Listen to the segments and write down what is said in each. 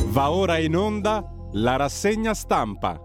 Va ora in onda la rassegna stampa.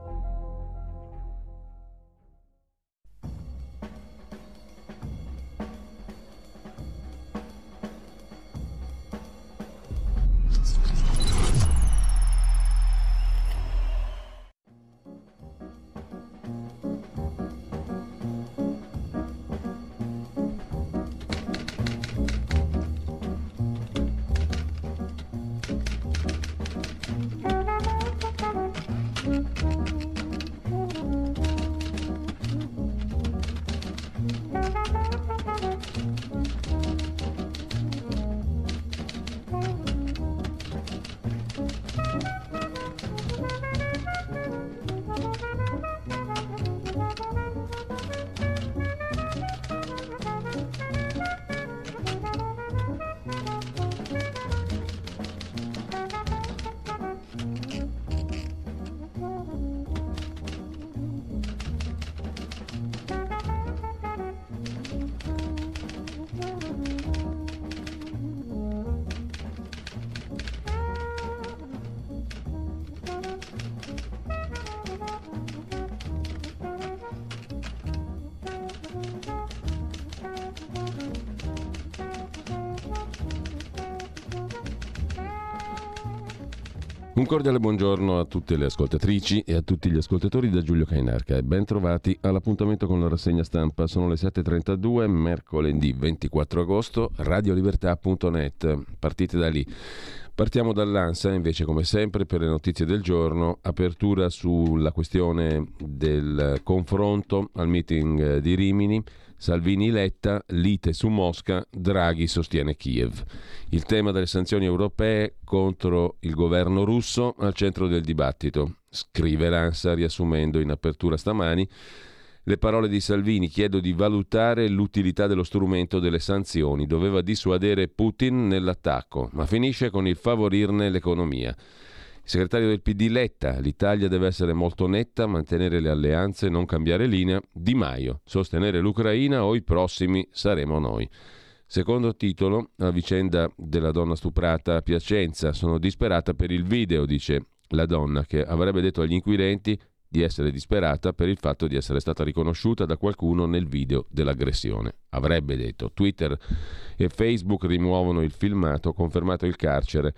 Un cordiale buongiorno a tutte le ascoltatrici e a tutti gli ascoltatori da Giulio Cainarca e ben trovati all'appuntamento con la rassegna stampa. Sono le 7.32, mercoledì 24 agosto, radiolibertà.net. Partite da lì. Partiamo dall'ANSA invece, come sempre, per le notizie del giorno. Apertura sulla questione del confronto al meeting di Rimini. Salvini-Letta, lite su Mosca, Draghi sostiene Kiev. Il tema delle sanzioni europee contro il governo russo al centro del dibattito. Scrive l'ANSA riassumendo in apertura stamani le parole di Salvini: chiedo di valutare l'utilità dello strumento delle sanzioni. Doveva dissuadere Putin nell'attacco, ma finisce con il favorirne l'economia. Il segretario del PD Letta: l'Italia deve essere molto netta, mantenere le alleanze, non cambiare linea. Di Maio: sostenere l'Ucraina o i prossimi saremo noi. Secondo titolo, la vicenda della donna stuprata a Piacenza. Sono disperata per il video, dice la donna, che avrebbe detto agli inquirenti di essere disperata per il fatto di essere stata riconosciuta da qualcuno nel video dell'aggressione. Avrebbe detto. Twitter e Facebook rimuovono il filmato, confermato il carcere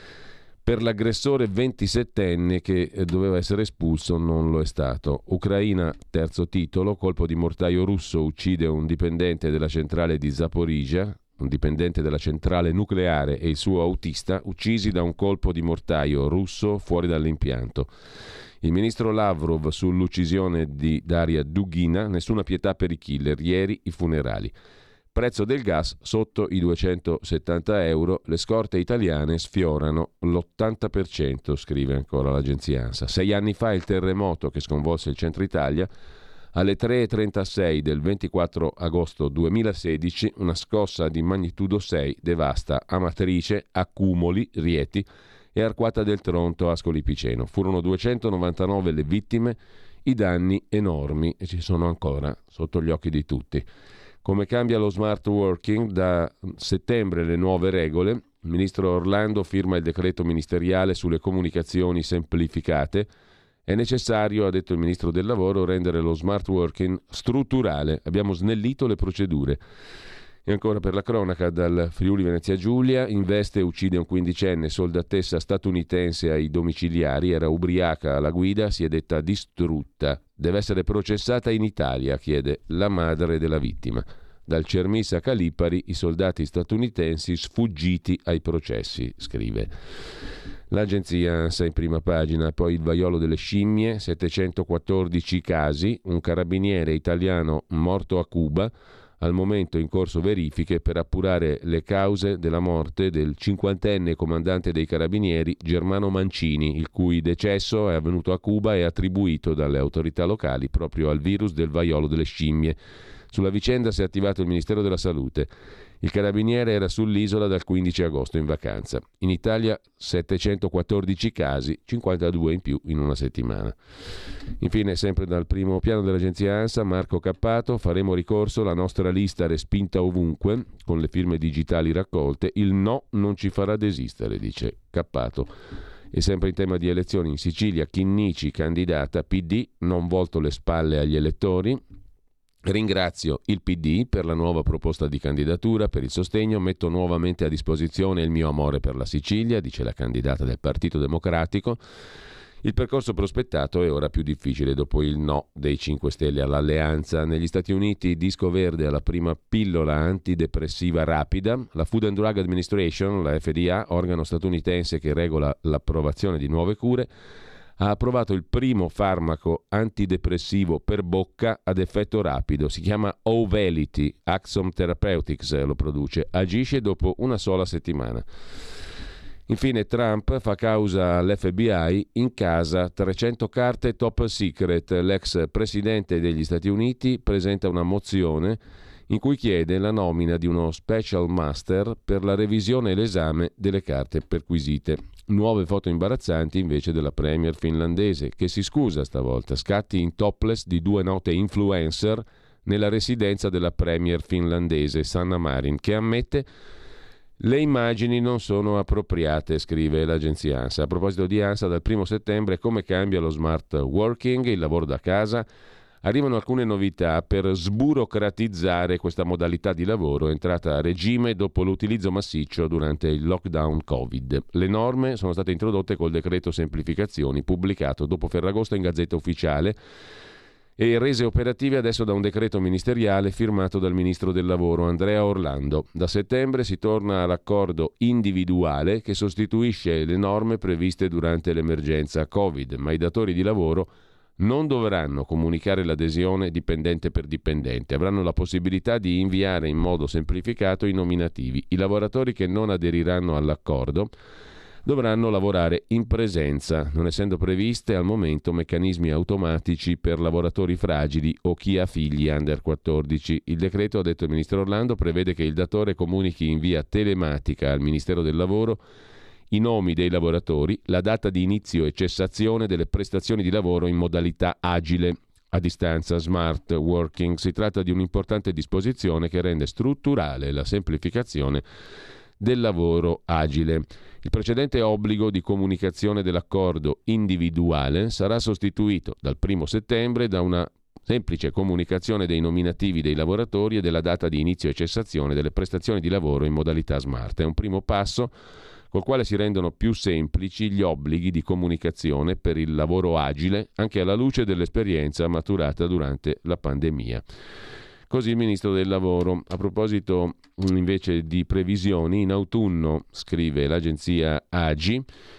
per l'aggressore 27enne che doveva essere espulso, non lo è stato. Ucraina, terzo titolo, colpo di mortaio russo uccide un dipendente della centrale di Zaporizhzhia, un dipendente della centrale nucleare e il suo autista, uccisi da un colpo di mortaio russo fuori dall'impianto. Il ministro Lavrov sull'uccisione di Daria Dugina, nessuna pietà per i killer, ieri i funerali. Prezzo del gas sotto i 270 euro, le scorte italiane sfiorano l'80%, scrive ancora l'agenzia ANSA. 6 anni fa il terremoto che sconvolse il centro Italia, alle 3.36 del 24 agosto 2016, una scossa di magnitudo 6 devasta Amatrice, Accumoli, Rieti e Arquata del Tronto, Ascoli Piceno. Furono 299 le vittime, i danni enormi e ci sono ancora sotto gli occhi di tutti. Come cambia lo smart working? Da settembre le nuove regole. Il ministro Orlando firma il decreto ministeriale sulle comunicazioni semplificate. È necessario, ha detto il ministro del lavoro, rendere lo smart working strutturale. Abbiamo snellito le procedure. E ancora per la cronaca, dal Friuli Venezia Giulia: investe e uccide un quindicenne, soldatessa statunitense ai domiciliari, era ubriaca alla guida, si è detta distrutta. Deve essere processata in Italia, chiede la madre della vittima. Dal Cermis a Calipari, i soldati statunitensi sfuggiti ai processi, scrive l'agenzia ANSA in prima pagina. Poi il vaiolo delle scimmie, 714 casi, un carabiniere italiano morto a Cuba, al momento in corso verifiche per appurare le cause della morte del 50enne comandante dei carabinieri Germano Mancini, il cui decesso è avvenuto a Cuba e attribuito dalle autorità locali proprio al virus del vaiolo delle scimmie. Sulla vicenda si è attivato il Ministero della Salute. Il carabiniere era sull'isola dal 15 agosto in vacanza. In Italia 714 casi, 52 in più in una settimana. Infine, sempre dal primo piano dell'agenzia ANSA, Marco Cappato: faremo ricorso, la nostra lista respinta ovunque, con le firme digitali raccolte, il no non ci farà desistere, dice Cappato. E sempre in tema di elezioni, in Sicilia Chinnici candidata PD, non volto le spalle agli elettori. Ringrazio il PD per la nuova proposta di candidatura, per il sostegno, metto nuovamente a disposizione il mio amore per la Sicilia, dice la candidata del Partito Democratico. Il percorso prospettato è ora più difficile dopo il no dei 5 Stelle all'alleanza. Negli Stati Uniti disco verde alla prima pillola antidepressiva rapida. La Food and Drug Administration, la FDA, organo statunitense che regola l'approvazione di nuove cure, ha approvato il primo farmaco antidepressivo per bocca ad effetto rapido. Si chiama Auvelity, Axsome Therapeutics lo produce. Agisce dopo una sola settimana. Infine Trump fa causa all'FBI, in casa 300 carte top secret. L'ex presidente degli Stati Uniti presenta una mozione in cui chiede la nomina di uno special master per la revisione e l'esame delle carte perquisite. Nuove foto imbarazzanti invece della premier finlandese, che si scusa stavolta. Scatti in topless di 2 note influencer nella residenza della premier finlandese Sanna Marin, che ammette: le immagini non sono appropriate, scrive l'agenzia ANSA. A proposito di ANSA, dal 1 settembre come cambia lo smart working, il lavoro da casa? Arrivano alcune novità per sburocratizzare questa modalità di lavoro entrata a regime dopo l'utilizzo massiccio durante il lockdown Covid. Le norme sono state introdotte col decreto semplificazioni pubblicato dopo Ferragosto in Gazzetta Ufficiale e rese operative adesso da un decreto ministeriale firmato dal ministro del lavoro Andrea Orlando. Da settembre si torna all'accordo individuale che sostituisce le norme previste durante l'emergenza Covid, ma i datori di lavoro non dovranno comunicare l'adesione dipendente per dipendente, avranno la possibilità di inviare in modo semplificato i nominativi. I lavoratori che non aderiranno all'accordo dovranno lavorare in presenza, non essendo previste al momento meccanismi automatici per lavoratori fragili o chi ha figli under 14. Il decreto, ha detto il ministro Orlando, prevede che il datore comunichi in via telematica al Ministero del Lavoro i nomi dei lavoratori, la data di inizio e cessazione delle prestazioni di lavoro in modalità agile, a distanza, smart working. Si tratta di un'importante disposizione che rende strutturale la semplificazione del lavoro agile. Il precedente obbligo di comunicazione dell'accordo individuale sarà sostituito dal 1 settembre da una semplice comunicazione dei nominativi dei lavoratori e della data di inizio e cessazione delle prestazioni di lavoro in modalità smart. È un primo passo col quale si rendono più semplici gli obblighi di comunicazione per il lavoro agile, anche alla luce dell'esperienza maturata durante la pandemia. Così il ministro del lavoro. A proposito invece di previsioni, in autunno, scrive l'agenzia AGI,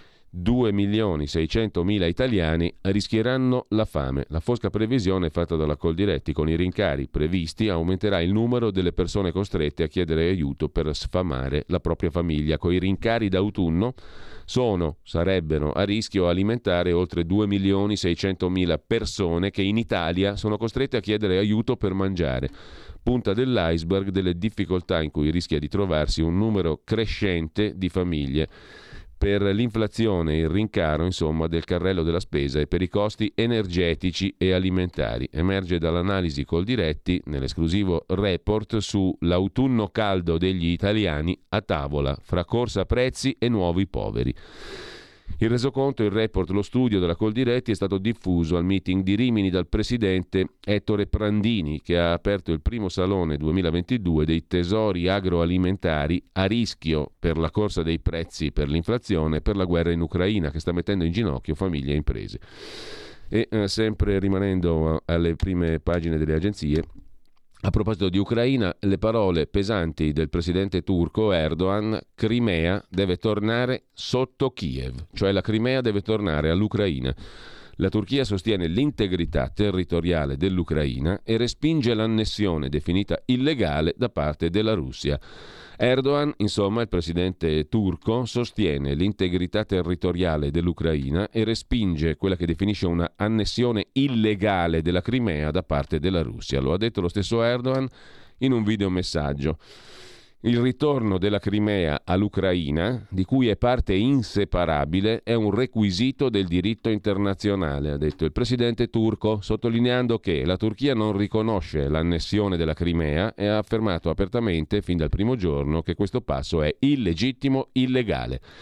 2.600.000 italiani rischieranno la fame. La fosca previsione fatta dalla Coldiretti: con i rincari previsti aumenterà il numero delle persone costrette a chiedere aiuto per sfamare la propria famiglia. Con i rincari d'autunno sarebbero a rischio alimentare oltre 2.600.000 persone che in Italia sono costrette a chiedere aiuto per mangiare. Punta dell'iceberg delle difficoltà in cui rischia di trovarsi un numero crescente di famiglie per l'inflazione e il rincaro, insomma, del carrello della spesa e per i costi energetici e alimentari. Emerge dall'analisi Coldiretti nell'esclusivo report su l'autunno caldo degli italiani a tavola, fra corsa prezzi e nuovi poveri. Il resoconto, il report, lo studio della Coldiretti è stato diffuso al meeting di Rimini dal presidente Ettore Prandini, che ha aperto il primo salone 2022 dei tesori agroalimentari a rischio per la corsa dei prezzi, per l'inflazione e per la guerra in Ucraina, che sta mettendo in ginocchio famiglie e imprese. E sempre rimanendo alle prime pagine delle agenzie, a proposito di Ucraina, le parole pesanti del presidente turco Erdogan: Crimea deve tornare sotto Kiev, cioè la Crimea deve tornare all'Ucraina. La Turchia sostiene l'integrità territoriale dell'Ucraina e respinge l'annessione definita illegale da parte della Russia. Erdogan, insomma, il presidente turco, sostiene l'integrità territoriale dell'Ucraina e respinge quella che definisce una annessione illegale della Crimea da parte della Russia. Lo ha detto lo stesso Erdogan in un videomessaggio. Il ritorno della Crimea all'Ucraina, di cui è parte inseparabile, è un requisito del diritto internazionale, ha detto il presidente turco, sottolineando che la Turchia non riconosce l'annessione della Crimea e ha affermato apertamente fin dal primo giorno che questo passo è illegittimo, illegale.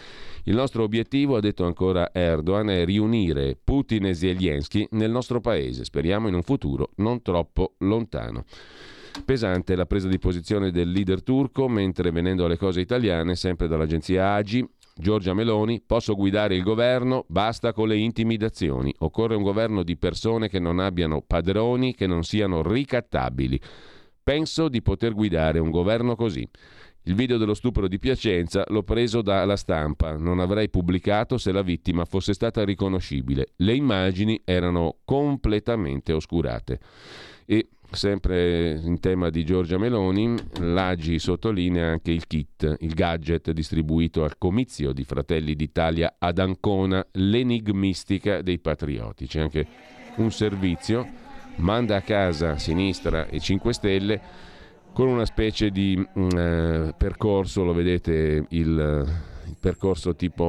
Il nostro obiettivo, ha detto ancora Erdogan, è riunire Putin e Zelensky nel nostro paese, speriamo in un futuro non troppo lontano. Pesante la presa di posizione del leader turco, mentre venendo alle cose italiane, sempre dall'agenzia AGI, Giorgia Meloni: posso guidare il governo, basta con le intimidazioni. Occorre un governo di persone che non abbiano padroni, che non siano ricattabili. Penso di poter guidare un governo così. Il video dello stupro di Piacenza l'ho preso dalla Stampa, non avrei pubblicato se la vittima fosse stata riconoscibile. Le immagini erano completamente oscurate. E sempre in tema di Giorgia Meloni, l'AGI sottolinea anche il kit, il gadget distribuito al comizio di Fratelli d'Italia ad Ancona, l'enigmistica dei patrioti. C'è anche un servizio, manda a casa Sinistra e 5 Stelle, con una specie di percorso, lo vedete, il percorso tipo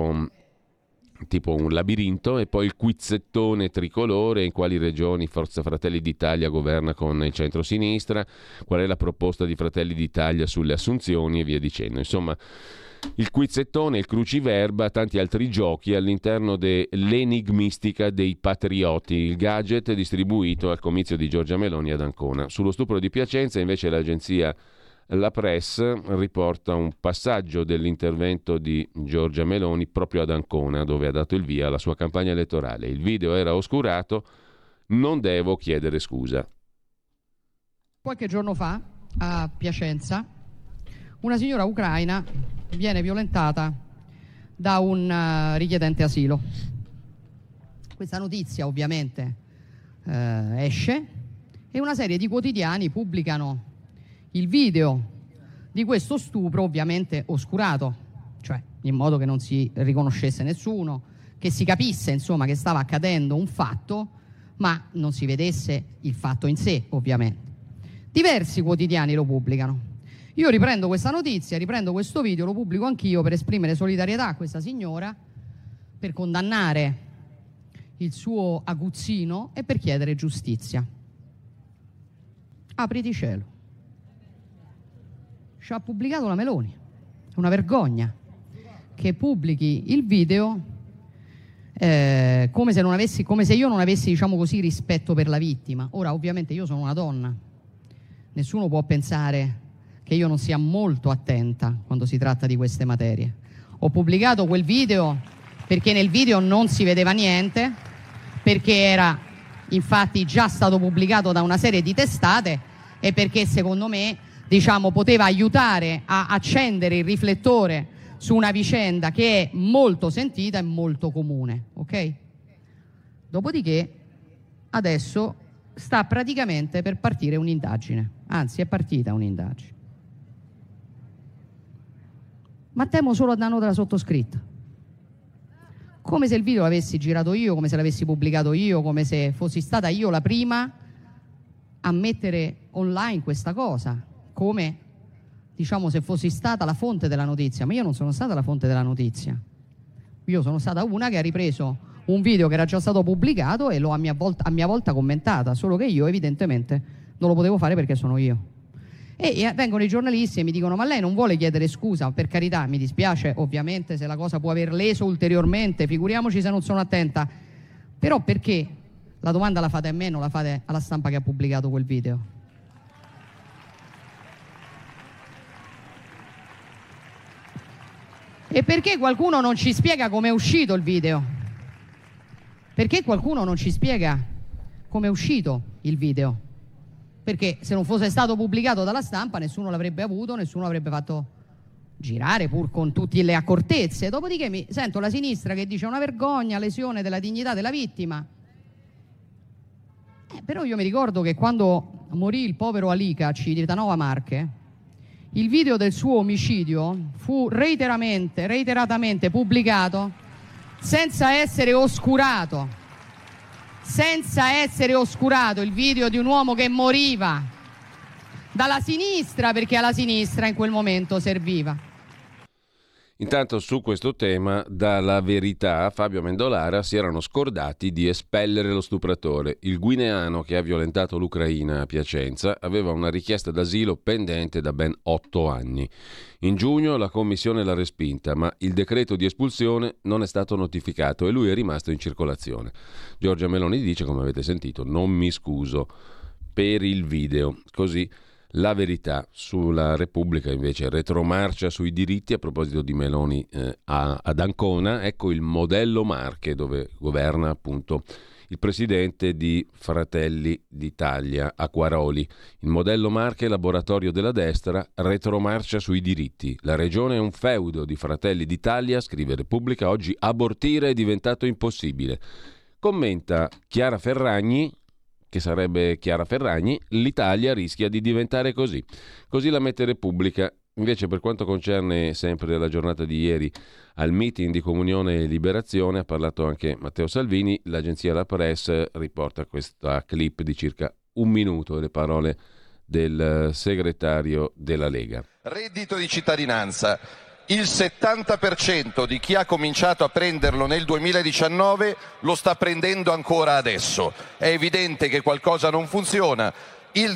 un labirinto, e poi il quizzettone tricolore: in quali regioni Forza Fratelli d'Italia governa con il centro-sinistra, qual è la proposta di Fratelli d'Italia sulle assunzioni e via dicendo. Insomma, il quizzettone, il cruciverba, tanti altri giochi all'interno dell'enigmistica dei patrioti, il gadget distribuito al comizio di Giorgia Meloni ad Ancona. Sullo stupro di Piacenza invece l'agenzia La Press riporta un passaggio dell'intervento di Giorgia Meloni proprio ad Ancona, dove ha dato il via alla sua campagna elettorale. Il video era oscurato, non devo chiedere scusa. Qualche giorno fa a Piacenza una signora ucraina viene violentata da un richiedente asilo. Questa notizia ovviamente esce e una serie di quotidiani pubblicano il video di questo stupro, ovviamente oscurato, cioè in modo che non si riconoscesse nessuno, che si capisse insomma che stava accadendo un fatto, ma non si vedesse il fatto in sé, ovviamente. Diversi quotidiani lo pubblicano. Io riprendo questa notizia, riprendo questo video, lo pubblico anch'io per esprimere solidarietà a questa signora, per condannare il suo aguzzino e per chiedere giustizia. Apriti cielo. Ci ha pubblicato la Meloni. È una vergogna che pubblichi il video come se io non avessi, diciamo così, rispetto per la vittima. Ora, ovviamente io sono una donna. Nessuno può pensare che io non sia molto attenta quando si tratta di queste materie. Ho pubblicato quel video perché nel video non si vedeva niente, perché era infatti già stato pubblicato da una serie di testate e perché secondo me, diciamo, poteva aiutare a accendere il riflettore su una vicenda che è molto sentita e molto comune, ok? Dopodiché adesso sta praticamente per partire un'indagine, anzi è partita un'indagine. Ma temo solo a danno della sottoscritta. Come se il video l'avessi girato io, come se l'avessi pubblicato io, come se fossi stata io la prima a mettere online questa cosa, come, diciamo, se fossi stata la fonte della notizia. Ma io non sono stata la fonte della notizia. Io sono stata una che ha ripreso un video che era già stato pubblicato e l'ho a mia volta commentata, solo che io evidentemente non lo potevo fare perché sono io. E vengono i giornalisti e mi dicono: ma lei non vuole chiedere scusa? Per carità, mi dispiace ovviamente se la cosa può aver leso ulteriormente, figuriamoci se non sono attenta, però perché la domanda la fate a me, non la fate alla Stampa che ha pubblicato quel video? E perché qualcuno non ci spiega come è uscito il video? Perché qualcuno non ci spiega come è uscito il video? Perché se non fosse stato pubblicato dalla Stampa nessuno l'avrebbe avuto, nessuno l'avrebbe fatto girare, pur con tutte le accortezze. Dopodiché mi sento la sinistra che dice: una vergogna, lesione della dignità della vittima. Però io mi ricordo che quando morì il povero Alicaci di Tanova Marche, il video del suo omicidio fu reiteratamente pubblicato senza essere oscurato. Senza essere oscurato il video di un uomo che moriva dalla sinistra, perché alla sinistra in quel momento serviva. Intanto su questo tema, dalla Verità, Fabio Amendolara si erano scordati di espellere lo stupratore. Il guineano che ha violentato l'Ucraina a Piacenza aveva una richiesta d'asilo pendente da ben 8 anni. In giugno la commissione l'ha respinta, ma il decreto di espulsione non è stato notificato e lui è rimasto in circolazione. Giorgia Meloni dice, come avete sentito, non mi scuso per il video. Così La Verità. Sulla Repubblica invece retromarcia sui diritti a proposito di Meloni ad Ancona. Ecco il modello Marche, dove governa appunto il presidente di Fratelli d'Italia, Acquaroli. Il modello Marche, laboratorio della destra, retromarcia sui diritti. La regione è un feudo di Fratelli d'Italia, scrive Repubblica, oggi abortire è diventato impossibile. Commenta Chiara Ferragni, che sarebbe Chiara Ferragni, l'Italia rischia di diventare così. Così la mette Repubblica. Invece per quanto concerne sempre della giornata di ieri al meeting di Comunione e Liberazione, ha parlato anche Matteo Salvini, l'agenzia La Presse riporta questa clip di circa un minuto, le parole del segretario della Lega. Reddito di cittadinanza. Il 70% di chi ha cominciato a prenderlo nel 2019 lo sta prendendo ancora adesso. È evidente che qualcosa non funziona. Il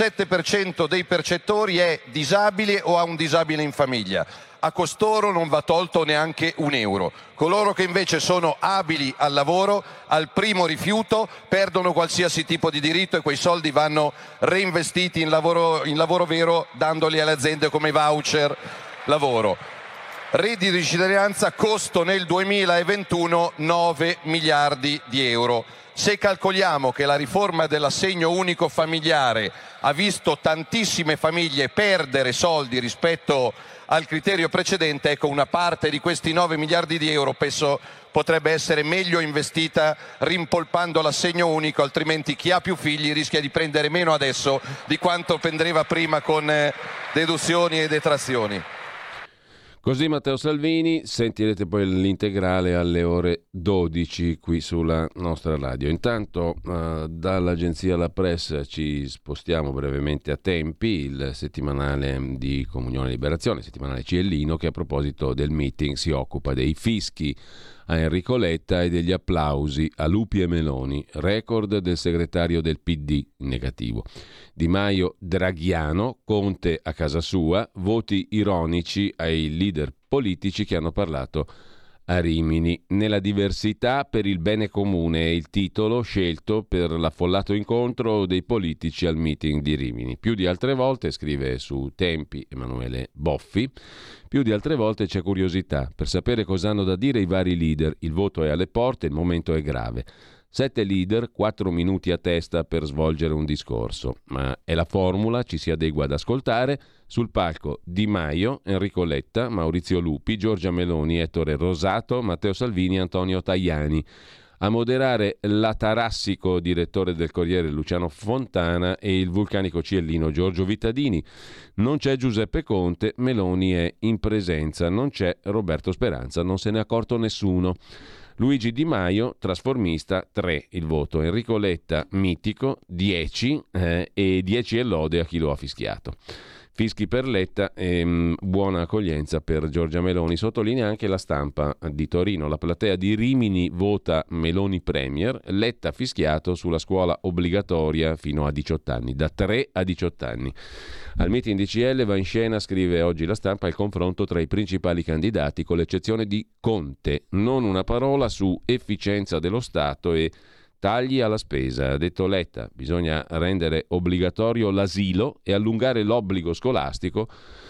17% dei percettori è disabile o ha un disabile in famiglia. A costoro non va tolto neanche un euro. Coloro che invece sono abili al lavoro, al primo rifiuto, perdono qualsiasi tipo di diritto e quei soldi vanno reinvestiti in lavoro vero, dandoli alle aziende come voucher lavoro. Reddito di cittadinanza, costo nel 2021 9 miliardi di euro. Se calcoliamo che la riforma dell'assegno unico familiare ha visto tantissime famiglie perdere soldi rispetto al criterio precedente, ecco, una parte di questi 9 miliardi di euro penso potrebbe essere meglio investita rimpolpando l'assegno unico, altrimenti chi ha più figli rischia di prendere meno adesso di quanto prendeva prima con deduzioni e detrazioni. Così Matteo Salvini, sentirete poi l'integrale alle ore 12 qui sulla nostra radio. Intanto dall'agenzia La Presse ci spostiamo brevemente a Tempi, il settimanale di Comunione e Liberazione, il settimanale Ciellino, che a proposito del meeting si occupa dei fischi a Enrico Letta e degli applausi a Lupi e Meloni, record del segretario del PD negativo. Di Maio draghiano, Conte a casa sua, voti ironici ai leader politici che hanno parlato a Rimini. Nella diversità per il bene comune è il titolo scelto per l'affollato incontro dei politici al meeting di Rimini. Più di altre volte, scrive su Tempi Emanuele Boffi, più di altre volte c'è curiosità per sapere cosa hanno da dire i vari leader. Il voto è alle porte, il momento è grave. 7 leader, 4 minuti a testa per svolgere un discorso. Ma è la formula, ci si adegua ad ascoltare. Sul palco Di Maio, Enrico Letta, Maurizio Lupi, Giorgia Meloni, Ettore Rosato, Matteo Salvini, Antonio Tajani. A moderare l'atarassico direttore del Corriere Luciano Fontana e il vulcanico ciellino Giorgio Vittadini. Non c'è Giuseppe Conte, Meloni è in presenza, non c'è Roberto Speranza, non se ne è accorto nessuno. Luigi Di Maio, trasformista, 3 il voto. Enrico Letta, mitico, 10 e 10 e lode a chi lo ha fischiato. Fischi per Letta e buona accoglienza per Giorgia Meloni. Sottolinea anche La Stampa di Torino. La platea di Rimini vota Meloni Premier. Letta fischiato sulla scuola obbligatoria fino a 18 anni, da 3 a 18 anni. Al meeting di CL va in scena, scrive oggi La Stampa, il confronto tra i principali candidati con l'eccezione di Conte. Non una parola su efficienza dello Stato e tagli alla spesa. Ha detto Letta, bisogna rendere obbligatorio l'asilo e allungare l'obbligo scolastico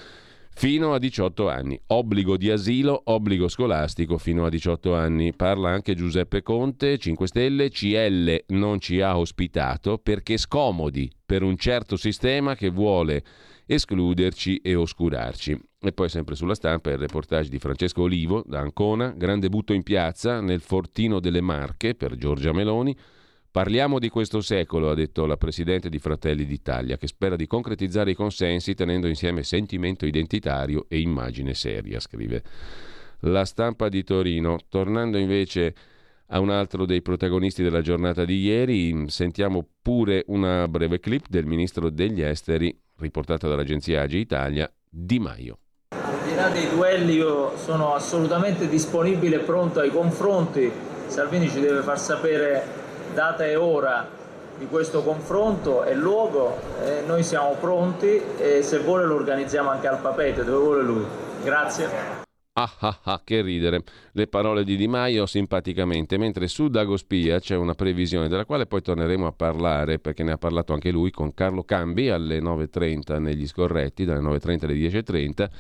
fino a 18 anni. Obbligo di asilo, obbligo scolastico fino a 18 anni. Parla anche Giuseppe Conte, 5 Stelle, CL non ci ha ospitato perché scomodi per un certo sistema che vuole escluderci e oscurarci. E poi sempre sulla Stampa il reportage di Francesco Olivo da Ancona, grande butto in piazza nel Fortino delle Marche per Giorgia Meloni. Parliamo di questo secolo, ha detto la presidente di Fratelli d'Italia, che spera di concretizzare i consensi tenendo insieme sentimento identitario e immagine seria, scrive La Stampa di Torino. Tornando invece a un altro dei protagonisti della giornata di ieri, sentiamo pure una breve clip del ministro degli esteri riportata dall'agenzia AGI Italia, Di Maio. là dei duelli io sono assolutamente disponibile e pronto ai confronti. Salvini ci deve far sapere data e ora di questo confronto e luogo, noi siamo pronti e se vuole lo organizziamo anche al Papeete, dove vuole lui. Grazie. Che ridere. Le parole di Di Maio simpaticamente, mentre su Dagospia c'è una previsione della quale poi torneremo a parlare, perché ne ha parlato anche lui con Carlo Cambi alle 9.30 negli scorretti, dalle 9.30 alle 10.30.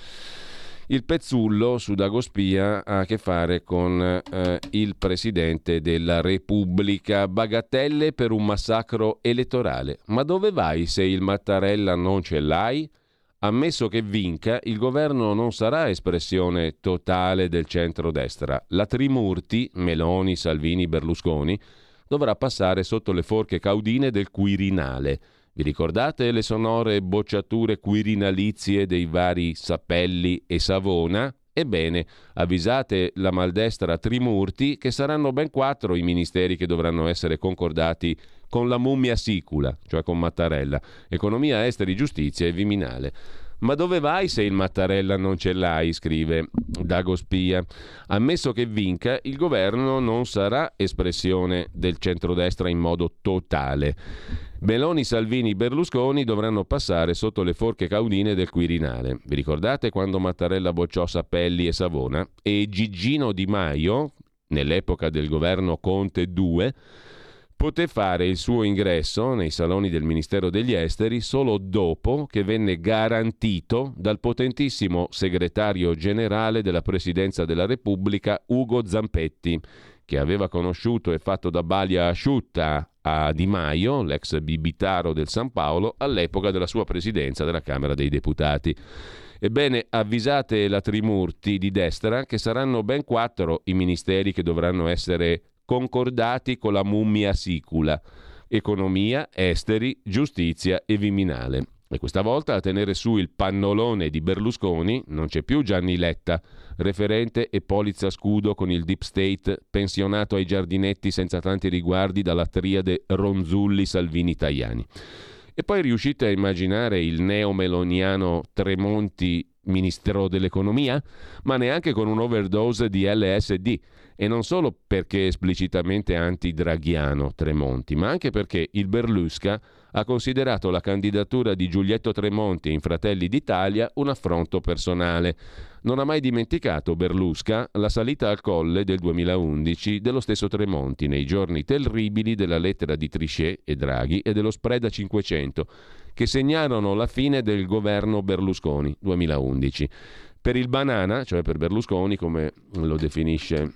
Il pezzullo su Dagospia ha a che fare con il Presidente della Repubblica. Bagatelle per un massacro elettorale. Ma dove vai se il Mattarella non ce l'hai? Ammesso che vinca, il governo non sarà espressione totale del centrodestra. La Trimurti, Meloni, Salvini, Berlusconi, dovrà passare sotto le forche caudine del Quirinale. Vi ricordate le sonore bocciature quirinalizie dei vari Sapelli e Savona? Ebbene, avvisate la maldestra Trimurti che saranno ben 4 i ministeri che dovranno essere concordati con la mummia sicula, cioè con Mattarella, economia, esteri, giustizia e Viminale. Ma dove vai se il Mattarella non ce l'hai, scrive Dagospia. Ammesso che vinca, il governo non sarà espressione del centrodestra in modo totale. Meloni, Salvini, Berlusconi dovranno passare sotto le forche caudine del Quirinale. Vi ricordate quando Mattarella bocciò Sapelli e Savona? E Gigino Di Maio, nell'epoca del governo Conte II, poté fare il suo ingresso nei saloni del Ministero degli Esteri solo dopo che venne garantito dal potentissimo segretario generale della Presidenza della Repubblica Ugo Zampetti, che aveva conosciuto e fatto da balia asciutta a Di Maio, l'ex bibitaro del San Paolo, all'epoca della sua presidenza della Camera dei Deputati. Ebbene, avvisate la Trimurti di destra che saranno ben 4 i ministeri che dovranno essere concordati con la mummia sicula: economia, esteri, giustizia e Viminale. E questa volta a tenere su il pannolone di Berlusconi non c'è più Gianni Letta, referente e polizza scudo con il deep state, pensionato ai giardinetti senza tanti riguardi dalla triade Ronzulli-Salvini-Tajani. E poi riuscite a immaginare il neomeloniano Tremonti ministro dell'economia? Ma neanche con un'overdose di LSD. E non solo perché esplicitamente anti-draghiano Tremonti, ma anche perché il Berlusca ha considerato la candidatura di Giulietto Tremonti in Fratelli d'Italia un affronto personale. Non ha mai dimenticato Berlusca la salita al colle del 2011 dello stesso Tremonti nei giorni terribili della lettera di Trichet e Draghi e dello spread a 500 che segnarono la fine del governo Berlusconi 2011. Per il banana, cioè per Berlusconi come lo definisce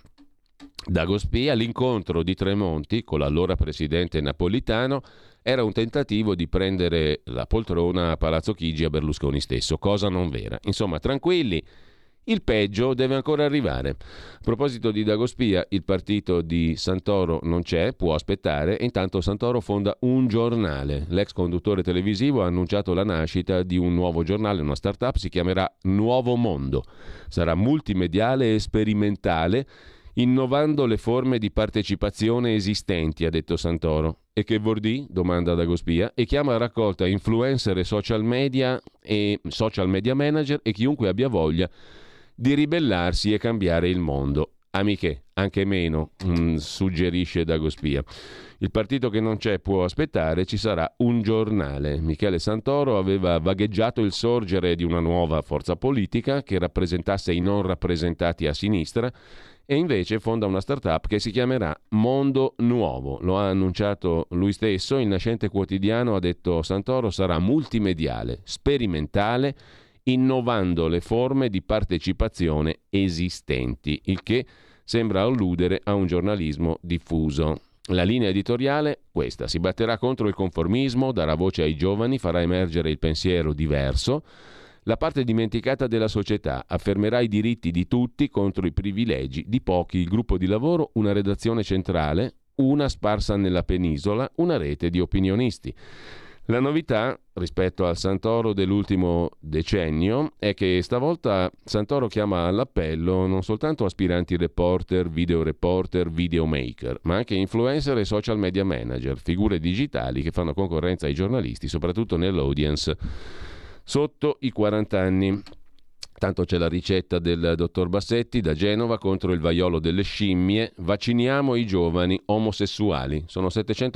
Dagospia, l'incontro di Tremonti con l'allora presidente Napolitano era un tentativo di prendere la poltrona a Palazzo Chigi a Berlusconi stesso, cosa non vera. Insomma, tranquilli, il peggio deve ancora arrivare. A proposito di Dagospia, il partito di Santoro non c'è, può aspettare, e intanto Santoro fonda un giornale. L'ex conduttore televisivo ha annunciato la nascita di un nuovo giornale, una startup, si chiamerà Nuovo Mondo. Sarà multimediale e sperimentale, innovando le forme di partecipazione esistenti, ha detto Santoro. E che vuol dire? Domanda Dagospia, e chiama a raccolta influencer e social media manager e chiunque abbia voglia di ribellarsi e cambiare il mondo. Amiche, anche meno, suggerisce Dagospia. Il partito che non c'è può aspettare, ci sarà un giornale. Michele Santoro aveva vagheggiato il sorgere di una nuova forza politica che rappresentasse i non rappresentati a sinistra, e invece fonda una startup che si chiamerà Mondo Nuovo. Lo ha annunciato lui stesso. Il nascente quotidiano, ha detto Santoro, sarà multimediale, sperimentale, innovando le forme di partecipazione esistenti, il che sembra alludere a un giornalismo diffuso. La linea editoriale, questa: si batterà contro il conformismo, darà voce ai giovani, farà emergere il pensiero diverso. La parte dimenticata della società affermerà i diritti di tutti contro i privilegi di pochi. Il gruppo di lavoro, una redazione centrale, una sparsa nella penisola, una rete di opinionisti. La novità rispetto al Santoro dell'ultimo decennio è che stavolta Santoro chiama all'appello non soltanto aspiranti reporter, videomaker, ma anche influencer e social media manager, figure digitali che fanno concorrenza ai giornalisti, soprattutto nell'audience sotto i 40 anni. Tanto c'è la ricetta del dottor Bassetti da Genova contro il vaiolo delle scimmie. Vacciniamo i giovani omosessuali. Sono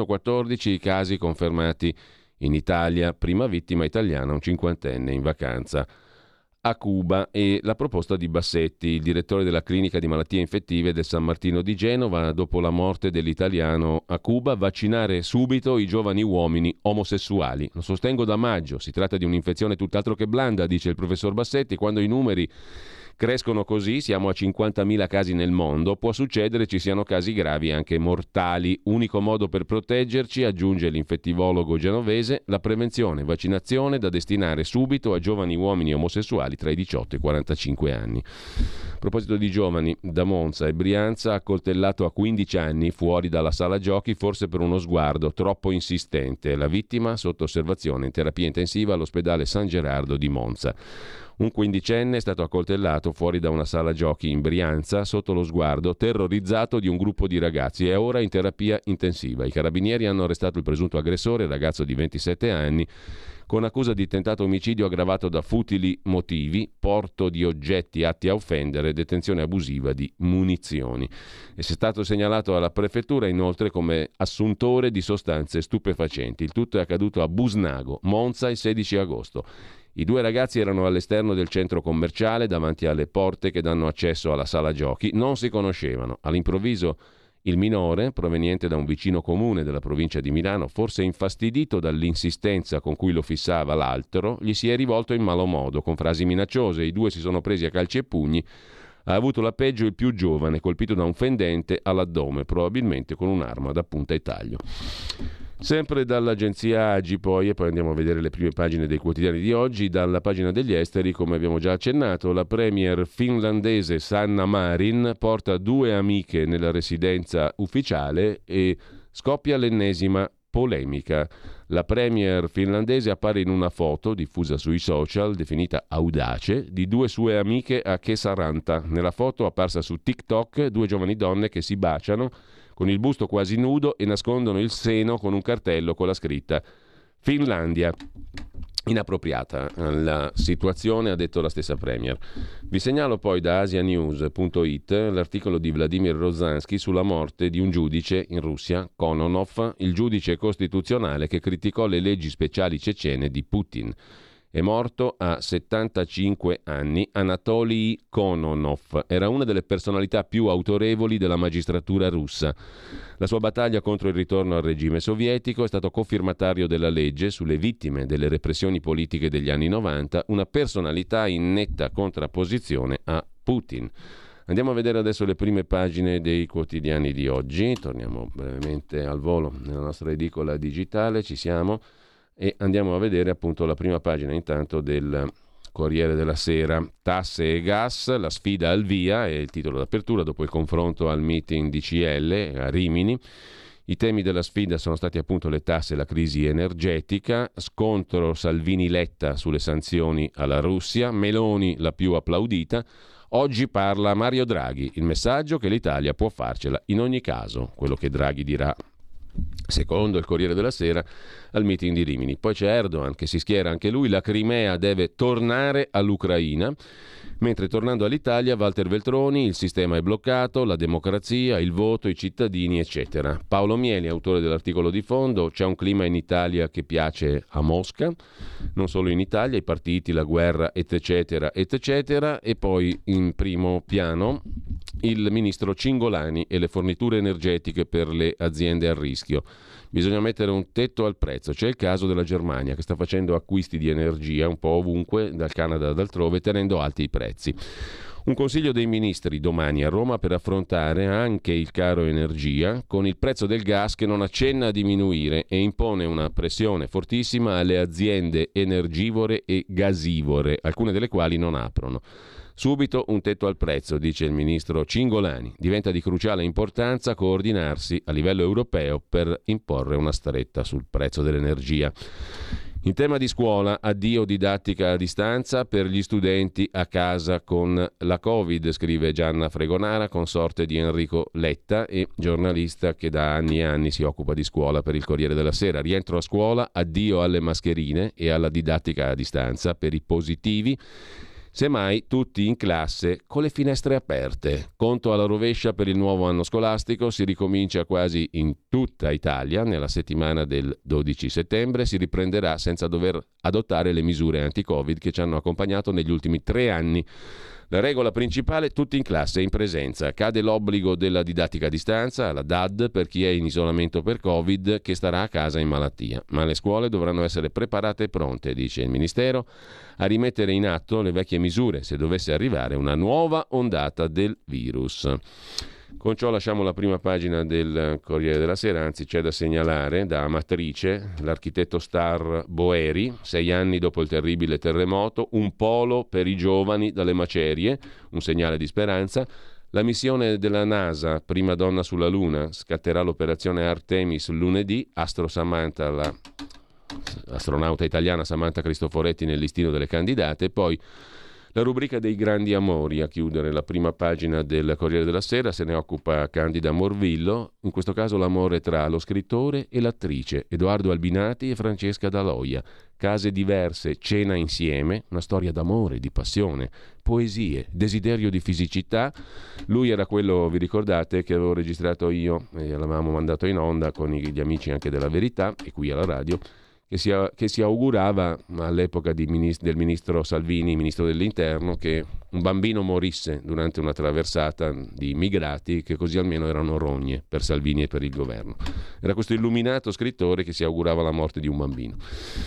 714 i casi confermati in Italia. Prima vittima italiana, un cinquantenne in vacanza a Cuba. E la proposta di Bassetti, il direttore della clinica di malattie infettive del San Martino di Genova, dopo la morte dell'italiano a Cuba, vaccinare subito i giovani uomini omosessuali. Lo sostengo da maggio, si tratta di un'infezione tutt'altro che blanda, dice il professor Bassetti. Quando i numeri crescono così, siamo a 50.000 casi nel mondo, può succedere ci siano casi gravi anche mortali. Unico modo per proteggerci, aggiunge l'infettivologo genovese, la prevenzione, vaccinazione da destinare subito a giovani uomini omosessuali tra i 18 e i 45 anni. A proposito di giovani, da Monza e Brianza, accoltellato a 15 anni fuori dalla sala giochi, forse per uno sguardo troppo insistente. La vittima sotto osservazione in terapia intensiva all'ospedale San Gerardo di Monza. Un quindicenne è stato accoltellato fuori da una sala giochi in Brianza sotto lo sguardo terrorizzato di un gruppo di ragazzi e è ora in terapia intensiva. I carabinieri hanno arrestato il presunto aggressore, ragazzo di 27 anni, con accusa di tentato omicidio aggravato da futili motivi, porto di oggetti atti a offendere, detenzione abusiva di munizioni. È stato segnalato alla prefettura inoltre come assuntore di sostanze stupefacenti. Il tutto è accaduto a Busnago, Monza, il 16 agosto. I due ragazzi erano all'esterno del centro commerciale, davanti alle porte che danno accesso alla sala giochi. Non si conoscevano. All'improvviso il minore, proveniente da un vicino comune della provincia di Milano, forse infastidito dall'insistenza con cui lo fissava l'altro, gli si è rivolto in malo modo, con frasi minacciose. I due si sono presi a calci e pugni. Ha avuto la peggio il più giovane, colpito da un fendente all'addome, probabilmente con un'arma da punta e taglio. Sempre dall'agenzia AGI poi, e poi andiamo a vedere le prime pagine dei quotidiani di oggi, dalla pagina degli esteri, come abbiamo già accennato, la premier finlandese Sanna Marin porta 2 amiche nella residenza ufficiale e scoppia l'ennesima polemica. La premier finlandese appare in una foto diffusa sui social, definita audace, di 2 sue amiche a Kesaranta. Nella foto apparsa su TikTok 2 giovani donne che si baciano con il busto quasi nudo e nascondono il seno con un cartello con la scritta Finlandia. Inappropriata la situazione, ha detto la stessa premier. Vi segnalo poi da asianews.it l'articolo di Vladimir Rozansky sulla morte di un giudice in Russia, Kononov, il giudice costituzionale che criticò le leggi speciali cecene di Putin. È morto a 75 anni Anatolij Kononov. Era una delle personalità più autorevoli della magistratura russa. La sua battaglia contro il ritorno al regime sovietico è stato cofirmatario della legge sulle vittime delle repressioni politiche degli anni 90, una personalità in netta contrapposizione a Putin. Andiamo a vedere adesso le prime pagine dei quotidiani di oggi. Torniamo brevemente al volo nella nostra edicola digitale, ci siamo. E andiamo a vedere appunto la prima pagina intanto del Corriere della Sera. Tasse e gas, la sfida al via è il titolo d'apertura dopo il confronto al meeting di CL a Rimini. I temi della sfida sono stati appunto le tasse e la crisi energetica, scontro Salvini-Letta sulle sanzioni alla Russia, Meloni la più applaudita. Oggi parla Mario Draghi, il messaggio che l'Italia può farcela in ogni caso, quello che Draghi dirà secondo il Corriere della Sera al meeting di Rimini. Poi c'è Erdogan che si schiera anche lui, la Crimea deve tornare all'Ucraina, mentre tornando all'Italia Walter Veltroni, il sistema è bloccato, la democrazia, il voto, i cittadini eccetera. Paolo Mieli, autore dell'articolo di fondo, c'è un clima in Italia che piace a Mosca, non solo in Italia, i partiti, la guerra eccetera eccetera, e poi in primo piano il ministro Cingolani e le forniture energetiche per le aziende a rischio. Bisogna mettere un tetto al prezzo. C'è il caso della Germania che sta facendo acquisti di energia un po' ovunque, dal Canada ad altrove, tenendo alti i prezzi. Un consiglio dei ministri domani a Roma per affrontare anche il caro energia, con il prezzo del gas che non accenna a diminuire e impone una pressione fortissima alle aziende energivore e gasivore, alcune delle quali non aprono. Subito un tetto al prezzo, dice il ministro Cingolani. Diventa di cruciale importanza coordinarsi a livello europeo per imporre una stretta sul prezzo dell'energia. In tema di scuola, addio didattica a distanza per gli studenti a casa con la Covid, scrive Gianna Fregonara, consorte di Enrico Letta e giornalista che da anni e anni si occupa di scuola per il Corriere della Sera. Rientro a scuola, addio alle mascherine e alla didattica a distanza per i positivi. Semmai tutti in classe con le finestre aperte. Conto alla rovescia per il nuovo anno scolastico, si ricomincia quasi in tutta Italia. Nella settimana del 12 settembre si riprenderà senza dover adottare le misure anti-Covid che ci hanno accompagnato negli ultimi 3 anni. La regola principale: tutti in classe e in presenza. Cade l'obbligo della didattica a distanza, la DAD, per chi è in isolamento per Covid che starà a casa in malattia. Ma le scuole dovranno essere preparate e pronte, dice il Ministero, a rimettere in atto le vecchie misure se dovesse arrivare una nuova ondata del virus. Con ciò lasciamo la prima pagina del Corriere della Sera, anzi c'è da segnalare da Amatrice l'architetto star Boeri, 6 anni dopo il terribile terremoto, un polo per i giovani dalle macerie, un segnale di speranza. La missione della NASA, prima donna sulla Luna, scatterà l'operazione Artemis lunedì, l'astronauta italiana Samantha Cristoforetti nel listino delle candidate, e poi la rubrica dei grandi amori a chiudere la prima pagina del Corriere della Sera. Se ne occupa Candida Morvillo, in questo caso l'amore tra lo scrittore e l'attrice, Edoardo Albinati e Francesca Daloia. Case diverse, cena insieme, una storia d'amore, di passione, poesie, desiderio di fisicità. Lui era quello, vi ricordate, che avevo registrato io e l'avevamo mandato in onda con gli amici anche della Verità e qui alla radio, che si augurava all'epoca del ministro Salvini, ministro dell'Interno, che un bambino morisse durante una traversata di immigrati, che così almeno erano rogne per Salvini e per il governo. Era questo illuminato scrittore che si augurava la morte di un bambino.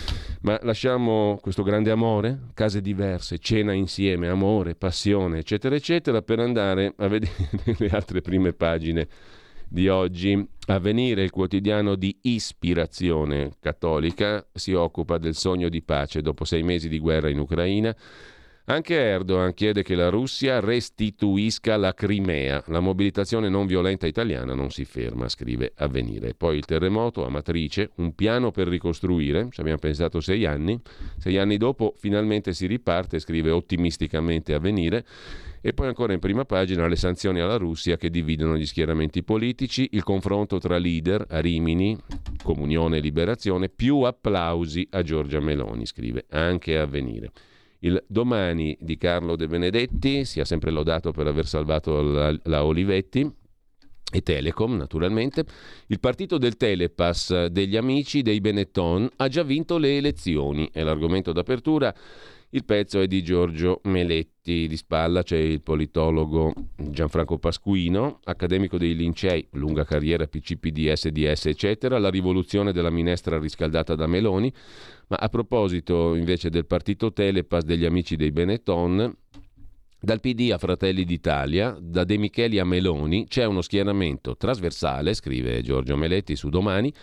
Ma lasciamo questo grande amore, case diverse, cena insieme, amore, passione, eccetera, eccetera, per andare a vedere le altre prime pagine di oggi. Avvenire, il quotidiano di ispirazione cattolica, si occupa del sogno di pace dopo 6 mesi di guerra in Ucraina. Anche Erdogan chiede che la Russia restituisca la Crimea. La mobilitazione non violenta italiana non si ferma, scrive Avvenire. Poi il terremoto, Amatrice, un piano per ricostruire. Ci abbiamo pensato 6 anni. 6 anni dopo finalmente si riparte, scrive ottimisticamente Avvenire. E poi ancora in prima pagina le sanzioni alla Russia che dividono gli schieramenti politici, il confronto tra leader a Rimini, Comunione e Liberazione, più applausi a Giorgia Meloni, scrive anche Avvenire. Il Domani di Carlo De Benedetti, si è sempre lodato per aver salvato la Olivetti e Telecom, naturalmente. Il partito del Telepass degli amici dei Benetton ha già vinto le elezioni, è l'argomento d'apertura. Il pezzo è di Giorgio Meletti, di spalla c'è il politologo Gianfranco Pasquino, accademico dei Lincei, lunga carriera PC, PD, SDS, eccetera, la rivoluzione della minestra riscaldata da Meloni. Ma a proposito invece del partito Telepass degli amici dei Benetton, dal PD a Fratelli d'Italia, da De Micheli a Meloni, c'è uno schieramento trasversale, scrive Giorgio Meletti su Domani,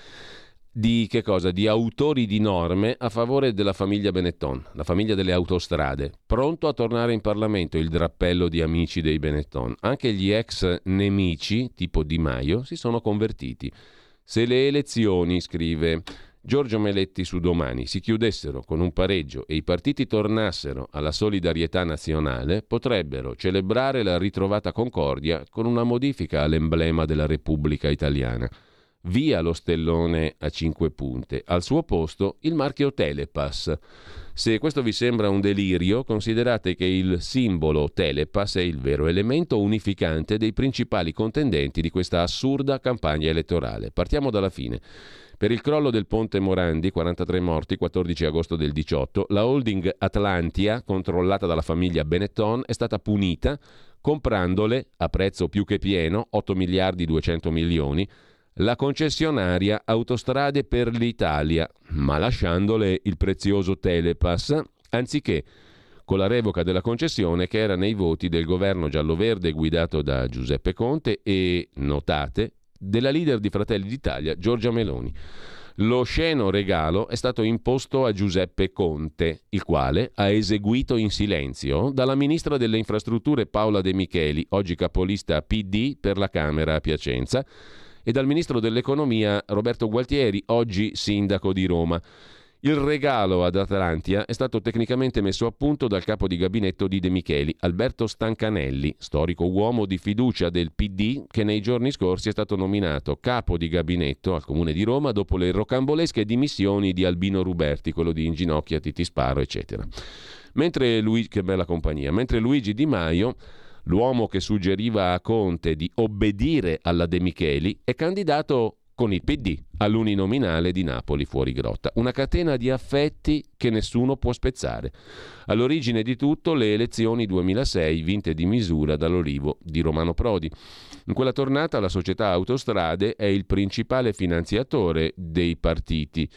di che cosa? Di autori di norme a favore della famiglia Benetton, la famiglia delle autostrade, pronto a tornare in Parlamento il drappello di amici dei Benetton. Anche gli ex nemici, tipo Di Maio, si sono convertiti. Se le elezioni, scrive Giorgio Meletti su Domani, si chiudessero con un pareggio e i partiti tornassero alla solidarietà nazionale, potrebbero celebrare la ritrovata concordia con una modifica all'emblema della Repubblica Italiana. Via lo stellone a 5 punte, al suo posto il marchio Telepass. Se questo vi sembra un delirio, considerate che il simbolo Telepass è il vero elemento unificante dei principali contendenti di questa assurda campagna elettorale. Partiamo dalla fine. Per il crollo del ponte Morandi, 43 morti, 14 agosto del 18, la holding Atlantia, controllata dalla famiglia Benetton, è stata punita comprandole a prezzo più che pieno, 8 miliardi 200 milioni, la concessionaria Autostrade per l'Italia, ma lasciandole il prezioso Telepass, anziché con la revoca della concessione che era nei voti del governo giallo-verde guidato da Giuseppe Conte e, notate, della leader di Fratelli d'Italia Giorgia Meloni. Lo sceno regalo è stato imposto a Giuseppe Conte, il quale ha eseguito in silenzio dalla ministra delle Infrastrutture Paola De Micheli, oggi capolista PD per la Camera a Piacenza, e dal ministro dell'Economia Roberto Gualtieri, oggi sindaco di Roma. Il regalo ad Atlantia è stato tecnicamente messo a punto dal capo di gabinetto di De Micheli, Alberto Stancanelli, storico uomo di fiducia del PD, che nei giorni scorsi è stato nominato capo di gabinetto al Comune di Roma dopo le rocambolesche dimissioni di Albino Ruberti, quello di Inginocchia, Titi Sparo, eccetera. Che bella compagnia. Mentre Luigi Di Maio, l'uomo che suggeriva a Conte di obbedire alla De Micheli, è candidato con il PD all'uninominale di Napoli Fuorigrotta. Una catena di affetti che nessuno può spezzare. All'origine di tutto le elezioni 2006 vinte di misura dall'Olivo di Romano Prodi. In quella tornata la società Autostrade è il principale finanziatore dei partiti.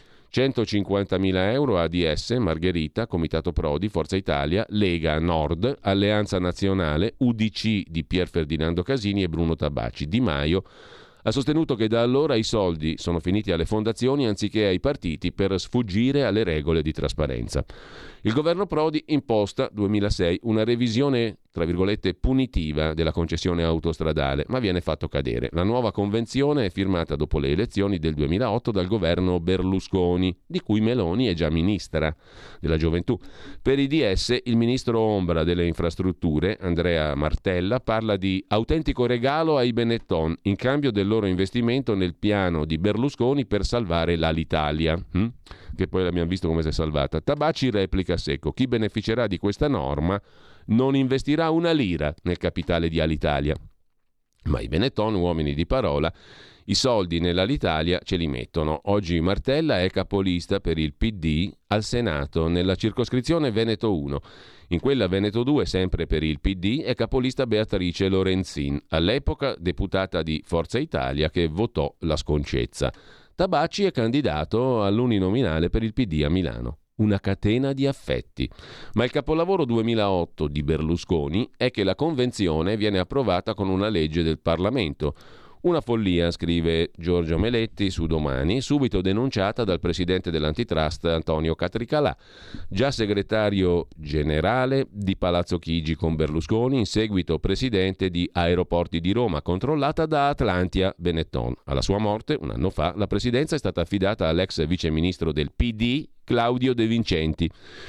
150.000 euro ADS, Margherita, Comitato Prodi, Forza Italia, Lega Nord, Alleanza Nazionale, UDC di Pier Ferdinando Casini e Bruno Tabacci. Di Maio ha sostenuto che da allora i soldi sono finiti alle fondazioni anziché ai partiti per sfuggire alle regole di trasparenza. Il governo Prodi imposta 2006 una revisione, tra virgolette, punitiva della concessione autostradale, ma viene fatto cadere. La nuova convenzione è firmata dopo le elezioni del 2008 dal governo Berlusconi, di cui Meloni è già ministra della gioventù. Per i DS, il ministro ombra delle infrastrutture, Andrea Martella, parla di autentico regalo ai Benetton in cambio del loro investimento nel piano di Berlusconi per salvare l'Alitalia, che poi l'abbiamo visto come si è salvata. Tabacci replica secco: chi beneficerà di questa norma non investirà una lira nel capitale di Alitalia. Ma i Benetton, uomini di parola, i soldi nell'Alitalia ce li mettono. Oggi Martella è capolista per il PD al Senato nella circoscrizione Veneto 1. In quella Veneto 2, sempre per il PD, è capolista Beatrice Lorenzin, all'epoca deputata di Forza Italia che votò la sconcezza. Tabacci è candidato all'uninominale per il PD a Milano. Una catena di affetti. Ma il capolavoro 2008 di Berlusconi è che la convenzione viene approvata con una legge del Parlamento. Una follia, scrive Giorgio Meletti su Domani, subito denunciata dal presidente dell'antitrust Antonio Catricalà, già segretario generale di Palazzo Chigi con Berlusconi, in seguito presidente di Aeroporti di Roma, controllata da Atlantia Benetton. Alla sua morte, un anno fa, la presidenza è stata affidata all'ex viceministro del PD, Claudio De Vincenti.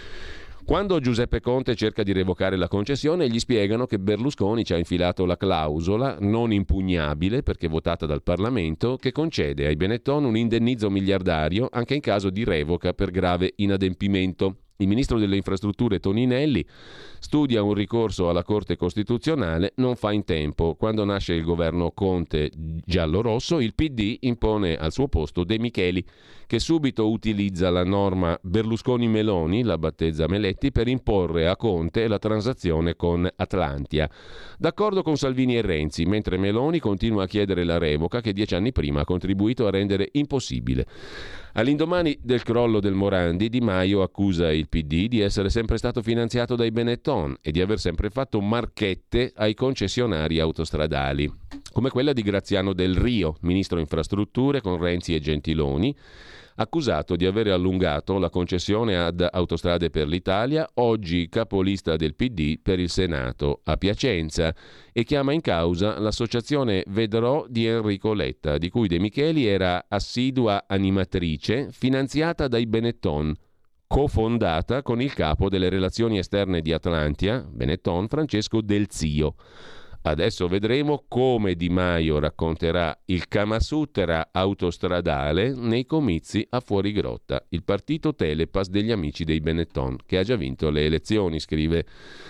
Quando Giuseppe Conte cerca di revocare la concessione, gli spiegano che Berlusconi ci ha infilato la clausola non impugnabile, perché votata dal Parlamento, che concede ai Benetton un indennizzo miliardario anche in caso di revoca per grave inadempimento. Il ministro delle infrastrutture Toninelli studia un ricorso alla Corte Costituzionale, non fa in tempo. Quando nasce il governo Conte giallo-rosso, il PD impone al suo posto De Micheli, che subito utilizza la norma Berlusconi-Meloni, la battezza Meletti, per imporre a Conte la transazione con Atlantia. D'accordo con Salvini e Renzi, mentre Meloni continua a chiedere la revoca che 10 anni prima ha contribuito a rendere impossibile. All'indomani del crollo del Morandi, Di Maio accusa il PD di essere sempre stato finanziato dai Benetton e di aver sempre fatto marchette ai concessionari autostradali, come quella di Graziano Del Rio, ministro infrastrutture con Renzi e Gentiloni, accusato di aver allungato la concessione ad Autostrade per l'Italia, oggi capolista del PD per il Senato a Piacenza, e chiama in causa l'associazione Vedrò di Enrico Letta, di cui De Micheli era assidua animatrice, finanziata dai Benetton, cofondata con il capo delle relazioni esterne di Atlantia, Benetton, Francesco Del Zio. Adesso vedremo come Di Maio racconterà il Kamasutra autostradale nei comizi a Fuorigrotta, il partito telepass degli amici dei Benetton, che ha già vinto le elezioni, scrive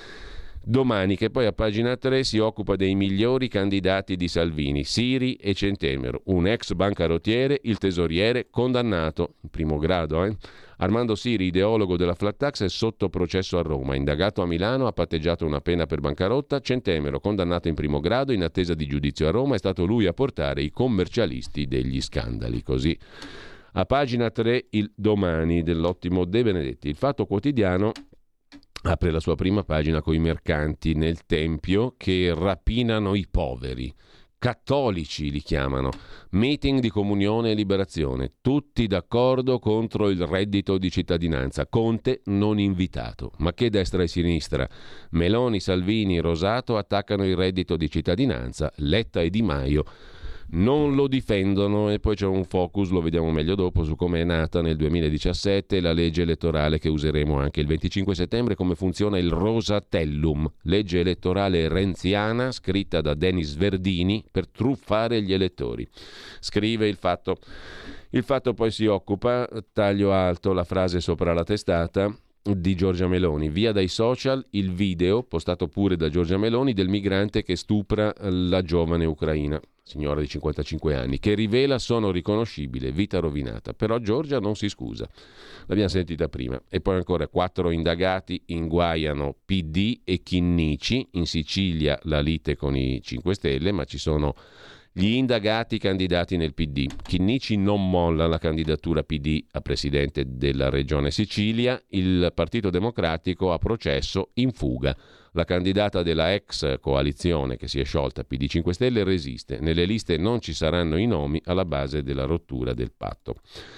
Domani, che poi a pagina 3 si occupa dei migliori candidati di Salvini, Siri e Centemero, un ex bancarottiere, il tesoriere condannato in primo grado. Armando Siri, ideologo della flat tax, è sotto processo a Roma, indagato a Milano, ha patteggiato una pena per bancarotta. Centemero, condannato in primo grado, in attesa di giudizio a Roma, è stato lui a portare i commercialisti degli scandali. Così a pagina 3 il Domani dell'ottimo De Benedetti. Il Fatto Quotidiano apre la sua prima pagina con i mercanti nel Tempio che rapinano i poveri. Cattolici li chiamano. Meeting di comunione e liberazione. Tutti d'accordo contro il reddito di cittadinanza. Conte non invitato. Ma che destra e sinistra? Meloni, Salvini, Rosato attaccano il reddito di cittadinanza. Letta e Di Maio non lo difendono, e poi c'è un focus, lo vediamo meglio dopo, su come è nata nel 2017 la legge elettorale che useremo anche il 25 settembre, come funziona il Rosatellum, legge elettorale renziana scritta da Denis Verdini per truffare gli elettori. Scrive il Fatto. Il Fatto poi si occupa, taglio alto, la frase sopra la testata, di Giorgia Meloni. Via dai social il video, postato pure da Giorgia Meloni, del migrante che stupra la giovane ucraina, signora di 55 anni, che rivela sono riconoscibile, vita rovinata. Però Giorgia non si scusa. L'abbiamo sentita prima. E poi ancora 4 indagati inguaiano PD e Chinnici. In Sicilia la lite con i 5 Stelle, ma ci sono gli indagati candidati nel PD. Chinnici non molla la candidatura PD a presidente della regione Sicilia. Il Partito Democratico a processo in fuga. La candidata della ex coalizione che si è sciolta, PD 5 Stelle, resiste. Nelle liste non ci saranno i nomi alla base della rottura del patto.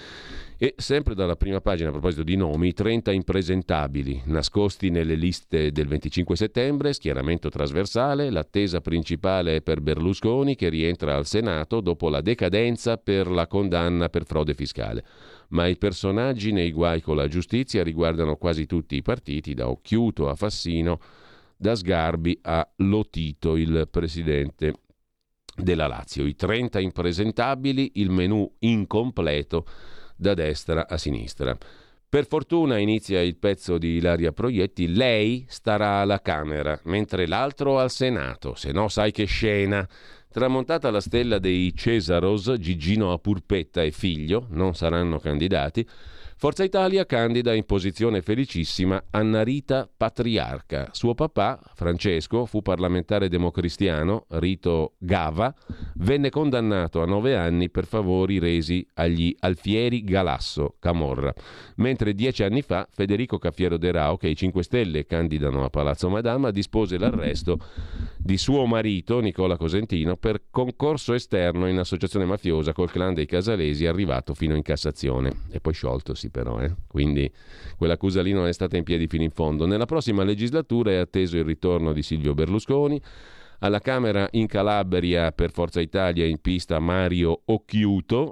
E sempre dalla prima pagina, a proposito di nomi, 30 impresentabili nascosti nelle liste del 25 settembre, schieramento trasversale. L'attesa principale è per Berlusconi, che rientra al Senato dopo la decadenza per la condanna per frode fiscale. Ma i personaggi nei guai con la giustizia riguardano quasi tutti i partiti, da Occhiuto a Fassino, da Sgarbi a Lotito, il presidente della Lazio. I 30 impresentabili, il menù incompleto da destra a sinistra. Per fortuna inizia il pezzo di Ilaria Proietti: lei starà alla Camera, mentre l'altro al Senato, se no sai che scena. Tramontata la stella dei Cesaros, Gigino a Purpetta e figlio non saranno candidati. Forza Italia candida in posizione felicissima Annarita Patriarca. Suo papà, Francesco, fu parlamentare democristiano, rito Gava, venne condannato a 9 anni per favori resi agli Alfieri Galasso, Camorra. Mentre 10 anni fa Federico Caffiero De Rao, che i 5 Stelle candidano a Palazzo Madama, dispose l'arresto di suo marito, Nicola Cosentino, per concorso esterno in associazione mafiosa col clan dei Casalesi, arrivato fino in Cassazione. E poi scioltosi però, quindi quell'accusa lì non è stata in piedi fino in fondo. Nella prossima legislatura è atteso il ritorno di Silvio Berlusconi. Alla Camera in Calabria per Forza Italia in pista Mario Occhiuto,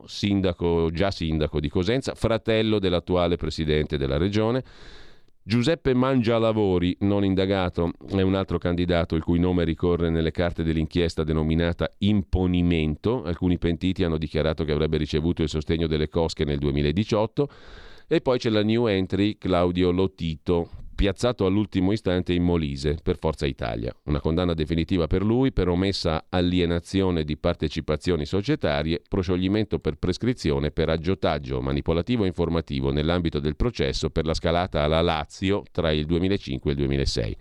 già sindaco di Cosenza, fratello dell'attuale presidente della regione. Giuseppe Mangialavori, non indagato, è un altro candidato il cui nome ricorre nelle carte dell'inchiesta denominata Imponimento. Alcuni pentiti hanno dichiarato che avrebbe ricevuto il sostegno delle cosche nel 2018. E poi c'è la new entry Claudio Lotito, piazzato all'ultimo istante in Molise per Forza Italia. Una condanna definitiva per lui per omessa alienazione di partecipazioni societarie, proscioglimento per prescrizione per aggiotaggio manipolativo e informativo nell'ambito del processo per la scalata alla Lazio tra il 2005 e il 2006.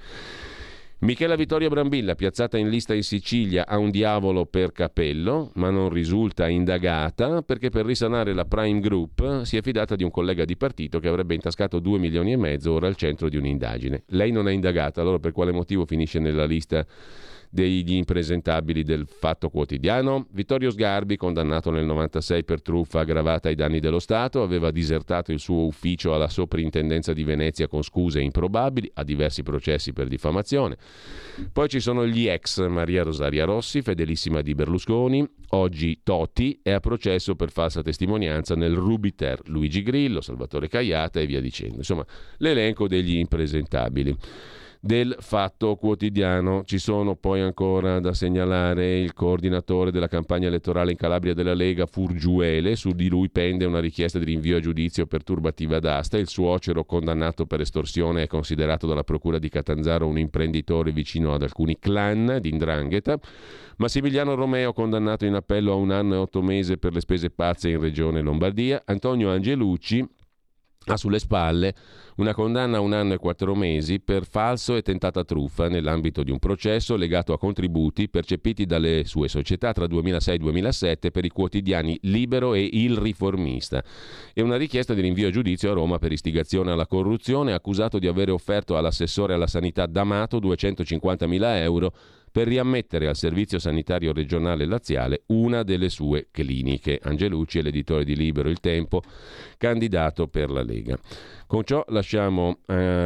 Michela Vittoria Brambilla, piazzata in lista in Sicilia, ha un diavolo per capello, ma non risulta indagata perché per risanare la Prime Group si è fidata di un collega di partito che avrebbe intascato 2,5 milioni, ora al centro di un'indagine. Lei non è indagata, allora per quale motivo finisce nella lista degli impresentabili del Fatto Quotidiano? Vittorio Sgarbi, condannato nel 96 per truffa aggravata ai danni dello Stato, aveva disertato il suo ufficio alla Soprintendenza di Venezia con scuse improbabili, ha diversi processi per diffamazione. Poi ci sono gli ex: Maria Rosaria Rossi, fedelissima di Berlusconi, oggi Totti, è a processo per falsa testimonianza nel Rubiter, Luigi Grillo, Salvatore Caiata e via dicendo. Insomma, l'elenco degli impresentabili del Fatto Quotidiano. Ci sono poi ancora da segnalare il coordinatore della campagna elettorale in Calabria della Lega, Furgiuele. Su di lui pende una richiesta di rinvio a giudizio per turbativa d'asta. Il suocero, condannato per estorsione, è considerato dalla procura di Catanzaro un imprenditore vicino ad alcuni clan di 'ndrangheta. Massimiliano Romeo, condannato in appello a 1 anno e 8 mesi per le spese pazze in regione Lombardia. Antonio Angelucci ha sulle spalle una condanna a 1 anno e 4 mesi per falso e tentata truffa nell'ambito di un processo legato a contributi percepiti dalle sue società tra 2006 e 2007 per i quotidiani Libero e Il Riformista, e una richiesta di rinvio a giudizio a Roma per istigazione alla corruzione, accusato di avere offerto all'assessore alla sanità D'Amato 250.000 euro per riammettere al Servizio Sanitario Regionale Laziale una delle sue cliniche. Angelucci è l'editore di Libero, Il Tempo, candidato per la Lega. Con ciò lasciamo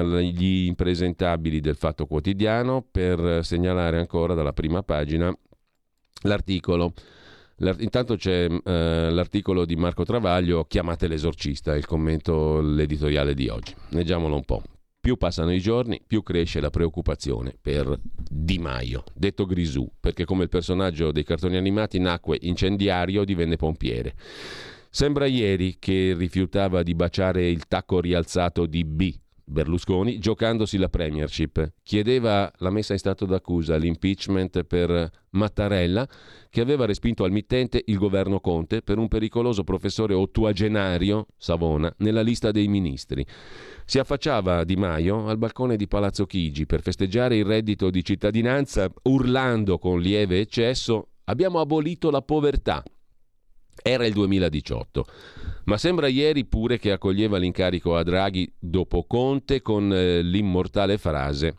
gli impresentabili del Fatto Quotidiano per segnalare ancora dalla prima pagina l'articolo. Intanto c'è l'articolo di Marco Travaglio, Chiamate l'esorcista, il commento, l'editoriale di oggi. Leggiamolo un po'. Più passano i giorni, più cresce la preoccupazione per Di Maio, detto Grisù, perché come il personaggio dei cartoni animati nacque incendiario, divenne pompiere. Sembra ieri che rifiutava di baciare il tacco rialzato di B, Berlusconi, giocandosi la premiership. Chiedeva la messa in stato d'accusa, l'impeachment per Mattarella, che aveva respinto al mittente il governo Conte per un pericoloso professore ottuagenario, Savona, nella lista dei ministri. Si affacciava Di Maio al balcone di Palazzo Chigi per festeggiare il reddito di cittadinanza, urlando con lieve eccesso: abbiamo abolito la povertà. Era il 2018, ma sembra ieri pure che accoglieva l'incarico a Draghi dopo Conte con l'immortale frase: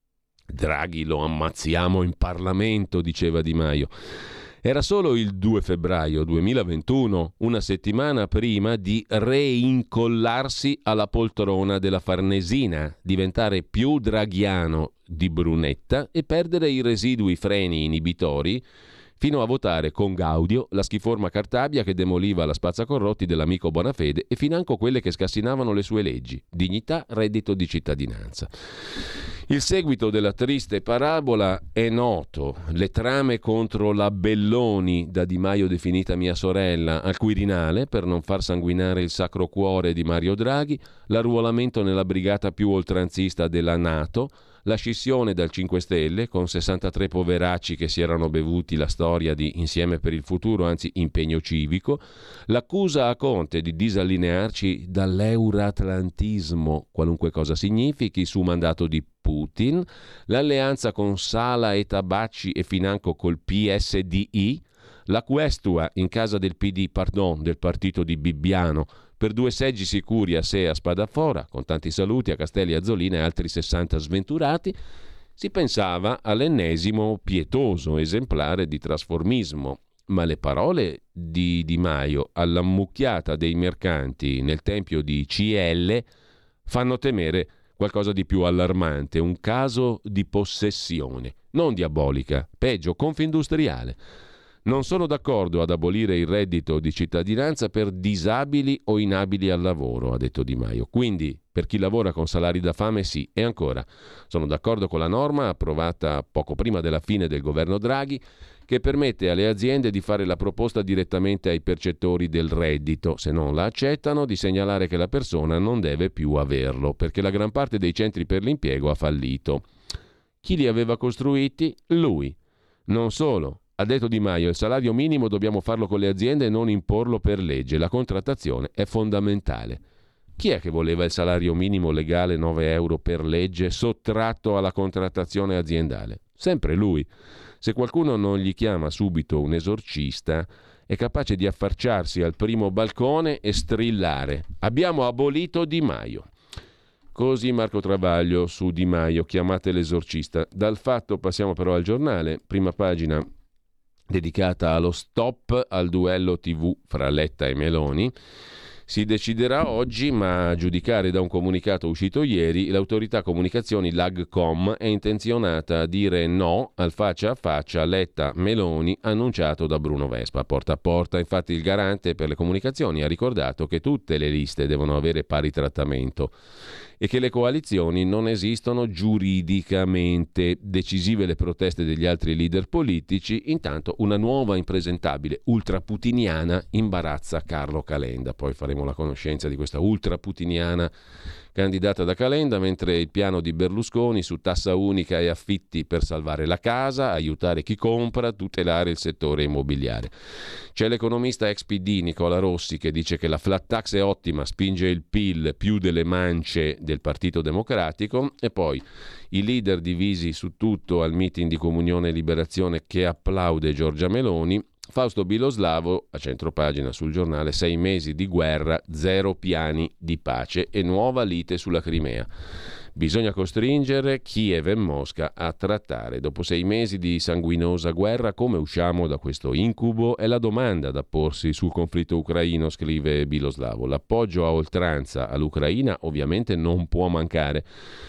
Draghi lo ammazziamo in Parlamento, diceva Di Maio. Era solo il 2 febbraio 2021, una settimana prima di reincollarsi alla poltrona della Farnesina, diventare più draghiano di Brunetta e perdere i residui freni inibitori fino a votare con Gaudio la schiforma Cartabia che demoliva la spazzacorrotti dell'amico Bonafede e financo quelle che scassinavano le sue leggi: dignità, reddito di cittadinanza. Il seguito della triste parabola è noto: le trame contro la Belloni, da Di Maio definita mia sorella, al Quirinale per non far sanguinare il Sacro Cuore di Mario Draghi, l'arruolamento nella brigata più oltranzista della NATO, la scissione dal 5 Stelle con 63 poveracci che si erano bevuti la storia di Insieme per il Futuro, anzi Impegno Civico, l'accusa a Conte di disallinearci dall'euratlantismo, qualunque cosa significhi, su mandato di Putin, l'alleanza con Sala e Tabacci e financo col PSDI, la questua in casa del PD, del partito di Bibbiano, per 2 seggi sicuri a sé e a Spadafora, con tanti saluti a Castelli Azzolina e altri 60 sventurati, si pensava all'ennesimo pietoso esemplare di trasformismo. Ma le parole di Di Maio all'ammucchiata dei mercanti nel tempio di CL fanno temere qualcosa di più allarmante, un caso di possessione, non diabolica, peggio, confindustriale. Non sono d'accordo ad abolire il reddito di cittadinanza per disabili o inabili al lavoro, ha detto Di Maio. Quindi, per chi lavora con salari da fame sì. E ancora, sono d'accordo con la norma approvata poco prima della fine del governo Draghi, che permette alle aziende di fare la proposta direttamente ai percettori del reddito. Se non la accettano, di segnalare che la persona non deve più averlo, perché la gran parte dei centri per l'impiego ha fallito. Chi li aveva costruiti? Lui. Non solo. Ha detto Di Maio, il salario minimo dobbiamo farlo con le aziende e non imporlo per legge. La contrattazione è fondamentale. Chi è che voleva il salario minimo legale 9 euro per legge sottratto alla contrattazione aziendale? Sempre lui. Se qualcuno non gli chiama subito un esorcista, è capace di affacciarsi al primo balcone e strillare: abbiamo abolito Di Maio. Così Marco Travaglio su Di Maio, chiamate l'esorcista. Dal Fatto passiamo però al Giornale, prima pagina dedicata allo stop al duello TV fra Letta e Meloni. Si deciderà oggi, ma a giudicare da un comunicato uscito ieri, l'autorità comunicazioni l'Agcom è intenzionata a dire no al faccia a faccia Letta-Meloni annunciato da Bruno Vespa porta a porta. Infatti il garante per le comunicazioni ha ricordato che tutte le liste devono avere pari trattamento e che le coalizioni non esistono giuridicamente. Decisive le proteste degli altri leader politici, intanto una nuova impresentabile ultraputiniana imbarazza Carlo Calenda. Poi faremo la conoscenza di questa ultraputiniana candidata da Calenda, mentre il piano di Berlusconi su tassa unica e affitti per salvare la casa, aiutare chi compra, tutelare il settore immobiliare. C'è l'economista ex PD Nicola Rossi che dice che la flat tax è ottima, spinge il PIL più delle mance del Partito Democratico, e poi i leader divisi su tutto al meeting di Comunione e Liberazione che applaude Giorgia Meloni. Fausto Biloslavo, a centropagina sul Giornale, 6 mesi di guerra, 0 piani di pace e nuova lite sulla Crimea. Bisogna costringere Kiev e Mosca a trattare. Dopo 6 mesi di sanguinosa guerra, come usciamo da questo incubo? È la domanda da porsi sul conflitto ucraino, scrive Biloslavo. L'appoggio a oltranza all'Ucraina ovviamente non può mancare,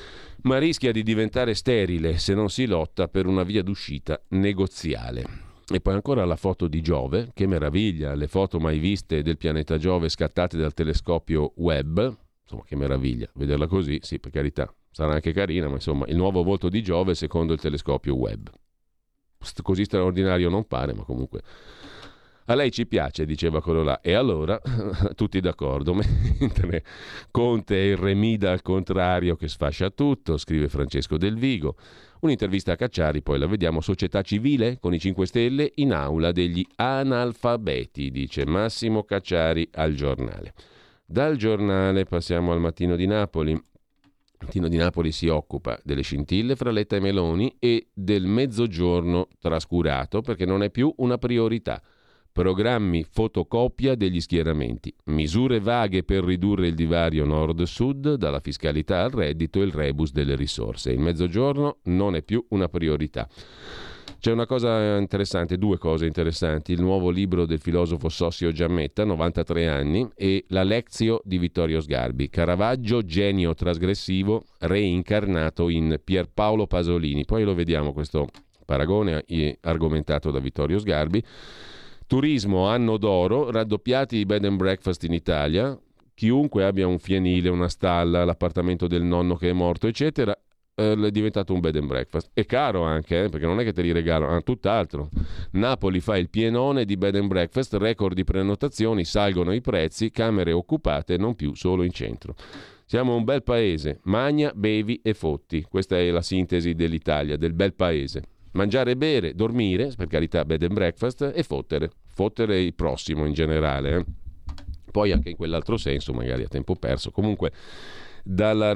ma rischia di diventare sterile se non si lotta per una via d'uscita negoziale. E poi ancora la foto di Giove, che meraviglia, le foto mai viste del pianeta Giove scattate dal telescopio Webb, insomma che meraviglia, vederla così, sì, per carità, sarà anche carina, ma insomma il nuovo volto di Giove secondo il telescopio Webb. Così straordinario non pare, ma comunque A lei ci piace, diceva quello là, e allora tutti d'accordo, mentre Conte è il remida al contrario che sfascia tutto, scrive Francesco Del Vigo. Un'intervista a Cacciari, poi la vediamo, società civile con i 5 Stelle in aula degli analfabeti, dice Massimo Cacciari al Giornale. Dal Giornale passiamo al Mattino di Napoli. Il Mattino di Napoli si occupa delle scintille fra Letta e Meloni e del mezzogiorno trascurato perché non è più una priorità. Programmi fotocopia degli schieramenti, misure vaghe per ridurre il divario nord-sud, dalla fiscalità al reddito e il rebus delle risorse. Il mezzogiorno non è più una priorità. C'è una cosa interessante, due cose interessanti: il nuovo libro del filosofo Sossio Giammetta, 93 anni, e la Lectio di Vittorio Sgarbi, Caravaggio, genio trasgressivo, reincarnato in Pierpaolo Pasolini. Poi lo vediamo questo paragone argomentato da Vittorio Sgarbi. Turismo, anno d'oro, raddoppiati i bed and breakfast in Italia, chiunque abbia un fienile, una stalla, l'appartamento del nonno che è morto, eccetera, è diventato un bed and breakfast. È caro anche, perché non è che te li regalano, tutt'altro. Napoli fa il pienone di bed and breakfast, record di prenotazioni, salgono i prezzi, camere occupate, non più solo in centro. Siamo un bel paese, magna, bevi e fotti. Questa è la sintesi dell'Italia, del bel paese. Mangiare e bere, dormire, per carità, bed and breakfast, e fottere il prossimo in generale. Poi anche in quell'altro senso, magari a tempo perso. Comunque dal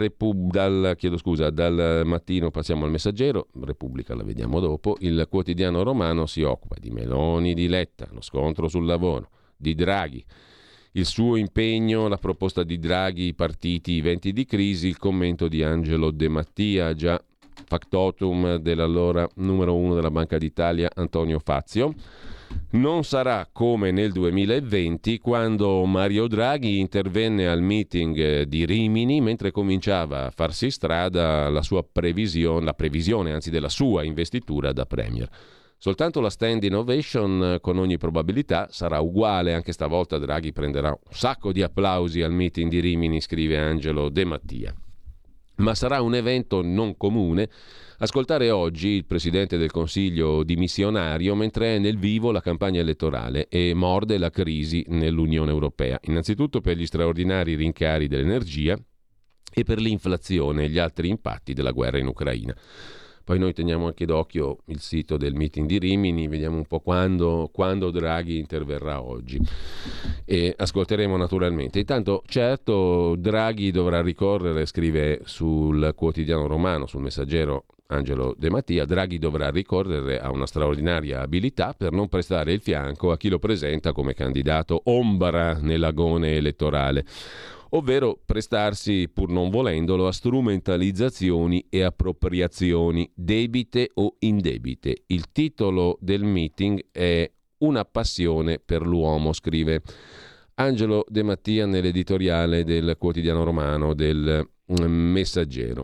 Mattino passiamo al Messaggero, Repubblica la vediamo dopo. Il quotidiano romano si occupa di Meloni, di Letta, lo scontro sul lavoro, di Draghi, il suo impegno, la proposta di Draghi, i partiti, i venti di crisi, il commento di Angelo De Mattia, già factotum dell'allora numero 1 della Banca d'Italia Antonio Fazio. Non sarà come nel 2020, quando Mario Draghi intervenne al meeting di Rimini mentre cominciava a farsi strada la previsione della sua investitura da Premier. Soltanto la standing ovation con ogni probabilità sarà uguale, anche stavolta Draghi prenderà un sacco di applausi al meeting di Rimini, scrive Angelo De Mattia. Ma sarà un evento non comune ascoltare oggi il Presidente del Consiglio dimissionario mentre è nel vivo la campagna elettorale e morde la crisi nell'Unione Europea, innanzitutto per gli straordinari rincari dell'energia e per l'inflazione e gli altri impatti della guerra in Ucraina. Poi noi teniamo anche d'occhio il sito del meeting di Rimini, vediamo un po' quando Draghi interverrà oggi e ascolteremo naturalmente. Intanto, certo, Draghi dovrà ricorrere, scrive sul quotidiano romano, sul Messaggero Angelo De Mattia, Draghi dovrà ricorrere a una straordinaria abilità per non prestare il fianco a chi lo presenta come candidato ombra nell'agone elettorale, ovvero prestarsi, pur non volendolo, a strumentalizzazioni e appropriazioni, debite o indebite. Il titolo del meeting è Una passione per l'uomo, scrive Angelo De Mattia nell'editoriale del quotidiano romano del Messaggero,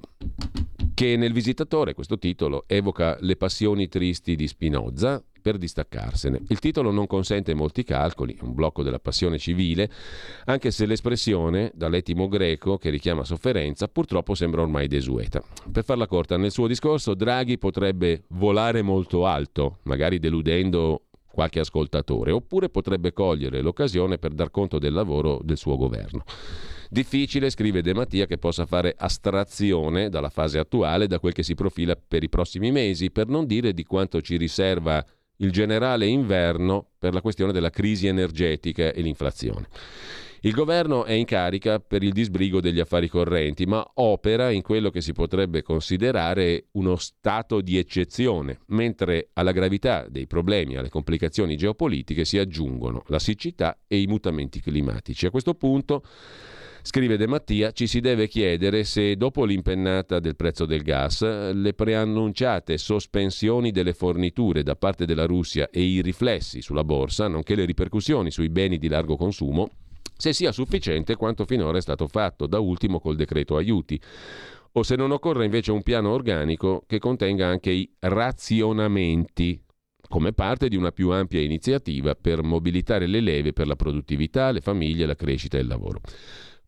che nel Visitatore, questo titolo, evoca le passioni tristi di Spinoza per distaccarsene. Il titolo non consente molti calcoli, è un blocco della passione civile, anche se l'espressione, dall'etimo greco che richiama sofferenza, purtroppo sembra ormai desueta. Per farla corta, nel suo discorso Draghi potrebbe volare molto alto, magari deludendo qualche ascoltatore, oppure potrebbe cogliere l'occasione per dar conto del lavoro del suo governo. Difficile, scrive De Mattia, che possa fare astrazione dalla fase attuale, da quel che si profila per i prossimi mesi, per non dire di quanto ci riserva il generale inverno per la questione della crisi energetica e l'inflazione. Il governo è in carica per il disbrigo degli affari correnti, ma opera in quello che si potrebbe considerare uno stato di eccezione, mentre alla gravità dei problemi e alle complicazioni geopolitiche si aggiungono la siccità e i mutamenti climatici. A questo punto, scrive De Mattia, ci si deve chiedere se dopo l'impennata del prezzo del gas, le preannunciate sospensioni delle forniture da parte della Russia e i riflessi sulla borsa, nonché le ripercussioni sui beni di largo consumo, se sia sufficiente quanto finora è stato fatto, da ultimo col decreto aiuti, o se non occorre invece un piano organico che contenga anche i razionamenti, come parte di una più ampia iniziativa per mobilitare le leve per la produttività, le famiglie, la crescita e il lavoro.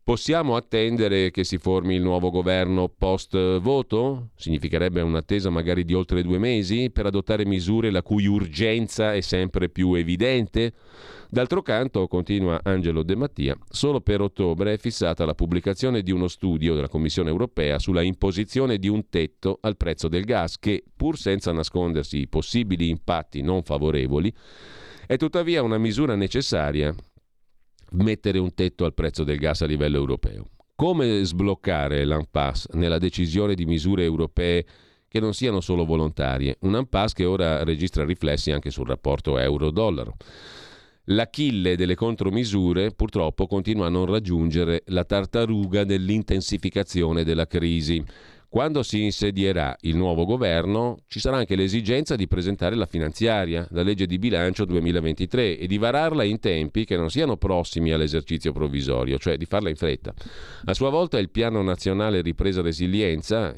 Possiamo attendere che si formi il nuovo governo post-voto? Significherebbe un'attesa magari di oltre 2 mesi per adottare misure la cui urgenza è sempre più evidente? D'altro canto, continua Angelo De Mattia, solo per ottobre è fissata la pubblicazione di uno studio della Commissione europea sulla imposizione di un tetto al prezzo del gas che, pur senza nascondersi i possibili impatti non favorevoli, è tuttavia una misura necessaria. Mettere un tetto al prezzo del gas a livello europeo. Come sbloccare l'impasse nella decisione di misure europee che non siano solo volontarie? Un impasse che ora registra riflessi anche sul rapporto euro-dollaro. L'Achille delle contromisure purtroppo continua a non raggiungere la tartaruga dell'intensificazione della crisi. Quando si insedierà il nuovo governo ci sarà anche l'esigenza di presentare la finanziaria, la legge di bilancio 2023 e di vararla in tempi che non siano prossimi all'esercizio provvisorio, cioè di farla in fretta. A sua volta il Piano Nazionale Ripresa Resilienza,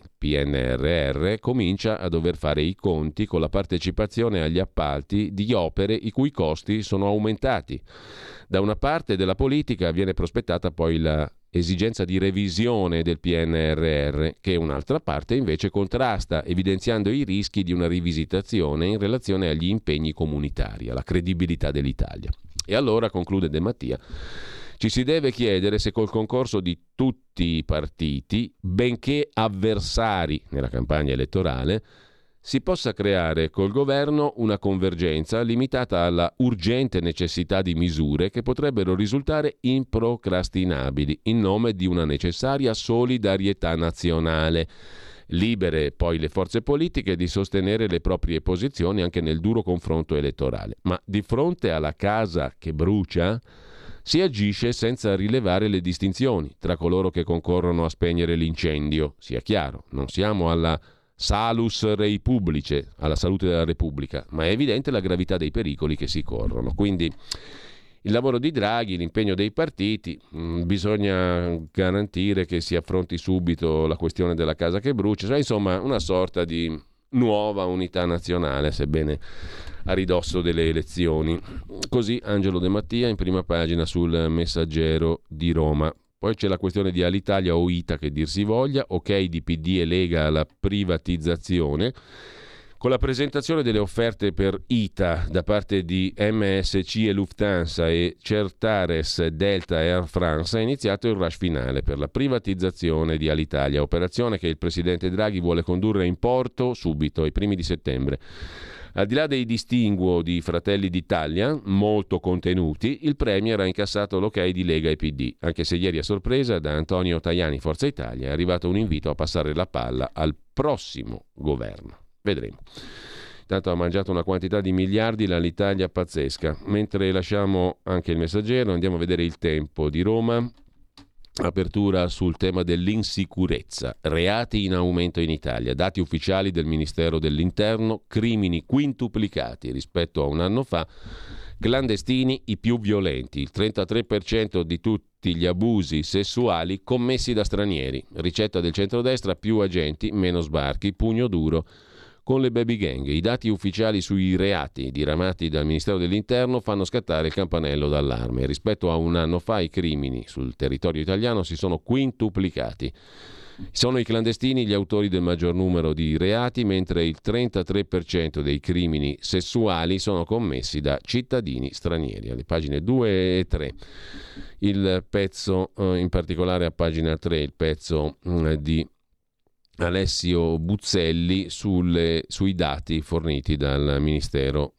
PNRR, comincia a dover fare i conti con la partecipazione agli appalti di opere i cui costi sono aumentati. Da una parte della politica viene prospettata poi la esigenza di revisione del PNRR, che un'altra parte invece contrasta, evidenziando i rischi di una rivisitazione in relazione agli impegni comunitari, alla credibilità dell'Italia. E allora, conclude De Mattia, ci si deve chiedere se col concorso di tutti i partiti, benché avversari nella campagna elettorale, si possa creare col governo una convergenza limitata alla urgente necessità di misure che potrebbero risultare improcrastinabili in nome di una necessaria solidarietà nazionale. Libere poi le forze politiche di sostenere le proprie posizioni anche nel duro confronto elettorale. Ma di fronte alla casa che brucia si agisce senza rilevare le distinzioni tra coloro che concorrono a spegnere l'incendio. Sia chiaro, non siamo alla salus rei publice, alla salute della Repubblica, ma è evidente la gravità dei pericoli che si corrono. Quindi il lavoro di Draghi, l'impegno dei partiti, bisogna garantire che si affronti subito la questione della casa che brucia, cioè insomma una sorta di nuova unità nazionale, sebbene a ridosso delle elezioni. Così Angelo De Mattia in prima pagina sul Messaggero di Roma. Poi c'è la questione di Alitalia o ITA, che dir si voglia, ok di PD e Lega alla privatizzazione. Con la presentazione delle offerte per ITA da parte di MSC e Lufthansa e Certares, Delta e Air France è iniziato il rush finale per la privatizzazione di Alitalia, operazione che il presidente Draghi vuole condurre in porto subito, ai primi di settembre. Al di là dei distinguo di Fratelli d'Italia, molto contenuti, il Premier ha incassato l'ok di Lega e PD, anche se ieri a sorpresa da Antonio Tajani, Forza Italia, è arrivato un invito a passare la palla al prossimo governo. Vedremo. Intanto ha mangiato una quantità di miliardi l'Alitalia pazzesca. Mentre lasciamo anche il Messaggero, andiamo a vedere Il Tempo di Roma. Apertura sul tema dell'insicurezza, reati in aumento in Italia, dati ufficiali del Ministero dell'Interno, crimini quintuplicati rispetto a un anno fa, clandestini i più violenti, il 33% di tutti gli abusi sessuali commessi da stranieri, ricetta del centrodestra, più agenti, meno sbarchi, pugno duro con le baby gang. I dati ufficiali sui reati diramati dal Ministero dell'Interno fanno scattare il campanello d'allarme. Rispetto a un anno fa i crimini sul territorio italiano si sono quintuplicati. Sono i clandestini gli autori del maggior numero di reati, mentre il 33% dei crimini sessuali sono commessi da cittadini stranieri. Alle pagine 2 e 3 il pezzo, in particolare a pagina 3, il pezzo di Alessio Buzzelli sui dati forniti dal Ministero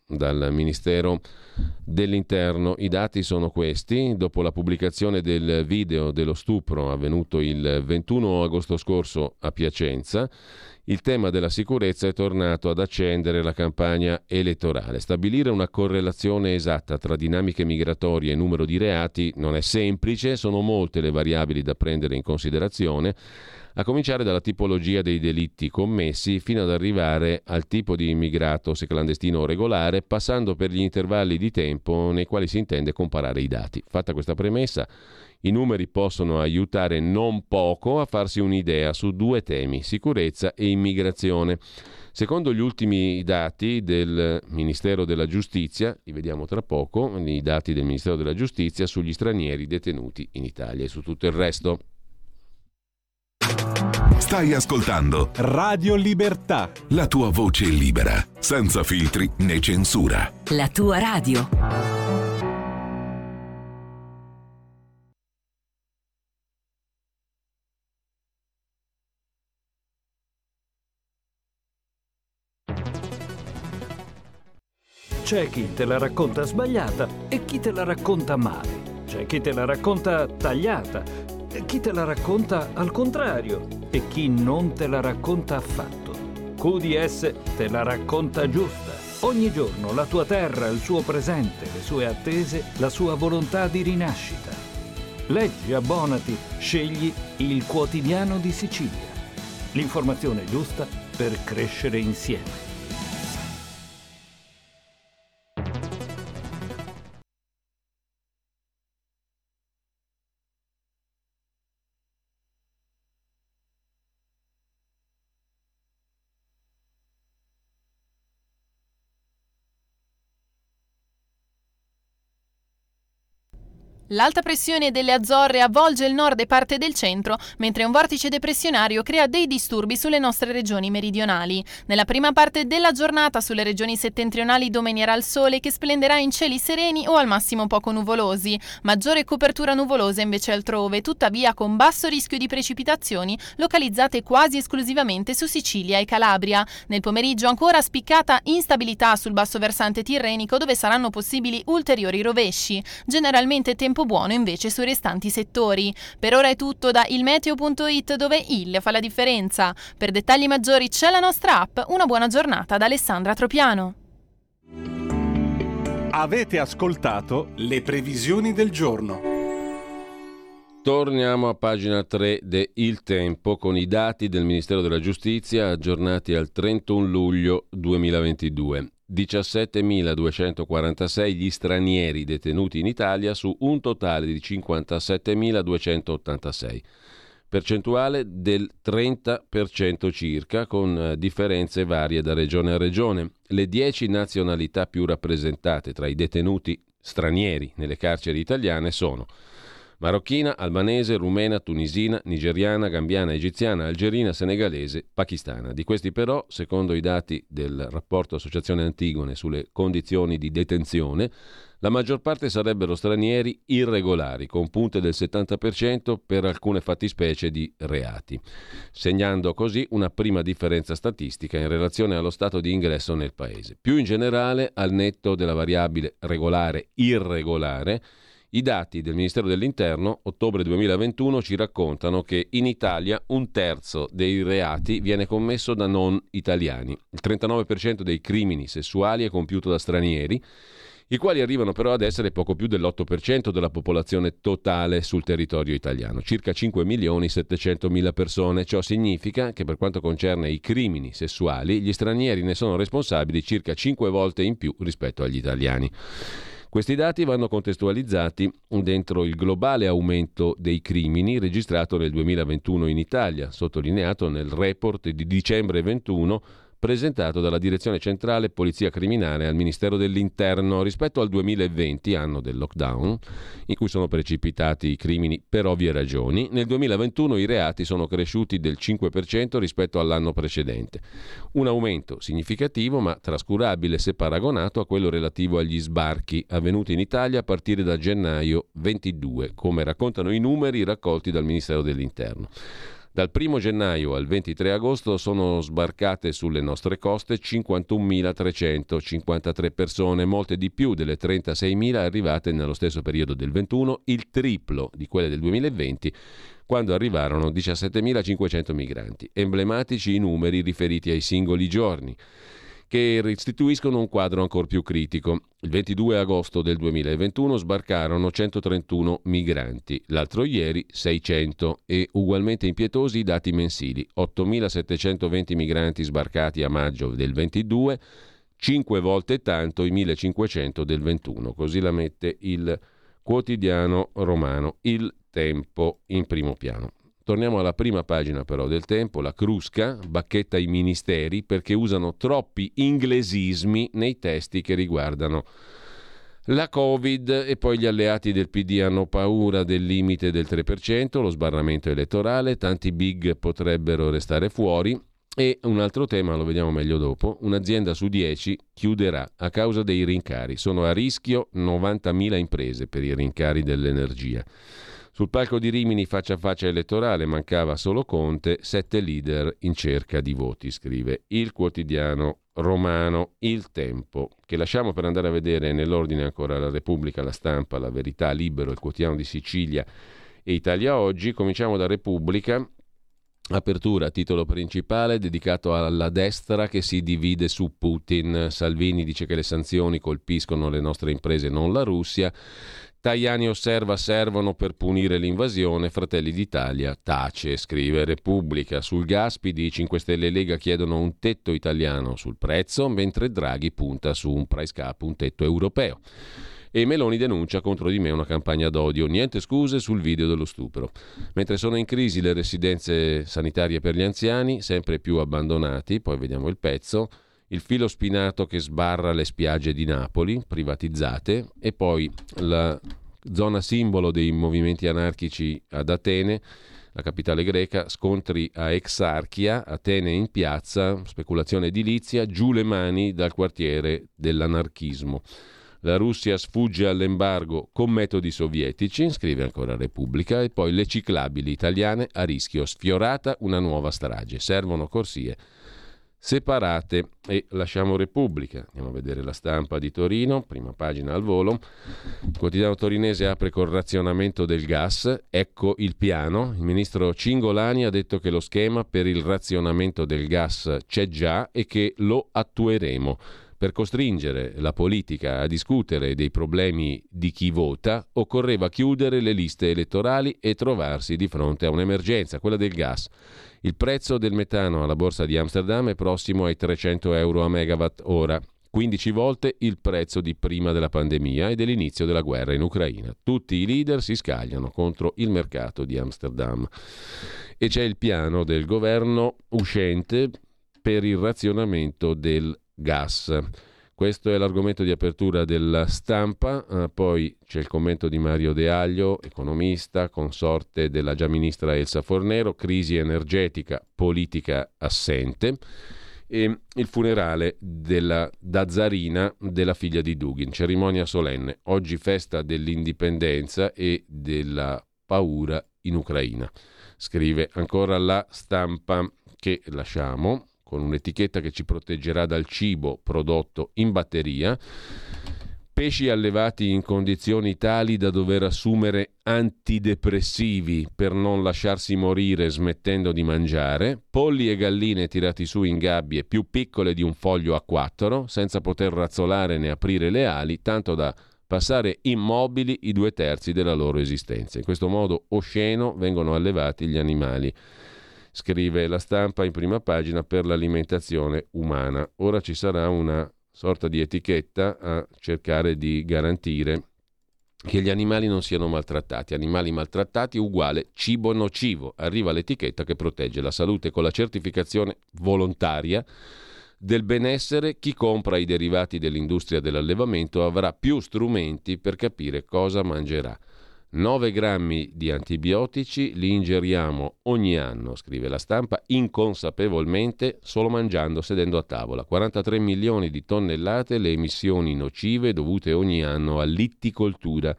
dell'Interno. I dati sono questi: dopo la pubblicazione del video dello stupro avvenuto il 21 agosto scorso a Piacenza, il tema della sicurezza è tornato ad accendere la campagna elettorale. Stabilire una correlazione esatta tra dinamiche migratorie e numero di reati non è semplice, sono molte le variabili da prendere in considerazione, a cominciare dalla tipologia dei delitti commessi fino ad arrivare al tipo di immigrato, se clandestino o regolare, settimanale, passando per gli intervalli di tempo nei quali si intende comparare i dati. Fatta questa premessa, i numeri possono aiutare non poco a farsi un'idea su due temi: sicurezza e immigrazione. Secondo gli ultimi dati del Ministero della Giustizia, li vediamo tra poco, i dati del Ministero della Giustizia sugli stranieri detenuti in Italia e su tutto il resto. Stai ascoltando Radio Libertà. la tua voce libera, senza filtri né censura. La tua radio. C'è chi te la racconta sbagliata e chi te la racconta male. C'è chi te la racconta tagliata e chi te la racconta al contrario e chi non te la racconta affatto. QDS te la racconta giusta. Ogni giorno la tua terra, il suo presente, le sue attese, la sua volontà di rinascita. Leggi, abbonati, scegli il Quotidiano di Sicilia. L'informazione giusta per crescere insieme. L'alta pressione delle Azzorre avvolge il nord e parte del centro, mentre un vortice depressionario crea dei disturbi sulle nostre regioni meridionali. Nella prima parte della giornata sulle regioni settentrionali dominerà il sole, che splenderà in cieli sereni o al massimo poco nuvolosi. Maggiore copertura nuvolosa invece altrove, tuttavia con basso rischio di precipitazioni localizzate quasi esclusivamente su Sicilia e Calabria. Nel pomeriggio ancora spiccata instabilità sul basso versante tirrenico, dove saranno possibili ulteriori rovesci. Generalmente tempo buono invece sui restanti settori. Per ora è tutto da ilmeteo.it, dove il fa la differenza. Per dettagli maggiori c'è la nostra app. Una buona giornata da Alessandra Tropiano. Avete ascoltato le previsioni del giorno. Torniamo a pagina 3 de Il Tempo con i dati del Ministero della Giustizia aggiornati al 31 luglio 2022. 17.246 gli stranieri detenuti in Italia su un totale di 57.286, percentuale del 30% circa, con differenze varie da regione a regione. Le 10 nazionalità più rappresentate tra i detenuti stranieri nelle carceri italiane sono marocchina, albanese, rumena, tunisina, nigeriana, gambiana, egiziana, algerina, senegalese, pakistana. Di questi però, secondo i dati del rapporto Associazione Antigone sulle condizioni di detenzione, la maggior parte sarebbero stranieri irregolari, con punte del 70% per alcune fattispecie di reati, segnando così una prima differenza statistica in relazione allo stato di ingresso nel Paese. Più in generale, al netto della variabile regolare-irregolare, i dati del Ministero dell'Interno, ottobre 2021, ci raccontano che in Italia un terzo dei reati viene commesso da non italiani. Il 39% dei crimini sessuali è compiuto da stranieri, i quali arrivano però ad essere poco più dell'8% della popolazione totale sul territorio italiano, circa 5.700.000 persone. Ciò significa che per quanto concerne i crimini sessuali, gli stranieri ne sono responsabili circa 5 volte in più rispetto agli italiani. Questi dati vanno contestualizzati dentro il globale aumento dei crimini registrato nel 2021 in Italia, sottolineato nel report di dicembre 21 presentato dalla Direzione Centrale Polizia Criminale al Ministero dell'Interno rispetto al 2020, anno del lockdown, in cui sono precipitati i crimini per ovvie ragioni. Nel 2021 i reati sono cresciuti del 5% rispetto all'anno precedente. Un aumento significativo ma trascurabile se paragonato a quello relativo agli sbarchi avvenuti in Italia a partire da gennaio 22, come raccontano i numeri raccolti dal Ministero dell'Interno. Dal 1 gennaio al 23 agosto sono sbarcate sulle nostre coste 51.353 persone, molte di più delle 36.000 arrivate nello stesso periodo del 21, il triplo di quelle del 2020, quando arrivarono 17.500 migranti. Emblematici i numeri riferiti ai singoli giorni, che restituiscono un quadro ancora più critico. Il 22 agosto del 2021 sbarcarono 131 migranti, l'altro ieri 600, e ugualmente impietosi i dati mensili: 8.720 migranti sbarcati a maggio del 22, 5 volte tanto i 1500 del 21, così la mette il quotidiano romano Il Tempo in primo piano. Torniamo alla prima pagina però del Tempo, la Crusca bacchetta i ministeri perché usano troppi inglesismi nei testi che riguardano la Covid, e poi gli alleati del PD hanno paura del limite del 3%, lo sbarramento elettorale, tanti big potrebbero restare fuori. E un altro tema, lo vediamo meglio dopo, un'azienda su 10 chiuderà a causa dei rincari. Sono a rischio 90.000 imprese per i rincari dell'energia. Sul palco di Rimini faccia a faccia elettorale, mancava solo Conte, 7 leader in cerca di voti, scrive il quotidiano romano Il Tempo, che lasciamo per andare a vedere nell'ordine ancora La Repubblica, La Stampa, La Verità, Libero, il quotidiano di Sicilia e Italia Oggi. Cominciamo da Repubblica. Apertura, titolo principale dedicato alla destra che si divide su Putin. Salvini dice che le sanzioni colpiscono le nostre imprese, non la Russia. Tajani osserva, servono per punire l'invasione. Fratelli d'Italia tace, scrive Repubblica. Sul gas PD, 5 Stelle e Lega chiedono un tetto italiano sul prezzo, mentre Draghi punta su un price cap, un tetto europeo. E Meloni denuncia contro di me una campagna d'odio, niente scuse sul video dello stupro. Mentre sono in crisi le residenze sanitarie per gli anziani, sempre più abbandonati, poi vediamo il pezzo, il filo spinato che sbarra le spiagge di Napoli, privatizzate, e poi la zona simbolo dei movimenti anarchici ad Atene, la capitale greca, scontri a Exarchia, Atene in piazza, speculazione edilizia, giù le mani dal quartiere dell'anarchismo. La Russia sfugge all'embargo con metodi sovietici, scrive ancora Repubblica, e poi le ciclabili italiane a rischio, sfiorata una nuova strage, servono corsie separate. E lasciamo Repubblica, andiamo a vedere La Stampa di Torino, prima pagina al volo. Il quotidiano torinese apre col razionamento del gas, ecco il piano. Il ministro Cingolani ha detto che lo schema per il razionamento del gas c'è già e che lo attueremo. Per costringere la politica a discutere dei problemi di chi vota, occorreva chiudere le liste elettorali e trovarsi di fronte a un'emergenza, quella del gas. Il prezzo del metano alla borsa di Amsterdam è prossimo ai 300 euro a megawatt ora, 15 volte il prezzo di prima della pandemia e dell'inizio della guerra in Ucraina. Tutti i leader si scagliano contro il mercato di Amsterdam. E c'è il piano del governo uscente per il razionamento del gas. Questo è l'argomento di apertura della Stampa. Poi c'è il commento di Mario De Aglio, economista, consorte della già ministra Elsa Fornero, crisi energetica, politica assente, e il funerale della Dazzarina, della figlia di Dugin, cerimonia solenne, oggi festa dell'indipendenza e della paura in Ucraina. Scrive ancora la Stampa, che lasciamo con un'etichetta che ci proteggerà dal cibo prodotto in batteria. Pesci allevati in condizioni tali da dover assumere antidepressivi per non lasciarsi morire smettendo di mangiare. Polli e galline tirati su in gabbie più piccole di un foglio A4, senza poter razzolare né aprire le ali, tanto da passare immobili i 2/3 della loro esistenza. In questo modo osceno vengono allevati gli animali. Scrive la Stampa in prima pagina per l'alimentazione umana. Ora ci sarà una sorta di etichetta a cercare di garantire che gli animali non siano maltrattati. Animali maltrattati uguale cibo nocivo. Arriva l'etichetta che protegge la salute con la certificazione volontaria del benessere. Chi compra i derivati dell'industria dell'allevamento avrà più strumenti per capire cosa mangerà. 9 grammi di antibiotici li ingeriamo ogni anno, scrive la Stampa, inconsapevolmente, solo mangiando, sedendo a tavola. 43 milioni di tonnellate le emissioni nocive dovute ogni anno all'itticoltura.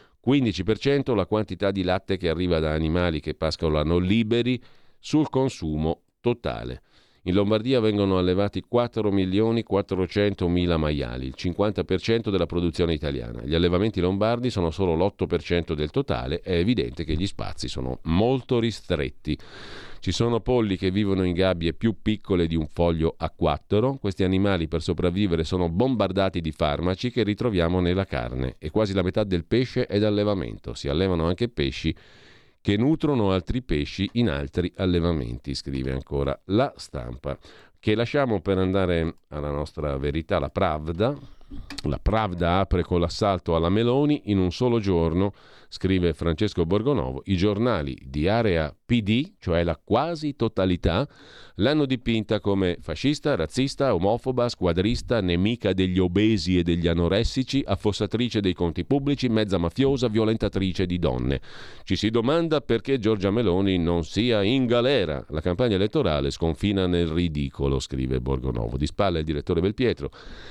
15% la quantità di latte che arriva da animali che pascolano liberi sul consumo totale. In Lombardia vengono allevati 4.400.000 maiali, il 50% della produzione italiana. Gli allevamenti lombardi sono solo l'8% del totale, è evidente che gli spazi sono molto ristretti. Ci sono polli che vivono in gabbie più piccole di un foglio A4. Questi animali per sopravvivere sono bombardati di farmaci che ritroviamo nella carne e quasi la metà del pesce è d'allevamento. Si allevano anche pesci che nutrono altri pesci in altri allevamenti, scrive ancora la Stampa. che lasciamo per andare alla nostra verità, la Pravda. La Pravda apre con l'assalto alla Meloni in un solo giorno, scrive Francesco Borgonovo. I giornali di area PD, cioè la quasi totalità, l'hanno dipinta come fascista, razzista, omofoba, squadrista, nemica degli obesi e degli anoressici, affossatrice dei conti pubblici, mezza mafiosa, violentatrice di donne. Ci si domanda perché Giorgia Meloni non sia in galera. La campagna elettorale sconfina nel ridicolo, scrive Borgonovo. Di spalla il direttore Belpietro.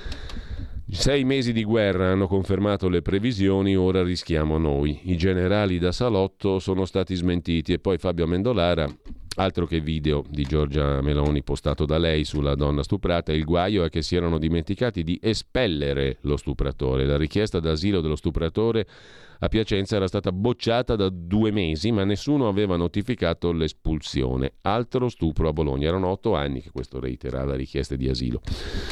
6 mesi di guerra hanno confermato le previsioni, ora rischiamo noi. I generali da salotto sono stati smentiti. E poi Fabio Amendolara, altro che video di Giorgia Meloni postato da lei sulla donna stuprata. Il guaio è che si erano dimenticati di espellere lo stupratore. La richiesta d'asilo dello stupratore a Piacenza era stata bocciata da 2 mesi, ma nessuno aveva notificato l'espulsione. Altro stupro a Bologna. Erano 8 anni che questo reiterava richieste di asilo.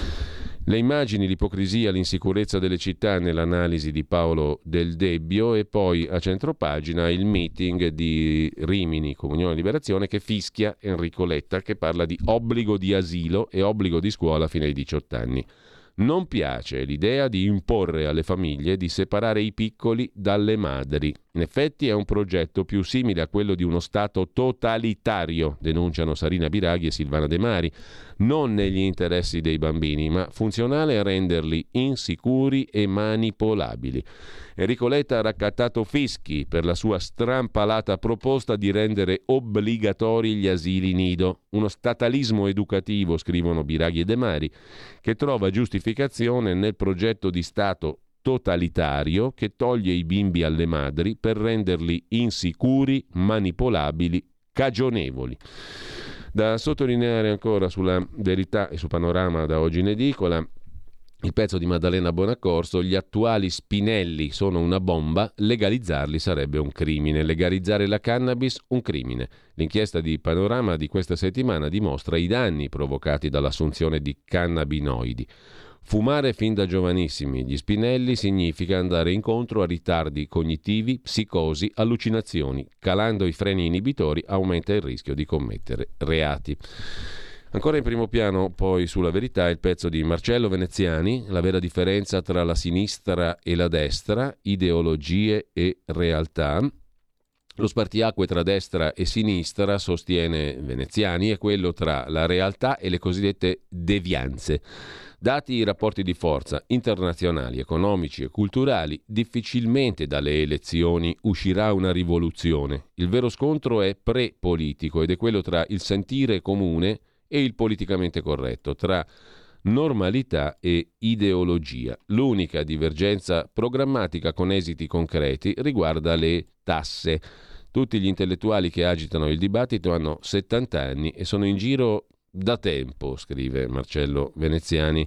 Le immagini, l'ipocrisia, l'insicurezza delle città nell'analisi di Paolo Del Debbio, e poi a centropagina il meeting di Rimini, Comunione e Liberazione, che fischia Enrico Letta, che parla di obbligo di asilo e obbligo di scuola fino ai 18 anni. Non piace l'idea di imporre alle famiglie di separare i piccoli dalle madri. In effetti è un progetto più simile a quello di uno Stato totalitario, denunciano Sarina Biraghi e Silvana De Mari, non negli interessi dei bambini, ma funzionale a renderli insicuri e manipolabili. Enrico Letta ha raccattato fischi per la sua strampalata proposta di rendere obbligatori gli asili nido. Uno statalismo educativo, scrivono Biraghi e De Mari, che trova giustificazione nel progetto di Stato totalitario che toglie i bimbi alle madri per renderli insicuri, manipolabili, cagionevoli. Da sottolineare ancora sulla Verità e su Panorama da oggi in edicola il pezzo di Maddalena Bonaccorso: gli attuali spinelli sono una bomba, legalizzarli sarebbe un crimine, legalizzare la cannabis un crimine. L'inchiesta di Panorama di questa settimana dimostra i danni provocati dall'assunzione di cannabinoidi. Fumare fin da giovanissimi gli spinelli significa andare incontro a ritardi cognitivi, psicosi, allucinazioni. Calando i freni inibitori aumenta il rischio di commettere reati. Ancora in primo piano, poi sulla Verità, il pezzo di Marcello Veneziani, la vera differenza tra la sinistra e la destra, ideologie e realtà. Lo spartiacque tra destra e sinistra, sostiene Veneziani, è quello tra la realtà e le cosiddette devianze. Dati i rapporti di forza internazionali, economici e culturali, difficilmente dalle elezioni uscirà una rivoluzione. Il vero scontro è pre-politico ed è quello tra il sentire comune e il politicamente corretto, tra normalità e ideologia. L'unica divergenza programmatica con esiti concreti riguarda le tasse. Tutti gli intellettuali che agitano il dibattito hanno 70 anni e sono in giro da tempo, scrive Marcello Veneziani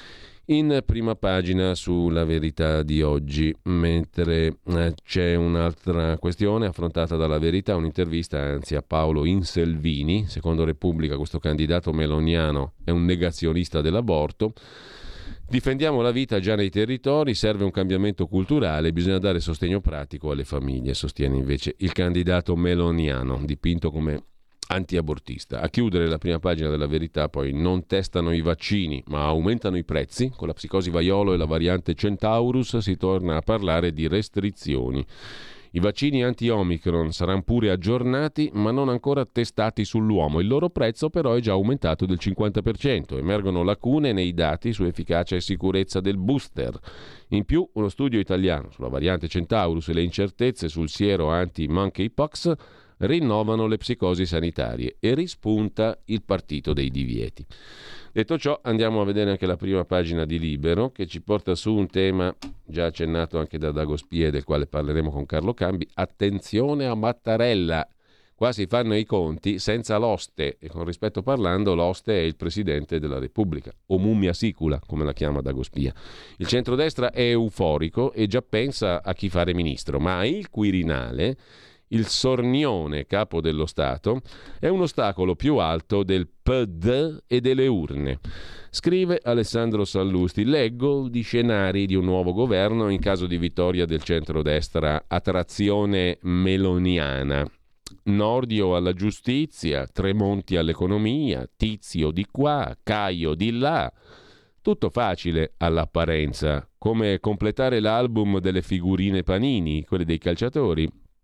in prima pagina sulla Verità di oggi, mentre c'è un'altra questione affrontata dalla Verità, un'intervista anzi a Paolo Inselvini. Secondo Repubblica questo candidato meloniano è un negazionista dell'aborto. Difendiamo la vita già nei territori, serve un cambiamento culturale, bisogna dare sostegno pratico alle famiglie, sostiene invece il candidato meloniano, dipinto come antiabortista. A chiudere la prima pagina della Verità, poi: non testano i vaccini ma aumentano i prezzi. Con la psicosi vaiolo e la variante Centaurus si torna a parlare di restrizioni. I vaccini anti-Omicron saranno pure aggiornati ma non ancora testati sull'uomo. Il loro prezzo però è già aumentato del 50%. Emergono lacune nei dati su efficacia e sicurezza del booster. In più, uno studio italiano sulla variante Centaurus e le incertezze sul siero anti-monkeypox rinnovano le psicosi sanitarie e rispunta il partito dei divieti. Detto ciò, andiamo a vedere anche la prima pagina di Libero, che ci porta su un tema già accennato anche da Dago Spie, del quale parleremo con Carlo Cambi. Attenzione a Mattarella, qua si fanno i conti senza l'oste, e con rispetto parlando l'oste è il Presidente della Repubblica, o mummia sicula, come la chiama Dago Spia. Il centrodestra è euforico e già pensa a chi fare ministro, ma il Quirinale, il sornione capo dello Stato, è un ostacolo più alto del PD e delle urne. Scrive Alessandro Sallusti: leggo di scenari di un nuovo governo in caso di vittoria del centrodestra a trazione meloniana. Nordio alla giustizia, Tremonti all'economia, Tizio di qua, Caio di là. Tutto facile all'apparenza, come completare l'album delle figurine Panini, quelle dei calciatori.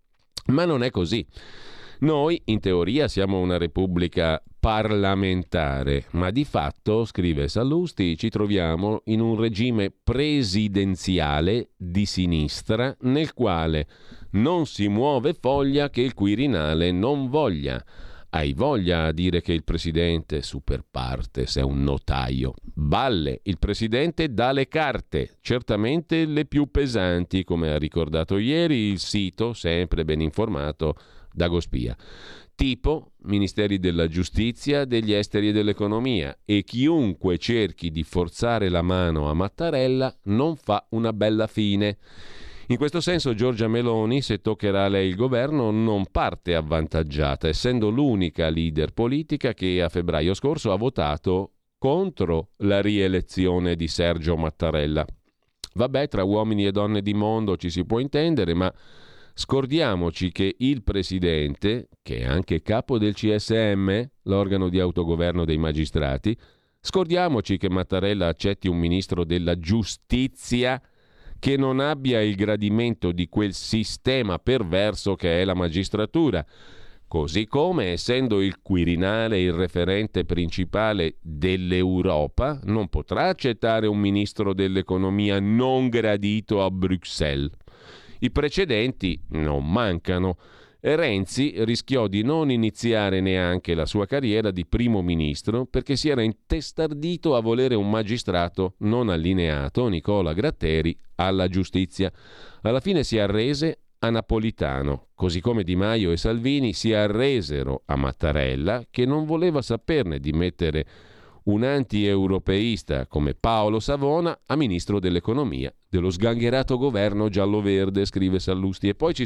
Ma non è così. Noi, in teoria, siamo una repubblica parlamentare, ma di fatto, scrive Sallusti, ci troviamo in un regime presidenziale di sinistra nel quale non si muove foglia che il Quirinale non voglia. Hai voglia a dire che il presidente, super partes, è un notaio. Balle, il presidente dà le carte, certamente le più pesanti, come ha ricordato ieri il sito, sempre ben informato, Dagospia. Tipo Ministeri della Giustizia, degli Esteri e dell'Economia, e chiunque cerchi di forzare la mano a Mattarella non fa una bella fine. In questo senso Giorgia Meloni, se toccherà a lei il governo, non parte avvantaggiata, essendo l'unica leader politica che a febbraio scorso ha votato contro la rielezione di Sergio Mattarella. Vabbè, tra uomini e donne di mondo ci si può intendere, ma scordiamoci che il presidente, che è anche capo del CSM, l'organo di autogoverno dei magistrati, scordiamoci che Mattarella accetti un ministro della giustizia che non abbia il gradimento di quel sistema perverso che è la magistratura, così come, essendo il Quirinale il referente principale dell'Europa, non potrà accettare un ministro dell'economia non gradito a Bruxelles. I precedenti non mancano. Renzi rischiò di non iniziare neanche la sua carriera di primo ministro perché si era intestardito a volere un magistrato non allineato, Nicola Gratteri, alla giustizia. Alla fine si arrese a Napolitano, così come Di Maio e Salvini si arresero a Mattarella, che non voleva saperne di mettere un anti-europeista come Paolo Savona a ministro dell'economia dello sgangherato governo giallo-verde, scrive Sallusti. E poi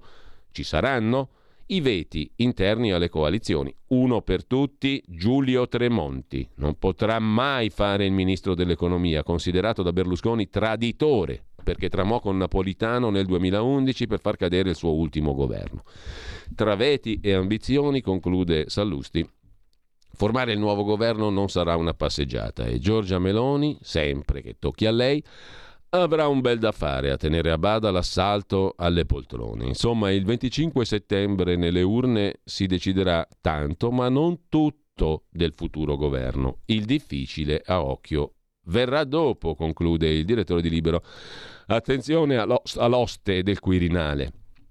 ci saranno i veti interni alle coalizioni. Uno per tutti, Giulio Tremonti. Non potrà mai fare il ministro dell'economia, considerato da Berlusconi traditore, perché tramò con Napolitano nel 2011 per far cadere il suo ultimo governo. Tra veti e ambizioni, conclude Sallusti, formare il nuovo governo non sarà una passeggiata e Giorgia Meloni, sempre che tocchi a lei, avrà un bel da fare a tenere a bada l'assalto alle poltrone. Insomma, il 25 settembre nelle urne si deciderà tanto, ma non tutto del futuro governo. Il difficile, a occhio, verrà dopo, conclude il direttore di Libero. Attenzione all'oste del Quirinale.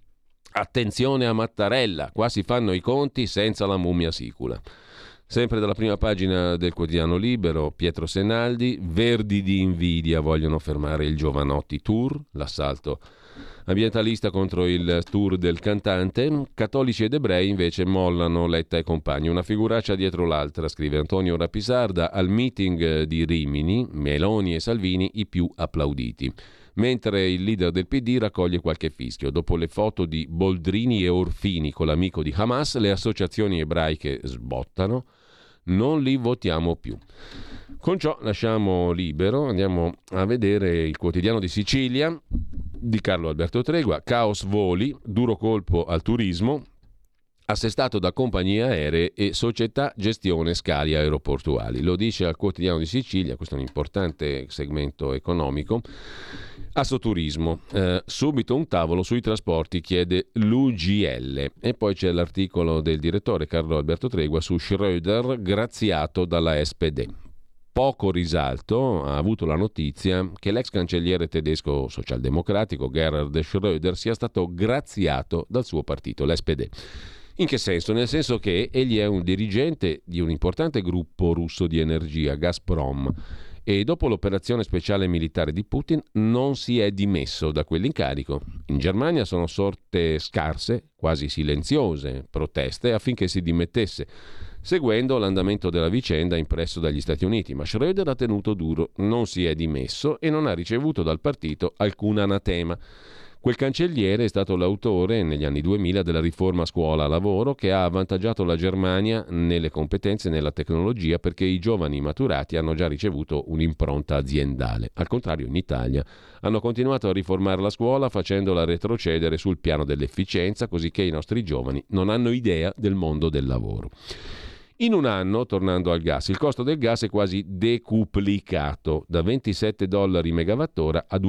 Attenzione a Mattarella. Qua si fanno i conti senza la mummia sicula. Sempre dalla prima pagina del quotidiano Libero, Pietro Senaldi, Verdi di invidia vogliono fermare il Giovanotti Tour, l'assalto ambientalista contro il tour del cantante, cattolici ed ebrei invece mollano Letta e compagni, una figuraccia dietro l'altra, scrive Antonio Rapisarda, al meeting di Rimini, Meloni e Salvini i più applauditi. Mentre il leader del PD raccoglie qualche fischio. Dopo le foto di Boldrini e Orfini con l'amico di Hamas, le associazioni ebraiche sbottano. Non li votiamo più. Con ciò lasciamo Libero, andiamo a vedere il quotidiano di Sicilia di Carlo Alberto Tregua. Caos voli, duro colpo al turismo, assestato da compagnie aeree e società gestione scali aeroportuali. Lo dice al quotidiano di Sicilia, questo è un importante segmento economico. Assoturismo, subito un tavolo sui trasporti, chiede l'UGL. E poi c'è l'articolo del direttore Carlo Alberto Tregua su Schröder graziato dalla SPD. Poco risalto ha avuto la notizia che l'ex cancelliere tedesco socialdemocratico Gerhard Schröder sia stato graziato dal suo partito, l'SPD. In che senso? Nel senso che egli è un dirigente di un importante gruppo russo di energia, Gazprom, e dopo l'operazione speciale militare di Putin non si è dimesso da quell'incarico. In Germania sono sorte scarse, quasi silenziose, proteste affinché si dimettesse, seguendo l'andamento della vicenda impresso dagli Stati Uniti, ma Schröder ha tenuto duro, non si è dimesso e non ha ricevuto dal partito alcun anatema. Quel cancelliere è stato l'autore negli anni 2000 della riforma scuola-lavoro che ha avvantaggiato la Germania nelle competenze e nella tecnologia perché i giovani maturati hanno già ricevuto un'impronta aziendale. Al contrario, in Italia hanno continuato a riformare la scuola facendola retrocedere sul piano dell'efficienza, così che i nostri giovani non hanno idea del mondo del lavoro. In un anno, tornando al gas, il costo del gas è quasi decuplicato, da $27 megawattora a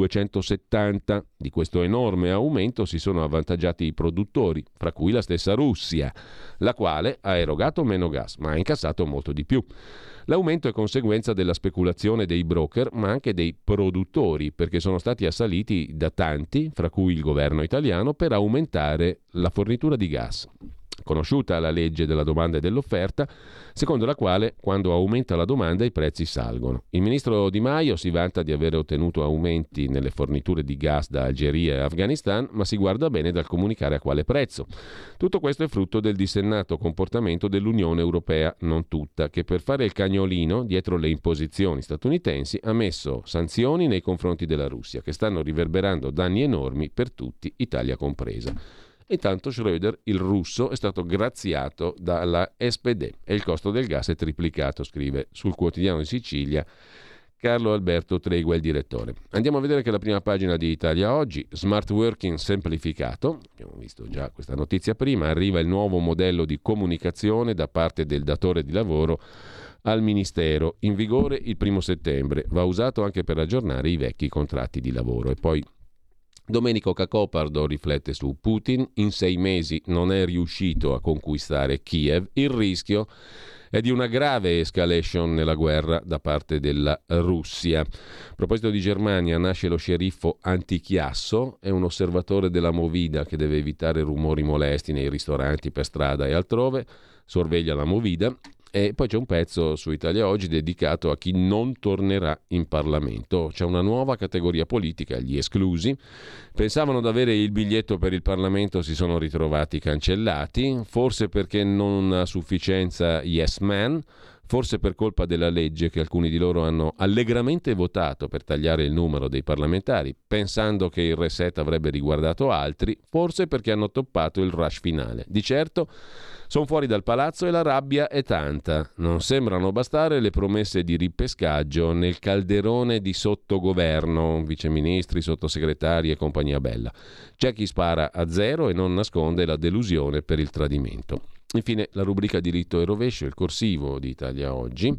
270. Di questo enorme aumento si sono avvantaggiati i produttori, fra cui la stessa Russia, la quale ha erogato meno gas, ma ha incassato molto di più. L'aumento è conseguenza della speculazione dei broker, ma anche dei produttori, perché sono stati assaliti da tanti, fra cui il governo italiano, per aumentare la fornitura di gas. Conosciuta la legge della domanda e dell'offerta, secondo la quale quando aumenta la domanda i prezzi salgono. Il ministro Di Maio si vanta di aver ottenuto aumenti nelle forniture di gas da Algeria e Afghanistan, ma si guarda bene dal comunicare a quale prezzo. Tutto questo è frutto del dissennato comportamento dell'Unione Europea, non tutta, che per fare il cagnolino dietro le imposizioni statunitensi ha messo sanzioni nei confronti della Russia, che stanno riverberando danni enormi per tutti, Italia compresa. Intanto Schröder, il russo, è stato graziato dalla SPD e il costo del gas è triplicato, scrive sul quotidiano di Sicilia Carlo Alberto Tregua, il direttore. Andiamo a vedere che la prima pagina di Italia Oggi, smart working semplificato, abbiamo visto già questa notizia prima, arriva il nuovo modello di comunicazione da parte del datore di lavoro al Ministero, in vigore il 1 settembre, va usato anche per aggiornare i vecchi contratti di lavoro. E poi Domenico Cacopardo riflette su Putin, in 6 mesi non è riuscito a conquistare Kiev, il rischio è di una grave escalation nella guerra da parte della Russia. A proposito di Germania, nasce lo sceriffo antichiasso, è un osservatore della movida che deve evitare rumori molesti nei ristoranti, per strada e altrove, sorveglia la movida. E poi c'è un pezzo su Italia Oggi dedicato a chi non tornerà in Parlamento. C'è una nuova categoria politica, gli esclusi. Pensavano di avere il biglietto per il Parlamento, si sono ritrovati cancellati, forse perché non a sufficienza yes man, forse per colpa della legge che alcuni di loro hanno allegramente votato per tagliare il numero dei parlamentari, pensando che il reset avrebbe riguardato altri, forse perché hanno toppato il rush finale. Di certo sono fuori dal palazzo e la rabbia è tanta. Non sembrano bastare le promesse di ripescaggio nel calderone di sottogoverno, viceministri, sottosegretari e compagnia bella. C'è chi spara a zero e non nasconde la delusione per il tradimento. Infine la rubrica diritto e rovescio, il corsivo di Italia Oggi.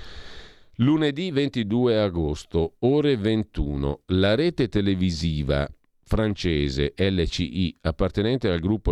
Lunedì 22 agosto, ore 21, la rete televisiva francese LCI, appartenente al gruppo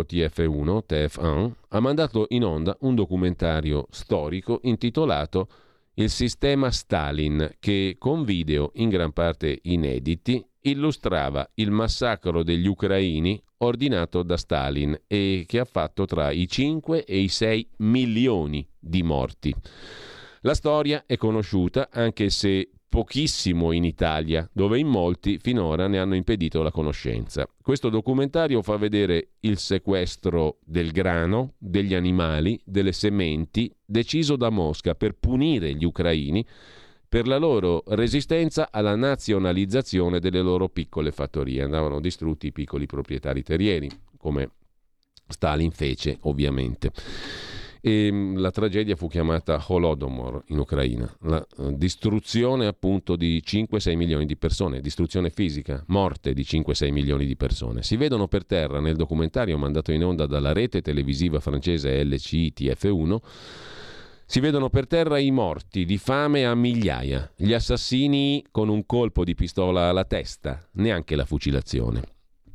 TF1, ha mandato in onda un documentario storico intitolato Il sistema Stalin, che con video in gran parte inediti illustrava il massacro degli ucraini ordinato da Stalin e che ha fatto tra i 5 e i 6 milioni di morti. La storia è conosciuta, anche se pochissimo in Italia, dove in molti finora ne hanno impedito la conoscenza. Questo documentario fa vedere il sequestro del grano, degli animali, delle sementi, deciso da Mosca per punire gli ucraini per la loro resistenza alla nazionalizzazione delle loro piccole fattorie. Andavano distrutti i piccoli proprietari terrieri, come Stalin fece ovviamente. E la tragedia fu chiamata Holodomor in Ucraina, la distruzione appunto di 5-6 milioni di persone, distruzione fisica, morte di 5-6 milioni di persone. Si vedono per terra nel documentario mandato in onda dalla rete televisiva francese LCI TF1, si vedono per terra i morti di fame a migliaia, gli assassini con un colpo di pistola alla testa, neanche la fucilazione.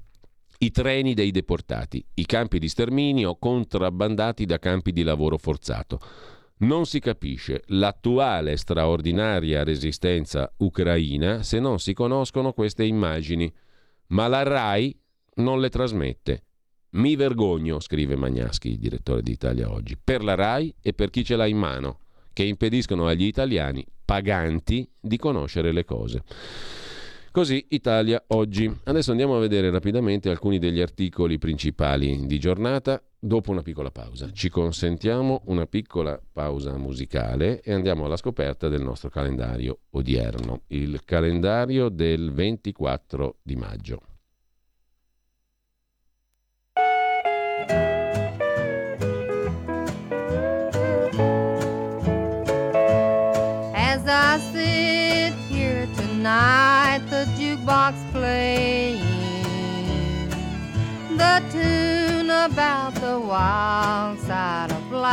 I treni dei deportati, i campi di sterminio contrabbandati da campi di lavoro forzato. Non si capisce l'attuale straordinaria resistenza ucraina se non si conoscono queste immagini, ma la RAI non le trasmette. Mi vergogno, scrive Magnaschi, il direttore di Italia Oggi, per la RAI e per chi ce l'ha in mano, che impediscono agli italiani paganti di conoscere le cose. Così Italia Oggi. Adesso andiamo a vedere rapidamente alcuni degli articoli principali di giornata dopo una piccola pausa. Ci consentiamo una piccola pausa musicale e andiamo alla scoperta del nostro calendario odierno, il calendario del 24 di maggio. the tune about the wild side of life.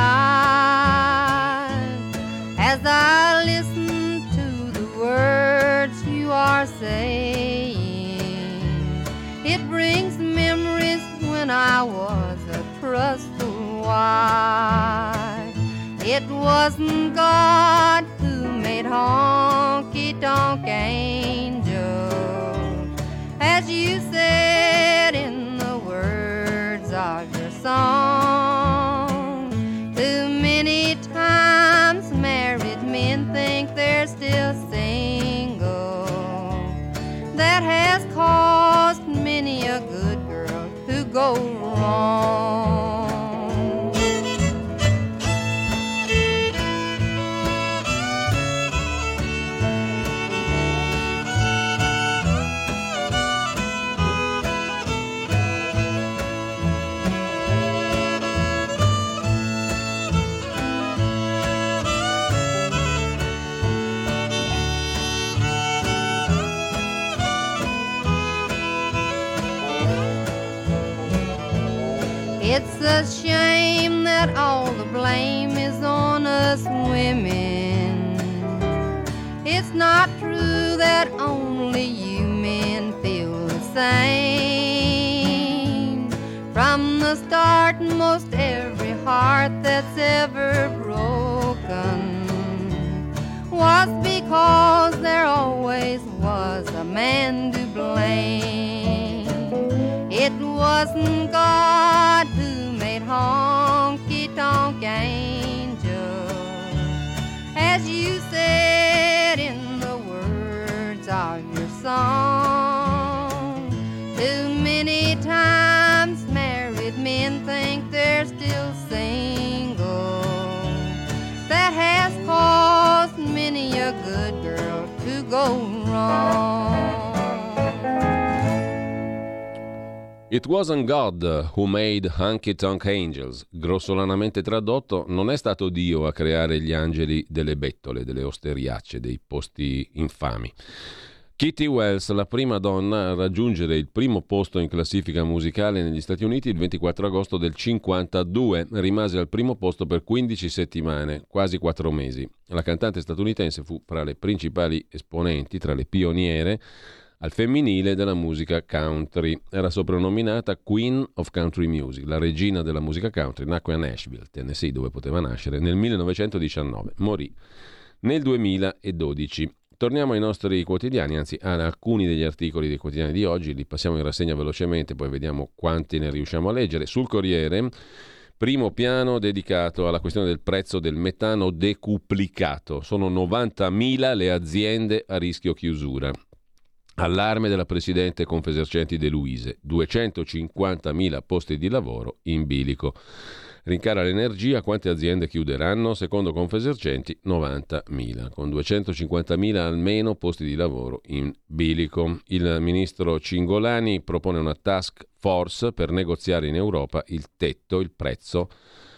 As I listen to the words you are saying, it brings memories when I was a trustful wife. It wasn't God who made honky-tonk angels, as you said in the words of your song. Too many times married men think they're still single. That has caused many a good girl to go wrong. It's a shame that all the blame is on us women. It's not true that only you men feel the same. From the start, most every heart that's ever broken was because there always was a man to blame. It wasn't God who made honky-tonk angels, as you said in the words of your song. Too many times married men think they're still single. That has caused many a good girl to go wrong. It wasn't God who made honky-tonk angels. Grossolanamente tradotto, non è stato Dio a creare gli angeli delle bettole, delle osteriacce, dei posti infami. Kitty Wells, la prima donna a raggiungere il primo posto in classifica musicale negli Stati Uniti il 24 agosto del 52, rimase al primo posto per 15 settimane, quasi 4 mesi. La cantante statunitense fu tra le principali esponenti, tra le pioniere al femminile della musica country. Era soprannominata Queen of Country Music, la regina della musica country. Nacque a Nashville, Tennessee, dove poteva nascere, nel 1919. Morì nel 2012. Torniamo ai nostri quotidiani, anzi ad alcuni degli articoli dei quotidiani di oggi, li passiamo in rassegna velocemente, poi vediamo quanti ne riusciamo a leggere. Sul Corriere, primo piano dedicato alla questione del prezzo del metano decuplicato. Sono 90.000 le aziende a rischio chiusura. Allarme della presidente Confesercenti De Luise, 250.000 posti di lavoro in bilico. Rincara l'energia, quante aziende chiuderanno? Secondo Confesercenti 90.000, con 250.000 almeno posti di lavoro in bilico. Il ministro Cingolani propone una task force per negoziare in Europa il tetto al prezzo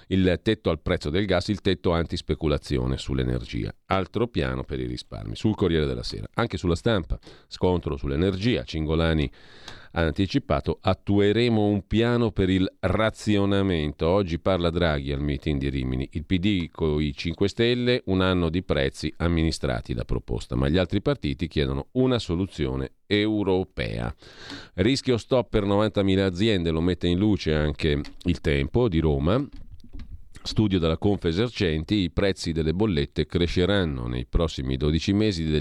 del gas, il tetto antispeculazione sull'energia. Altro piano per i risparmi. Sul Corriere della Sera, anche sulla Stampa, scontro sull'energia. Cingolani ha anticipato: attueremo un piano per il razionamento. Oggi parla Draghi al meeting di Rimini. Il PD con i 5 Stelle, un anno di prezzi amministrati da proposta, ma gli altri partiti chiedono una soluzione europea. Rischio stop per 90.000 aziende, lo mette in luce anche Il Tempo di Roma. Studio della Confesercenti, i prezzi delle bollette cresceranno nei prossimi 12 mesi del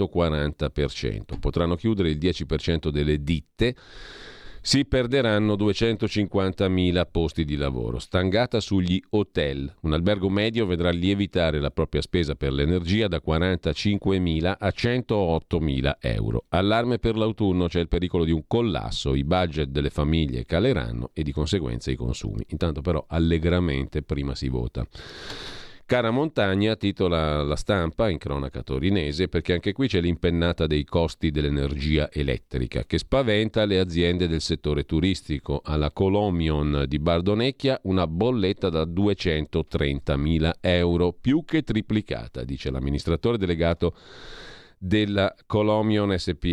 140%. Potranno chiudere il 10% delle ditte, si perderanno 250.000 posti di lavoro. Stangata sugli hotel. Un albergo medio vedrà lievitare la propria spesa per l'energia da 45.000 a 108.000 euro. Allarme per l'autunno, c'è il pericolo di un collasso, i budget delle famiglie caleranno e di conseguenza i consumi. Intanto però allegramente prima si vota. Cara montagna, titola La Stampa in cronaca torinese, perché anche qui c'è l'impennata dei costi dell'energia elettrica che spaventa le aziende del settore turistico. Alla Colomion di Bardonecchia una bolletta da 230.000 euro, più che triplicata, dice l'amministratore delegato della Colomion SPA.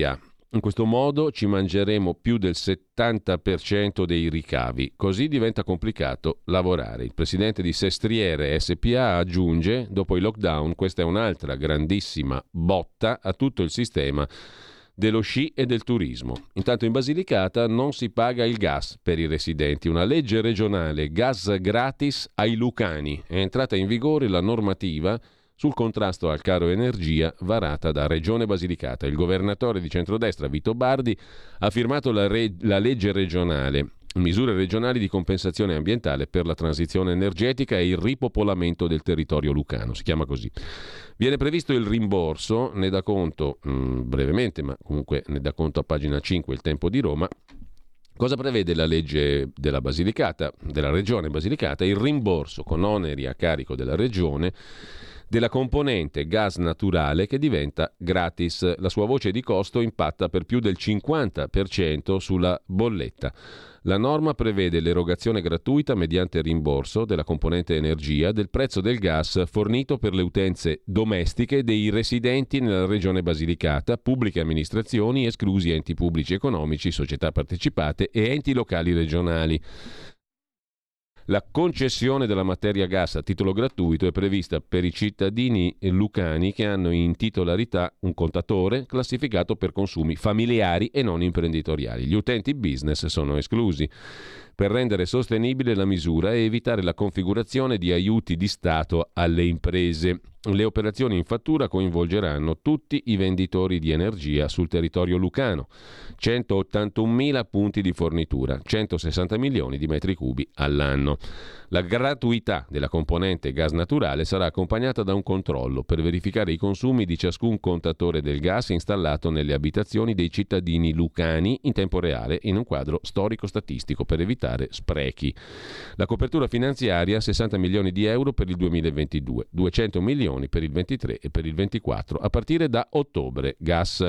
In questo modo ci mangeremo più del 70% dei ricavi. Così diventa complicato lavorare. Il presidente di Sestriere SPA aggiunge: dopo i lockdown questa è un'altra grandissima botta a tutto il sistema dello sci e del turismo. Intanto in Basilicata non si paga il gas per i residenti. Una legge regionale gas gratis ai lucani. È entrata in vigore la normativa sul contrasto al caro energia varata da Regione Basilicata. Il governatore di centrodestra Vito Bardi ha firmato la legge regionale, misure regionali di compensazione ambientale per la transizione energetica e il ripopolamento del territorio lucano, si chiama così. Viene previsto il rimborso, ne dà conto brevemente, ma comunque ne dà conto a pagina 5 il Tempo di Roma. Cosa prevede la legge della Basilicata, della Regione Basilicata? Il rimborso con oneri a carico della Regione della componente gas naturale che diventa gratis. La sua voce di costo impatta per più del 50% sulla bolletta. La norma prevede l'erogazione gratuita mediante rimborso della componente energia del prezzo del gas fornito per le utenze domestiche dei residenti nella regione Basilicata, pubbliche amministrazioni, esclusi enti pubblici economici, società partecipate e enti locali regionali. La concessione della materia gas a titolo gratuito è prevista per i cittadini lucani che hanno in titolarità un contatore classificato per consumi familiari e non imprenditoriali. Gli utenti business sono esclusi. Per rendere sostenibile la misura e evitare la configurazione di aiuti di Stato alle imprese. Le operazioni in fattura coinvolgeranno tutti i venditori di energia sul territorio lucano. 181.000 punti di fornitura, 160 milioni di metri cubi all'anno. La gratuità della componente gas naturale sarà accompagnata da un controllo per verificare i consumi di ciascun contatore del gas installato nelle abitazioni dei cittadini lucani in tempo reale in un quadro storico-statistico per evitare sprechi. La copertura finanziaria 60 milioni di euro per il 2022, 200 milioni per il 23 e per il 24 a partire da ottobre. Gas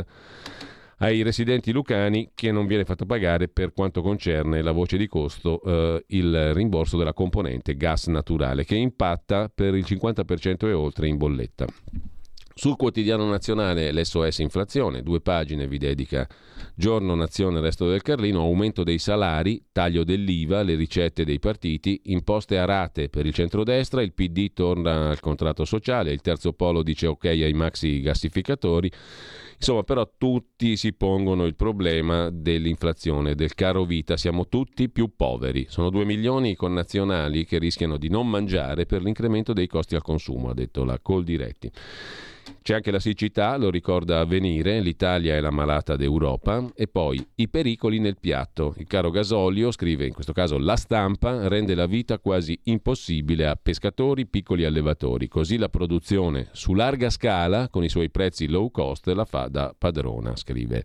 ai residenti lucani che non viene fatto pagare per quanto concerne la voce di costo il rimborso della componente gas naturale che impatta per il 50% e oltre in bolletta. Sul quotidiano nazionale l'SOS inflazione, 2 pagine vi dedica Giorno, Nazione, Resto del Carlino. Aumento dei salari, taglio dell'IVA, le ricette dei partiti, imposte a rate per il centrodestra, il PD torna al contratto sociale, il terzo polo dice ok ai maxi gassificatori. Insomma, però tutti si pongono il problema dell'inflazione, del caro vita, siamo tutti più poveri. Sono 2 milioni i connazionali che rischiano di non mangiare per l'incremento dei costi al consumo, ha detto la Coldiretti. C'è anche la siccità, lo ricorda Avvenire, l'Italia è la malata d'Europa, e poi i pericoli nel piatto. Il caro gasolio, scrive in questo caso La Stampa, rende la vita quasi impossibile a pescatori, piccoli allevatori. Così la produzione su larga scala, con i suoi prezzi low cost, la fa da padrona, scrive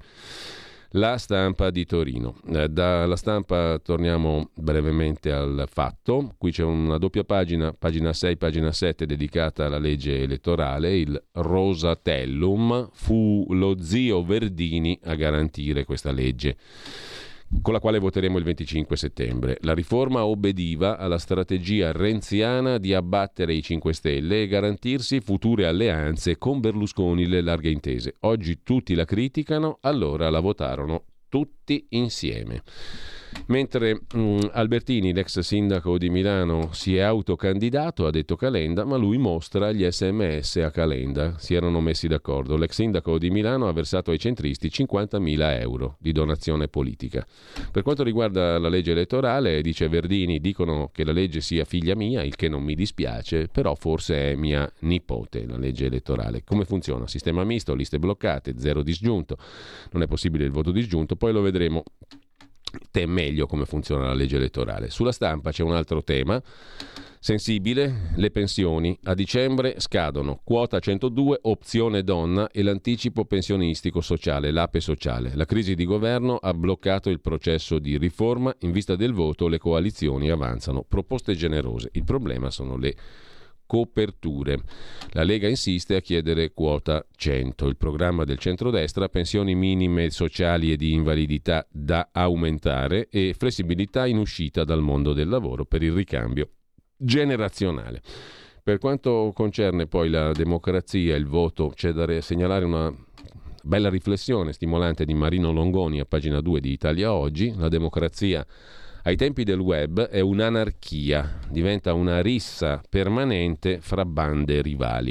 La Stampa di Torino. Dalla Stampa torniamo brevemente al Fatto. Qui c'è una doppia pagina 6, pagina 7, dedicata alla legge elettorale. Il Rosatellum, fu lo zio Verdini a garantire questa legge, con la quale voteremo il 25 settembre. La riforma obbediva alla strategia renziana di abbattere i 5 Stelle e garantirsi future alleanze con Berlusconi, le larghe intese. Oggi tutti la criticano, allora la votarono tutti insieme. Mentre Albertini, l'ex sindaco di Milano, si è autocandidato, ha detto Calenda, ma lui mostra gli SMS a Calenda. Si erano messi d'accordo. L'ex sindaco di Milano ha versato ai centristi 50.000 euro di donazione politica. Per quanto riguarda la legge elettorale, dice Verdini, dicono che la legge sia figlia mia, il che non mi dispiace, però forse è mia nipote la legge elettorale. Come funziona? Sistema misto, liste bloccate, 0 disgiunto. Non è possibile il voto disgiunto, poi lo vedremo meglio come funziona la legge elettorale. Sulla Stampa c'è un altro tema sensibile, le pensioni. A dicembre scadono quota 102, opzione donna e l'anticipo pensionistico sociale, l'APE sociale. La crisi di governo ha bloccato il processo di riforma. In vista del voto le coalizioni avanzano proposte generose. Il problema sono le coperture. La Lega insiste a chiedere quota 100. Il programma del centrodestra, pensioni minime sociali e di invalidità da aumentare e flessibilità in uscita dal mondo del lavoro per il ricambio generazionale. Per quanto concerne poi la democrazia e il voto, c'è da segnalare una Bella riflessione stimolante di Marino Longoni a pagina 2 di Italia Oggi. La democrazia ai tempi del web è un'anarchia, diventa una rissa permanente fra bande rivali.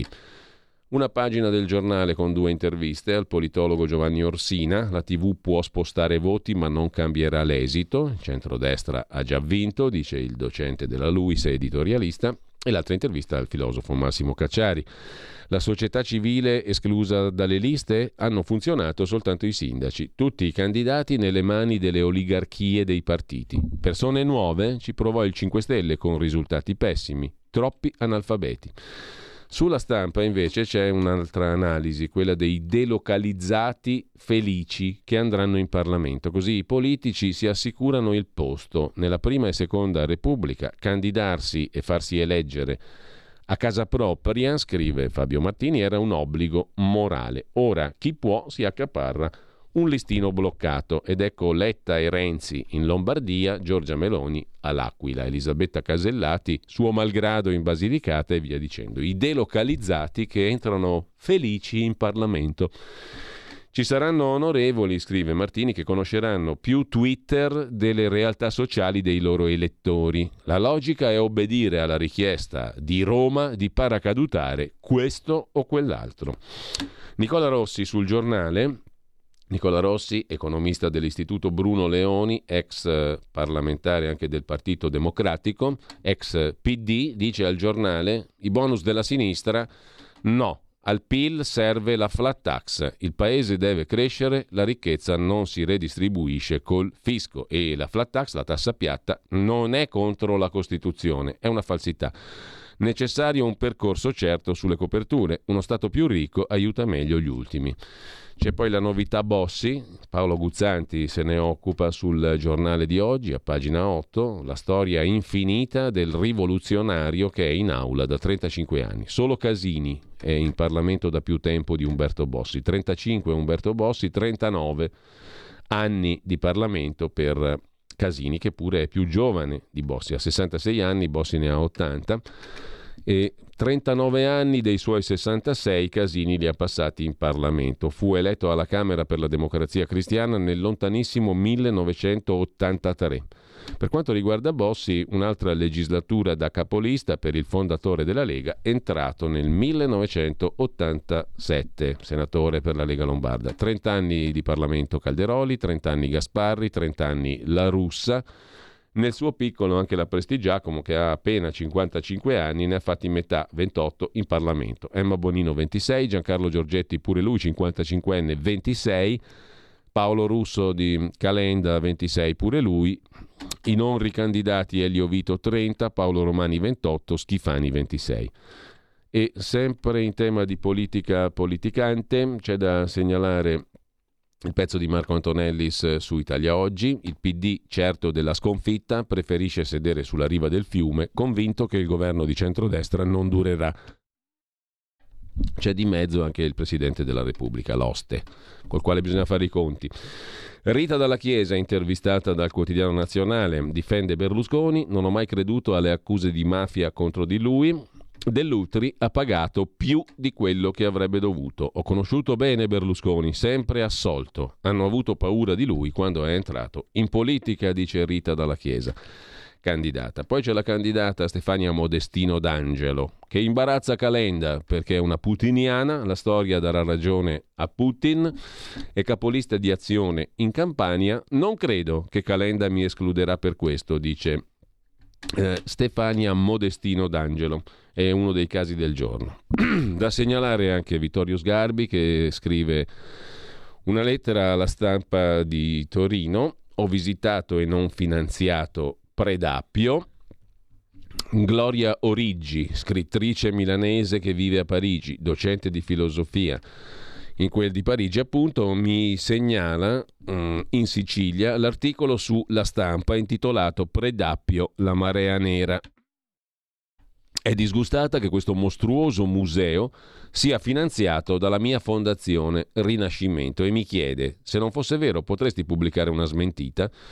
Una pagina del giornale con 2 interviste al politologo Giovanni Orsina. La TV può spostare voti ma non cambierà l'esito. Il centrodestra ha già vinto, dice il docente della LUIS e editorialista. E l'altra intervista al filosofo Massimo Cacciari. La società civile esclusa dalle liste? Hanno funzionato soltanto i sindaci. Tutti i candidati nelle mani delle oligarchie dei partiti. Persone nuove? Ci provò il 5 Stelle con risultati pessimi. Troppi analfabeti. Sulla Stampa invece c'è un'altra analisi, quella dei delocalizzati felici che andranno in Parlamento. Così i politici si assicurano il posto nella prima e seconda Repubblica. Candidarsi e farsi eleggere a casa propria, scrive Fabio Martini, era un obbligo morale. Ora chi può si accaparra un listino bloccato ed ecco Letta e Renzi in Lombardia, Giorgia Meloni all'Aquila, Elisabetta Casellati suo malgrado in Basilicata e via dicendo. I delocalizzati che entrano felici in Parlamento. Ci saranno onorevoli, scrive Martini, che conosceranno più Twitter delle realtà sociali dei loro elettori. La logica è obbedire alla richiesta di Roma di paracadutare questo o quell'altro. Nicola Rossi sul Giornale. Nicola Rossi, economista dell'Istituto Bruno Leoni, ex parlamentare anche del Partito Democratico, ex PD, dice al Giornale: i bonus della sinistra no, al PIL serve la flat tax, il paese deve crescere, la ricchezza non si redistribuisce col fisco e la flat tax, la tassa piatta, non è contro la Costituzione, è una falsità. Necessario un percorso certo sulle coperture, uno Stato più ricco aiuta meglio gli ultimi. C'è poi la novità Bossi, Paolo Guzzanti se ne occupa sul Giornale di oggi, a pagina 8, la storia infinita del rivoluzionario che è in aula da 35 anni. Solo Casini è in Parlamento da più tempo di Umberto Bossi, 35 Umberto Bossi, 39 anni di Parlamento per Casini, che pure è più giovane di Bossi, ha 66 anni, Bossi ne ha 80 e 39 anni dei suoi 66 Casini li ha passati in Parlamento. Fu eletto alla Camera per la Democrazia Cristiana nel lontanissimo 1983. Per quanto riguarda Bossi, un'altra legislatura da capolista per il fondatore della Lega, entrato nel 1987, senatore per la Lega Lombarda. 30 anni di Parlamento Calderoli, 30 anni Gasparri, 30 anni La Russa. Nel suo piccolo anche la Prestigiacomo, che ha appena 55 anni, ne ha fatti metà, 28, in Parlamento. Emma Bonino 26, Giancarlo Giorgetti pure lui 55enne 26, Paolo Russo di Calenda 26 pure lui, i non ricandidati Elio Vito 30, Paolo Romani 28, Schifani 26. E sempre in tema di politica politicante c'è da segnalare il pezzo di Marco Antonellis su Italia Oggi. Il PD, certo della sconfitta, preferisce sedere sulla riva del fiume, convinto che il governo di centrodestra non durerà. C'è di mezzo anche il Presidente della Repubblica, l'oste, col quale bisogna fare i conti. Rita Dalla Chiesa, intervistata dal Quotidiano Nazionale, difende Berlusconi: non ho mai creduto alle accuse di mafia contro di lui. Dell'Utri ha pagato più di quello che avrebbe dovuto. Ho conosciuto bene Berlusconi, sempre assolto. Hanno avuto paura di lui quando è entrato in politica, dice Rita Dalla Chiesa, candidata. Poi c'è la candidata Stefania Modestino D'Angelo, che imbarazza Calenda perché è una putiniana, la storia darà ragione a Putin, è capolista di Azione in Campania. Non credo che Calenda mi escluderà per questo, dice Stefania Modestino D'Angelo. È uno dei casi del giorno. Da segnalare anche Vittorio Sgarbi, che scrive una lettera alla Stampa di Torino: ho visitato e non finanziato Predappio. Gloria Origgi, scrittrice milanese che vive a Parigi, docente di filosofia in quel di Parigi appunto, mi segnala in Sicilia l'articolo su La Stampa intitolato Predappio, la marea nera. È disgustata che questo mostruoso museo sia finanziato dalla mia fondazione Rinascimento e mi chiede: se non fosse vero potresti pubblicare una smentita?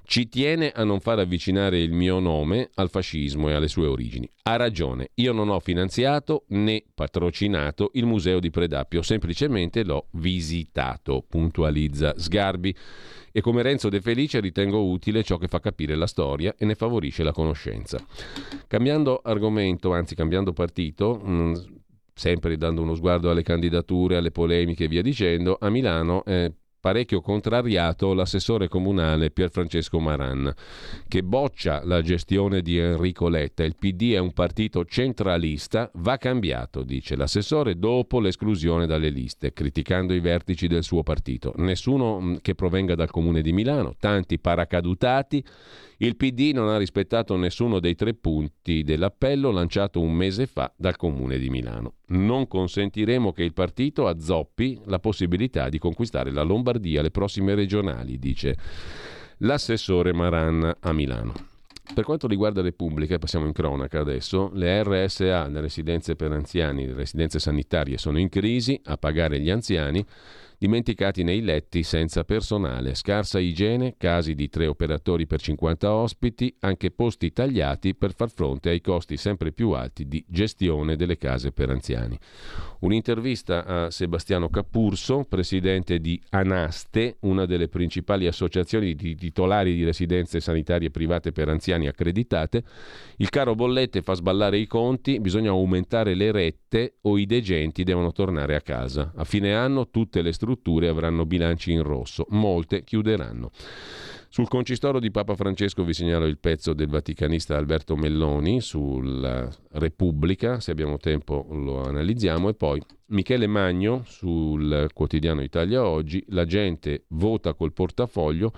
Ci tiene a non far avvicinare il mio nome al fascismo e alle sue origini. Ha ragione, io non ho finanziato né patrocinato il museo di Predappio, semplicemente l'ho visitato, puntualizza Sgarbi. E come Renzo De Felice ritengo utile ciò che fa capire la storia e ne favorisce la conoscenza. Cambiando argomento, anzi cambiando partito, sempre dando uno sguardo alle candidature, alle polemiche e via dicendo, a Milano è parecchio contrariato l'assessore comunale Pierfrancesco Maran, che boccia la gestione di Enrico Letta. Il PD è un partito centralista, va cambiato, dice l'assessore, dopo l'esclusione dalle liste, criticando i vertici del suo partito. Nessuno che provenga dal comune di Milano, tanti paracadutati. Il PD non ha rispettato nessuno dei 3 punti dell'appello lanciato un mese fa dal Comune di Milano. Non consentiremo che il partito azzoppi la possibilità di conquistare la Lombardia alle prossime regionali, dice l'assessore Maran a Milano. Per quanto riguarda le pubbliche, passiamo in cronaca adesso, le RSA, le residenze per anziani, le residenze sanitarie sono in crisi, a pagare gli anziani, dimenticati nei letti senza personale, scarsa igiene, casi di 3 operatori per 50 ospiti, anche posti tagliati per far fronte ai costi sempre più alti di gestione delle case per anziani. Un'intervista a Sebastiano Capurso, presidente di Anaste, una delle principali associazioni di titolari di residenze sanitarie private per anziani accreditate. Il caro bollette fa sballare i conti, bisogna aumentare le rette o i degenti devono tornare a casa. A fine anno tutte le strutture avranno bilanci in rosso, molte chiuderanno. Sul concistoro di Papa Francesco vi segnalo il pezzo del vaticanista Alberto Melloni sulla Repubblica, se abbiamo tempo lo analizziamo, e poi Michele Magno sul quotidiano Italia Oggi, la gente vota col portafoglio,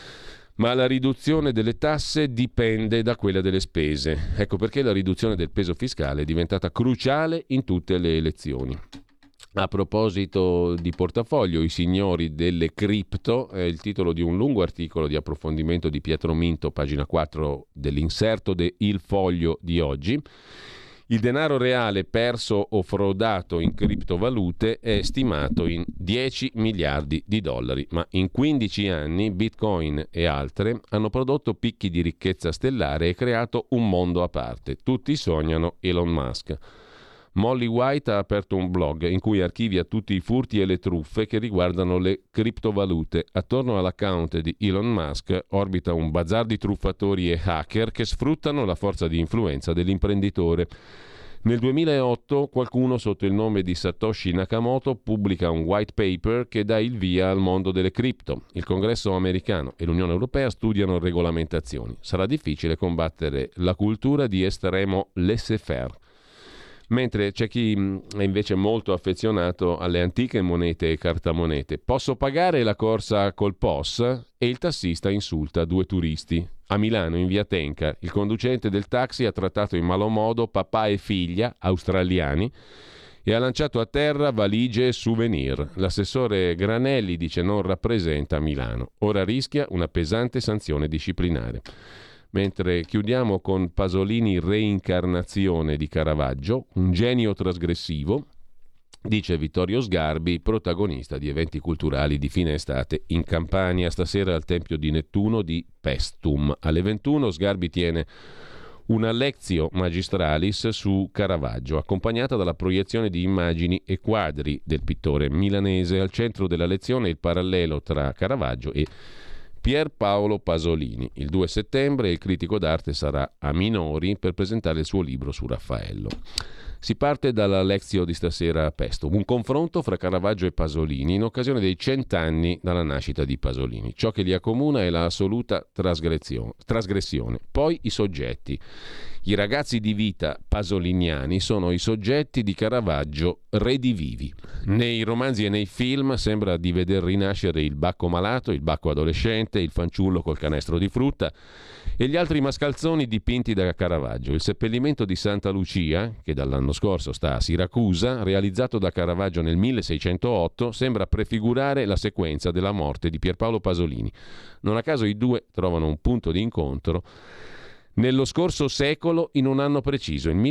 ma la riduzione delle tasse dipende da quella delle spese. Ecco perché la riduzione del peso fiscale è diventata cruciale in tutte le elezioni. A proposito di portafoglio, i signori delle cripto è il titolo di un lungo articolo di approfondimento di Pietro Minto, pagina 4 dell'inserto de Il Foglio di oggi. Il denaro reale perso o frodato in criptovalute è stimato in 10 miliardi di dollari, ma in 15 anni Bitcoin e altre hanno prodotto picchi di ricchezza stellare e creato un mondo a parte. Tutti sognano Elon Musk. Molly White ha aperto un blog in cui archivia tutti i furti e le truffe che riguardano le criptovalute. Attorno all'account di Elon Musk orbita un bazar di truffatori e hacker che sfruttano la forza di influenza dell'imprenditore. Nel 2008 qualcuno sotto il nome di Satoshi Nakamoto pubblica un white paper che dà il via al mondo delle cripto. Il Congresso americano e l'Unione Europea studiano regolamentazioni. Sarà difficile combattere la cultura di estremo laissez-faire. Mentre c'è chi è invece molto affezionato alle antiche monete e cartamonete. Posso pagare la corsa col POS? E il tassista insulta 2 turisti. A Milano, in via Tenca, il conducente del taxi ha trattato in malo modo papà e figlia, australiani, e ha lanciato a terra valigie e souvenir. L'assessore Granelli dice non rappresenta Milano. Ora rischia una pesante sanzione disciplinare. Mentre chiudiamo con Pasolini reincarnazione di Caravaggio, un genio trasgressivo, dice Vittorio Sgarbi, protagonista di eventi culturali di fine estate in Campania. Stasera al Tempio di Nettuno di Pestum. Alle 21 Sgarbi tiene una lectio magistralis su Caravaggio, accompagnata dalla proiezione di immagini e quadri del pittore milanese. Al centro della lezione il parallelo tra Caravaggio e Pierpaolo Pasolini. Il 2 settembre il critico d'arte sarà a Minori per presentare il suo libro su Raffaello. Si parte dalla Lectio di stasera a Pestum, un confronto fra Caravaggio e Pasolini in occasione dei 100 anni dalla nascita di Pasolini. Ciò che li accomuna è la assoluta trasgressione. Poi i soggetti. I ragazzi di vita pasoliniani sono i soggetti di Caravaggio redivivi. Nei romanzi e nei film sembra di veder rinascere il bacco malato, il bacco adolescente, il fanciullo col canestro di frutta e gli altri mascalzoni dipinti da Caravaggio. Il seppellimento di Santa Lucia, che dall'anno scorso sta a Siracusa, realizzato da Caravaggio nel 1608, sembra prefigurare la sequenza della morte di Pierpaolo Pasolini. Non a caso i due trovano un punto di incontro Nello scorso secolo, in un anno preciso, il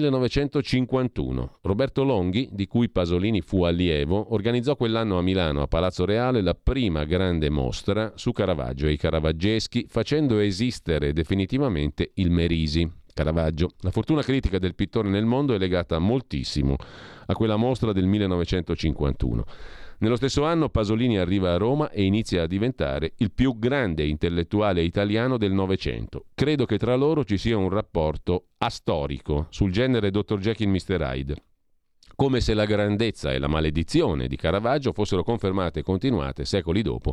1951, Roberto Longhi, di cui Pasolini fu allievo, organizzò quell'anno a Milano, a Palazzo Reale, la prima grande mostra su Caravaggio e i caravaggeschi, facendo esistere definitivamente il Merisi. Caravaggio. La fortuna critica del pittore nel mondo è legata moltissimo a quella mostra del 1951. Nello stesso anno Pasolini arriva a Roma e inizia a diventare il più grande intellettuale italiano del Novecento. Credo che tra loro ci sia un rapporto astorico sul genere Dr. Jekyll Mr. Hyde, come se la grandezza e la maledizione di Caravaggio fossero confermate e continuate secoli dopo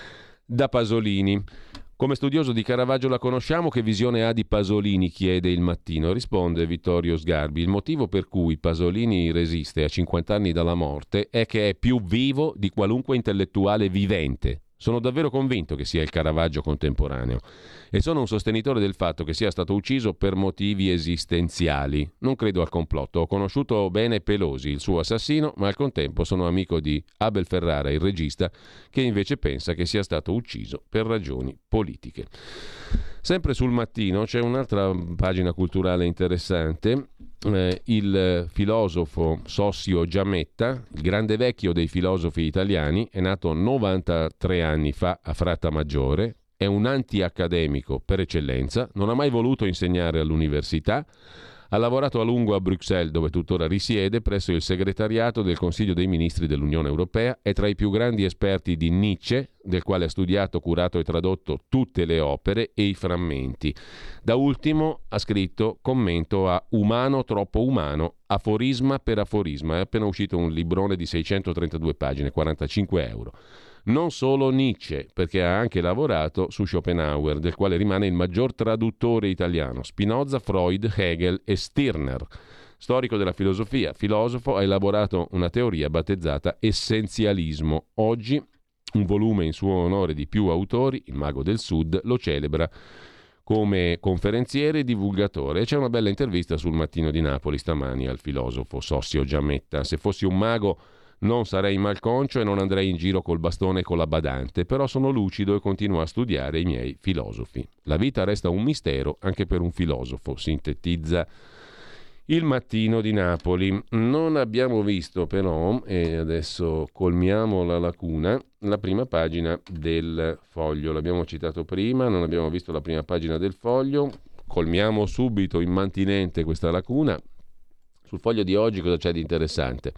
da Pasolini. Come studioso di Caravaggio la conosciamo, che visione ha di Pasolini, chiede Il Mattino. Risponde Vittorio Sgarbi: il motivo per cui Pasolini resiste a 50 anni dalla morte è che è più vivo di qualunque intellettuale vivente. Sono davvero convinto che sia il Caravaggio contemporaneo e sono un sostenitore del fatto che sia stato ucciso per motivi esistenziali. Non credo al complotto. Ho conosciuto bene Pelosi, il suo assassino, ma al contempo sono amico di Abel Ferrara, il regista, che invece pensa che sia stato ucciso per ragioni politiche. Sempre sul Mattino c'è un'altra pagina culturale interessante. Il filosofo Sossio Giametta, il grande vecchio dei filosofi italiani, è nato 93 anni fa a Frattamaggiore, è un anti-accademico per eccellenza, non ha mai voluto insegnare all'università, ha lavorato a lungo a Bruxelles, dove tuttora risiede, presso il segretariato del Consiglio dei Ministri dell'Unione Europea, è tra i più grandi esperti di Nietzsche, del quale ha studiato, curato e tradotto tutte le opere e i frammenti. Da ultimo ha scritto commento a Umano troppo umano, aforisma per aforisma. È appena uscito un librone di 632 pagine, 45 euro. Non solo Nietzsche, perché ha anche lavorato su Schopenhauer, del quale rimane il maggior traduttore italiano. Spinoza, Freud, Hegel e Stirner. Storico della filosofia, filosofo, ha elaborato una teoria battezzata essenzialismo. Oggi un volume in suo onore di più autori, Il Mago del Sud, lo celebra come conferenziere e divulgatore. E c'è una bella intervista sul Mattino di Napoli stamani al filosofo Sossio Giametta. Se fossi un mago non sarei malconcio e non andrei in giro col bastone e con la badante, però sono lucido e continuo a studiare i miei filosofi. La vita resta un mistero anche per un filosofo, sintetizza Il Mattino di Napoli. Non abbiamo visto però, e adesso colmiamo la lacuna, la prima pagina del Foglio. L'abbiamo citato prima, non abbiamo visto la prima pagina del Foglio, colmiamo subito immantinente questa lacuna. Sul Foglio di oggi cosa c'è di interessante?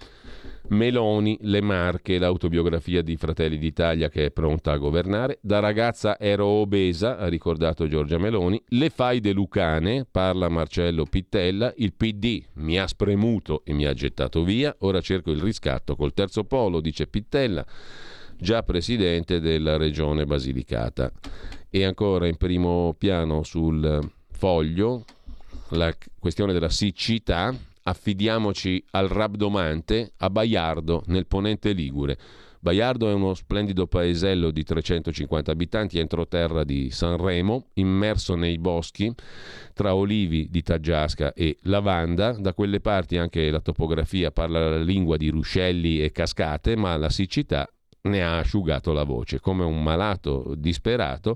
Meloni, le Marche, l'autobiografia di Fratelli d'Italia che è pronta a governare. Da ragazza ero obesa, ha ricordato Giorgia Meloni. Le faide lucane, parla Marcello Pittella. Il PD mi ha spremuto e mi ha gettato via. Ora cerco il riscatto col terzo polo, dice Pittella, già presidente della regione Basilicata. E ancora in primo piano sul Foglio la questione della siccità. Affidiamoci al rabdomante a Baiardo, nel Ponente Ligure. Baiardo è uno splendido paesello di 350 abitanti entroterra di Sanremo, immerso nei boschi tra olivi di Taggiasca e lavanda. Da quelle parti anche la topografia parla la lingua di ruscelli e cascate, ma la siccità ne ha asciugato la voce. Come un malato disperato,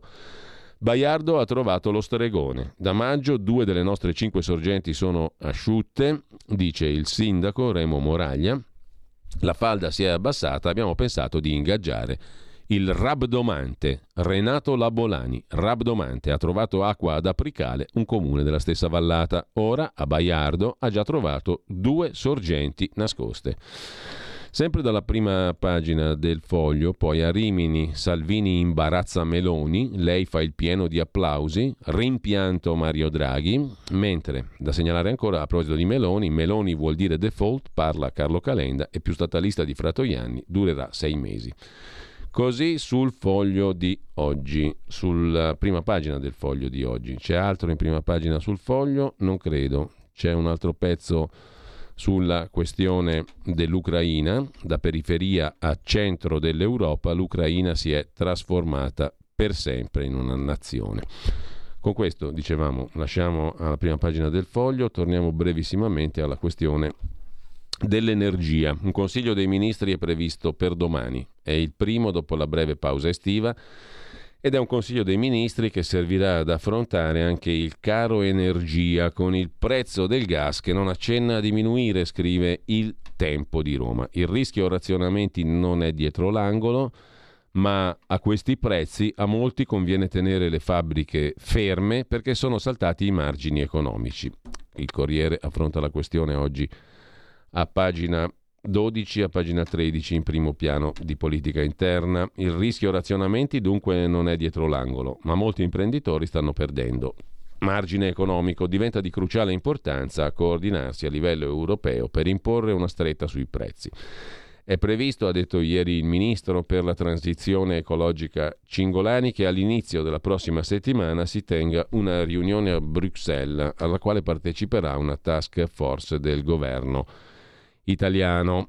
Baiardo ha trovato lo stregone. Da maggio 2 delle nostre 5 sorgenti sono asciutte, dice il sindaco Remo Moraglia. La falda si è abbassata, abbiamo pensato di ingaggiare il rabdomante Renato Labolani. Rabdomante ha trovato acqua ad Apricale, un comune della stessa vallata. Ora a Baiardo ha già trovato 2 sorgenti nascoste. Sempre dalla prima pagina del Foglio, poi a Rimini, Salvini imbarazza Meloni, lei fa il pieno di applausi, rimpianto Mario Draghi, mentre, da segnalare ancora a proposito di Meloni, Meloni vuol dire default, parla Carlo Calenda, e più statalista di Fratoianni, durerà 6 mesi. Così sul Foglio di oggi, sulla prima pagina del Foglio di oggi. C'è altro in prima pagina sul Foglio? Non credo. C'è un altro pezzo sulla questione dell'Ucraina. Da periferia a centro dell'Europa, l'Ucraina si è trasformata per sempre in una nazione. Con questo, dicevamo, lasciamo alla prima pagina del Foglio, torniamo brevissimamente alla questione dell'energia. Un Consiglio dei Ministri è previsto per domani, è il primo dopo la breve pausa estiva ed è un Consiglio dei Ministri che servirà ad affrontare anche il caro energia con il prezzo del gas che non accenna a diminuire, scrive Il Tempo di Roma. Il rischio razionamenti non è dietro l'angolo, ma a questi prezzi a molti conviene tenere le fabbriche ferme perché sono saltati i margini economici. Il Corriere affronta la questione oggi a pagina 12, a pagina 13 in primo piano di politica interna. Il rischio razionamenti dunque non è dietro l'angolo, ma molti imprenditori stanno perdendo margine economico. Diventa di cruciale importanza coordinarsi a livello europeo per imporre una stretta sui prezzi. È previsto, ha detto ieri il ministro per la transizione ecologica Cingolani, che all'inizio della prossima settimana si tenga una riunione a Bruxelles alla quale parteciperà una task force del governo italiano.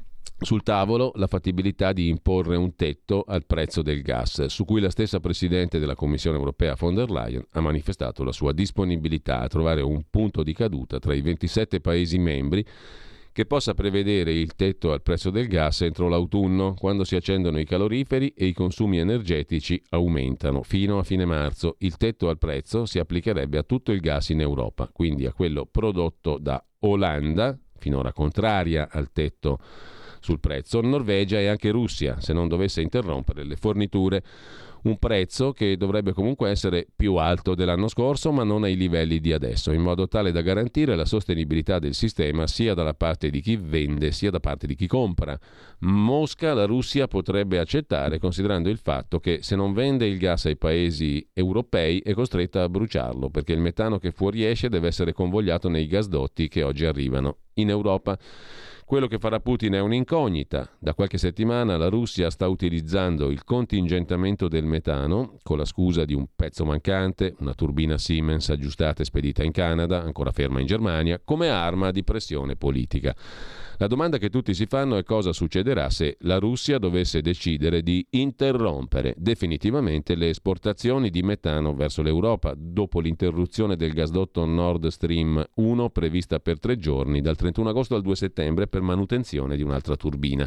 Sul tavolo la fattibilità di imporre un tetto al prezzo del gas, su cui la stessa Presidente della Commissione europea von der Leyen ha manifestato la sua disponibilità a trovare un punto di caduta tra i 27 Paesi membri che possa prevedere il tetto al prezzo del gas entro l'autunno, quando si accendono i caloriferi e i consumi energetici aumentano. Fino a fine marzo il tetto al prezzo si applicherebbe a tutto il gas in Europa, quindi a quello prodotto da Olanda, finora contraria al tetto sul prezzo, Norvegia e anche Russia, se non dovesse interrompere le forniture. Un prezzo che dovrebbe comunque essere più alto dell'anno scorso, ma non ai livelli di adesso, in modo tale da garantire la sostenibilità del sistema sia dalla parte di chi vende sia da parte di chi compra. Mosca la Russia potrebbe accettare, considerando il fatto che se non vende il gas ai paesi europei è costretta a bruciarlo, perché il metano che fuoriesce deve essere convogliato nei gasdotti che oggi arrivano in Europa. Quello che farà Putin è un'incognita. Da qualche settimana la Russia sta utilizzando il contingentamento del metano con la scusa di un pezzo mancante, una turbina Siemens aggiustata e spedita in Canada, ancora ferma in Germania, come arma di pressione politica. La domanda che tutti si fanno è cosa succederà se la Russia dovesse decidere di interrompere definitivamente le esportazioni di metano verso l'Europa dopo l'interruzione del gasdotto Nord Stream 1 prevista per 3 giorni, dal 31 agosto al 2 settembre, per manutenzione di un'altra turbina.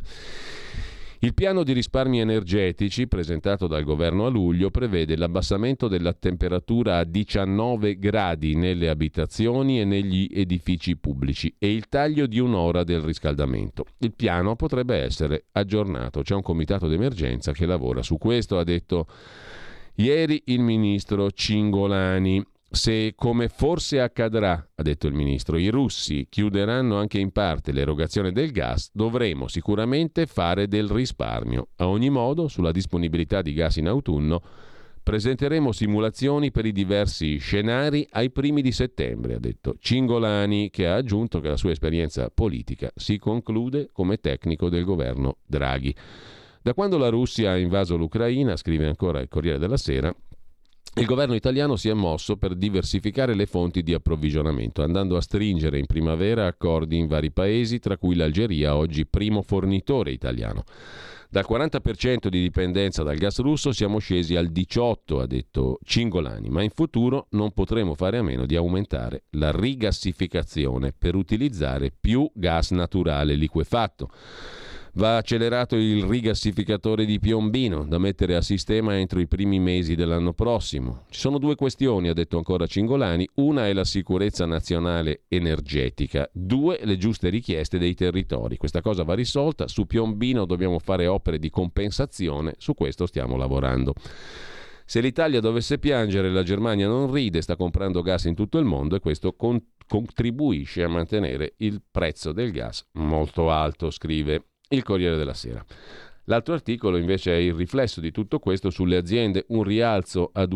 Il piano di risparmi energetici presentato dal governo a luglio prevede l'abbassamento della temperatura a 19 gradi nelle abitazioni e negli edifici pubblici e il taglio di un'ora del riscaldamento. Il piano potrebbe essere aggiornato. C'è un comitato d'emergenza che lavora su questo, ha detto ieri il ministro Cingolani. Se, come forse accadrà, ha detto il ministro, i russi chiuderanno anche in parte l'erogazione del gas, dovremo sicuramente fare del risparmio. A ogni modo, sulla disponibilità di gas in autunno, presenteremo simulazioni per i diversi scenari ai primi di settembre, ha detto Cingolani, che ha aggiunto che la sua esperienza politica si conclude come tecnico del governo Draghi. Da quando la Russia ha invaso l'Ucraina, scrive ancora il Corriere della Sera, il governo italiano si è mosso per diversificare le fonti di approvvigionamento, andando a stringere in primavera accordi in vari paesi, tra cui l'Algeria, oggi primo fornitore italiano. Dal 40% di dipendenza dal gas russo siamo scesi al 18%, ha detto Cingolani, ma in futuro non potremo fare a meno di aumentare la rigassificazione per utilizzare più gas naturale liquefatto. Va accelerato il rigassificatore di Piombino, da mettere a sistema entro i primi mesi dell'anno prossimo. Ci sono 2 questioni, ha detto ancora Cingolani. Una è la sicurezza nazionale energetica. 2, le giuste richieste dei territori. Questa cosa va risolta. Su Piombino dobbiamo fare opere di compensazione. Su questo stiamo lavorando. Se l'Italia dovesse piangere, la Germania non ride, sta comprando gas in tutto il mondo e questo contribuisce a mantenere il prezzo del gas molto alto, scrive il Corriere della Sera. L'altro articolo invece è il riflesso di tutto questo sulle aziende, un rialzo a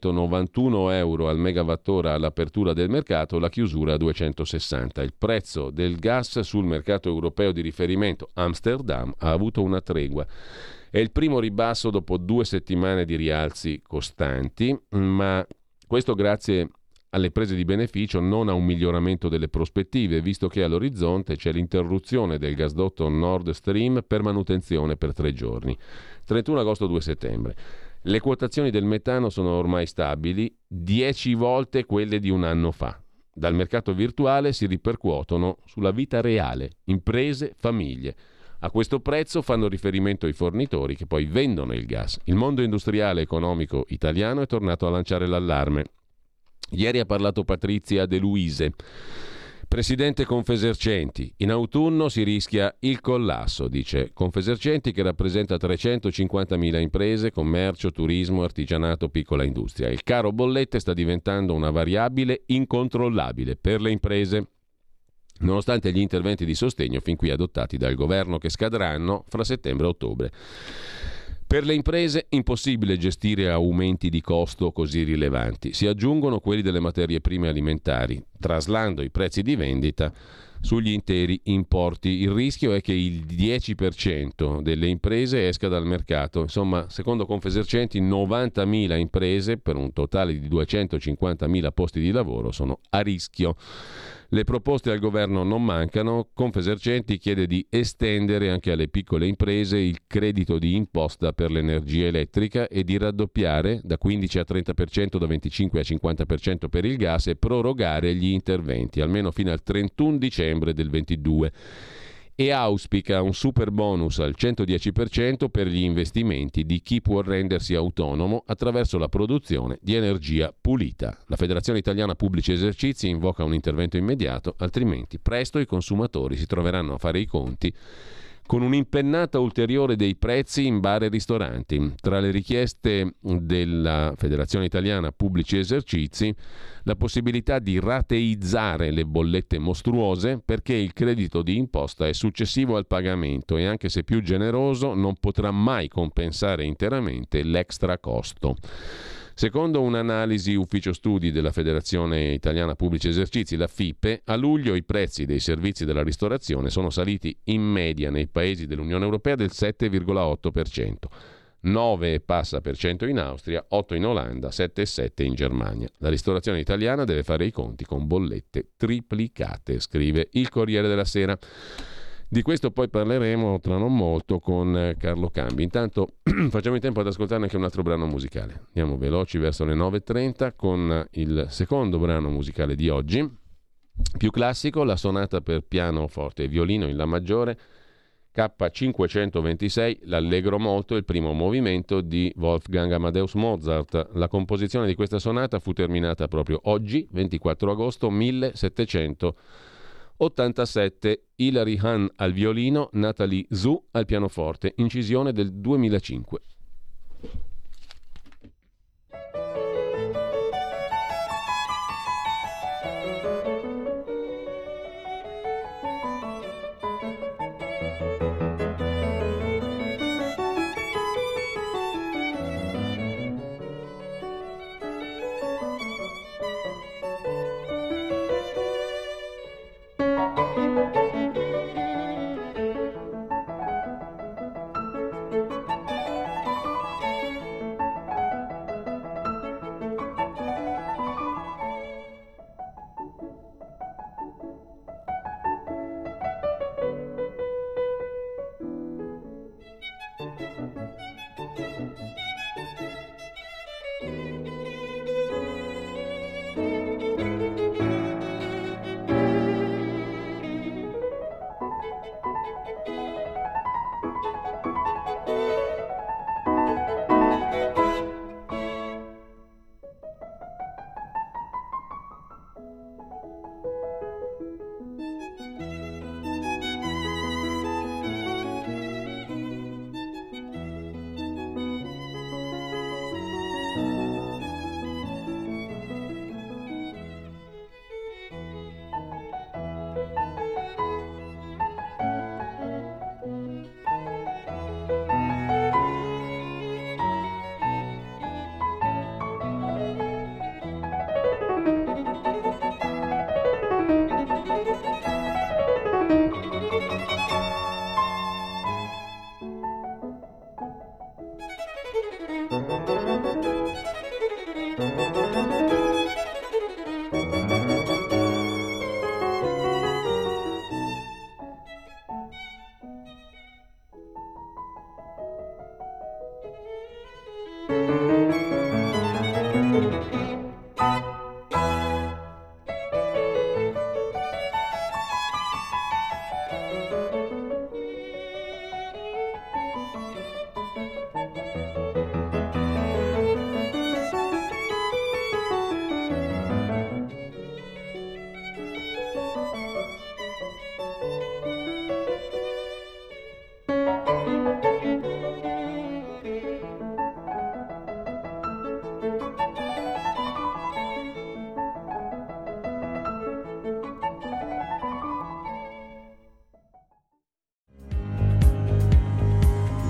291 euro al megawattora all'apertura del mercato, la chiusura a 260. Il prezzo del gas sul mercato europeo di riferimento, Amsterdam, ha avuto una tregua. È il primo ribasso dopo 2 settimane di rialzi costanti, ma questo grazie alle prese di beneficio, non a un miglioramento delle prospettive, visto che all'orizzonte c'è l'interruzione del gasdotto Nord Stream per manutenzione per 3 giorni, 31 agosto 2 settembre. Le quotazioni del metano sono ormai stabili, 10 volte quelle di un anno fa. Dal mercato virtuale si ripercuotono sulla vita reale, imprese, famiglie. A questo prezzo fanno riferimento i fornitori che poi vendono il gas. Il mondo industriale e economico italiano è tornato a lanciare l'allarme. Ieri ha parlato Patrizia De Luise, presidente Confesercenti. In autunno si rischia il collasso, dice Confesercenti, che rappresenta 350.000 imprese, commercio, turismo, artigianato, piccola industria. Il caro bollette sta diventando una variabile incontrollabile per le imprese, nonostante gli interventi di sostegno fin qui adottati dal governo, che scadranno fra settembre e ottobre. Per le imprese impossibile gestire aumenti di costo così rilevanti. Si aggiungono quelli delle materie prime alimentari, traslando i prezzi di vendita sugli interi importi. Il rischio è che il 10% delle imprese esca dal mercato. Insomma, secondo Confesercenti, 90.000 imprese per un totale di 250.000 posti di lavoro sono a rischio. Le proposte al governo non mancano. Confesercenti chiede di estendere anche alle piccole imprese il credito di imposta per l'energia elettrica e di raddoppiare da 15 a 30%, da 25 a 50% per il gas, e prorogare gli interventi almeno fino al 31 dicembre del 2022. E auspica un super bonus al 110% per gli investimenti di chi può rendersi autonomo attraverso la produzione di energia pulita. La Federazione Italiana Pubblici Esercizi invoca un intervento immediato, altrimenti presto i consumatori si troveranno a fare i conti con un'impennata ulteriore dei prezzi in bar e ristoranti. Tra le richieste della Federazione Italiana Pubblici Esercizi, la possibilità di rateizzare le bollette mostruose, perché il credito di imposta è successivo al pagamento e, anche se più generoso, non potrà mai compensare interamente l'extra costo. Secondo un'analisi ufficio studi della Federazione Italiana Pubblici Esercizi, la FIPE, a luglio i prezzi dei servizi della ristorazione sono saliti in media nei paesi dell'Unione Europea del 7,8%, 9% in Austria, 8% in Olanda, 7,7% in Germania. La ristorazione italiana deve fare i conti con bollette triplicate, scrive il Corriere della Sera. Di questo poi parleremo tra non molto con Carlo Cambi. Intanto facciamo in tempo ad ascoltare anche un altro brano musicale. Andiamo veloci verso le 9.30 con il secondo brano musicale di oggi, più classico, la sonata per piano, forte e violino in La maggiore, K526, l'Allegro molto, il primo movimento di Wolfgang Amadeus Mozart. La composizione di questa sonata fu terminata proprio oggi, 24 agosto 1787. Hilary Hahn al violino, Nathalie Zhu al pianoforte, incisione del 2005.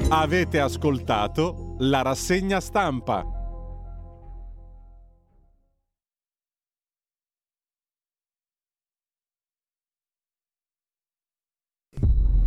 Avete ascoltato la rassegna stampa.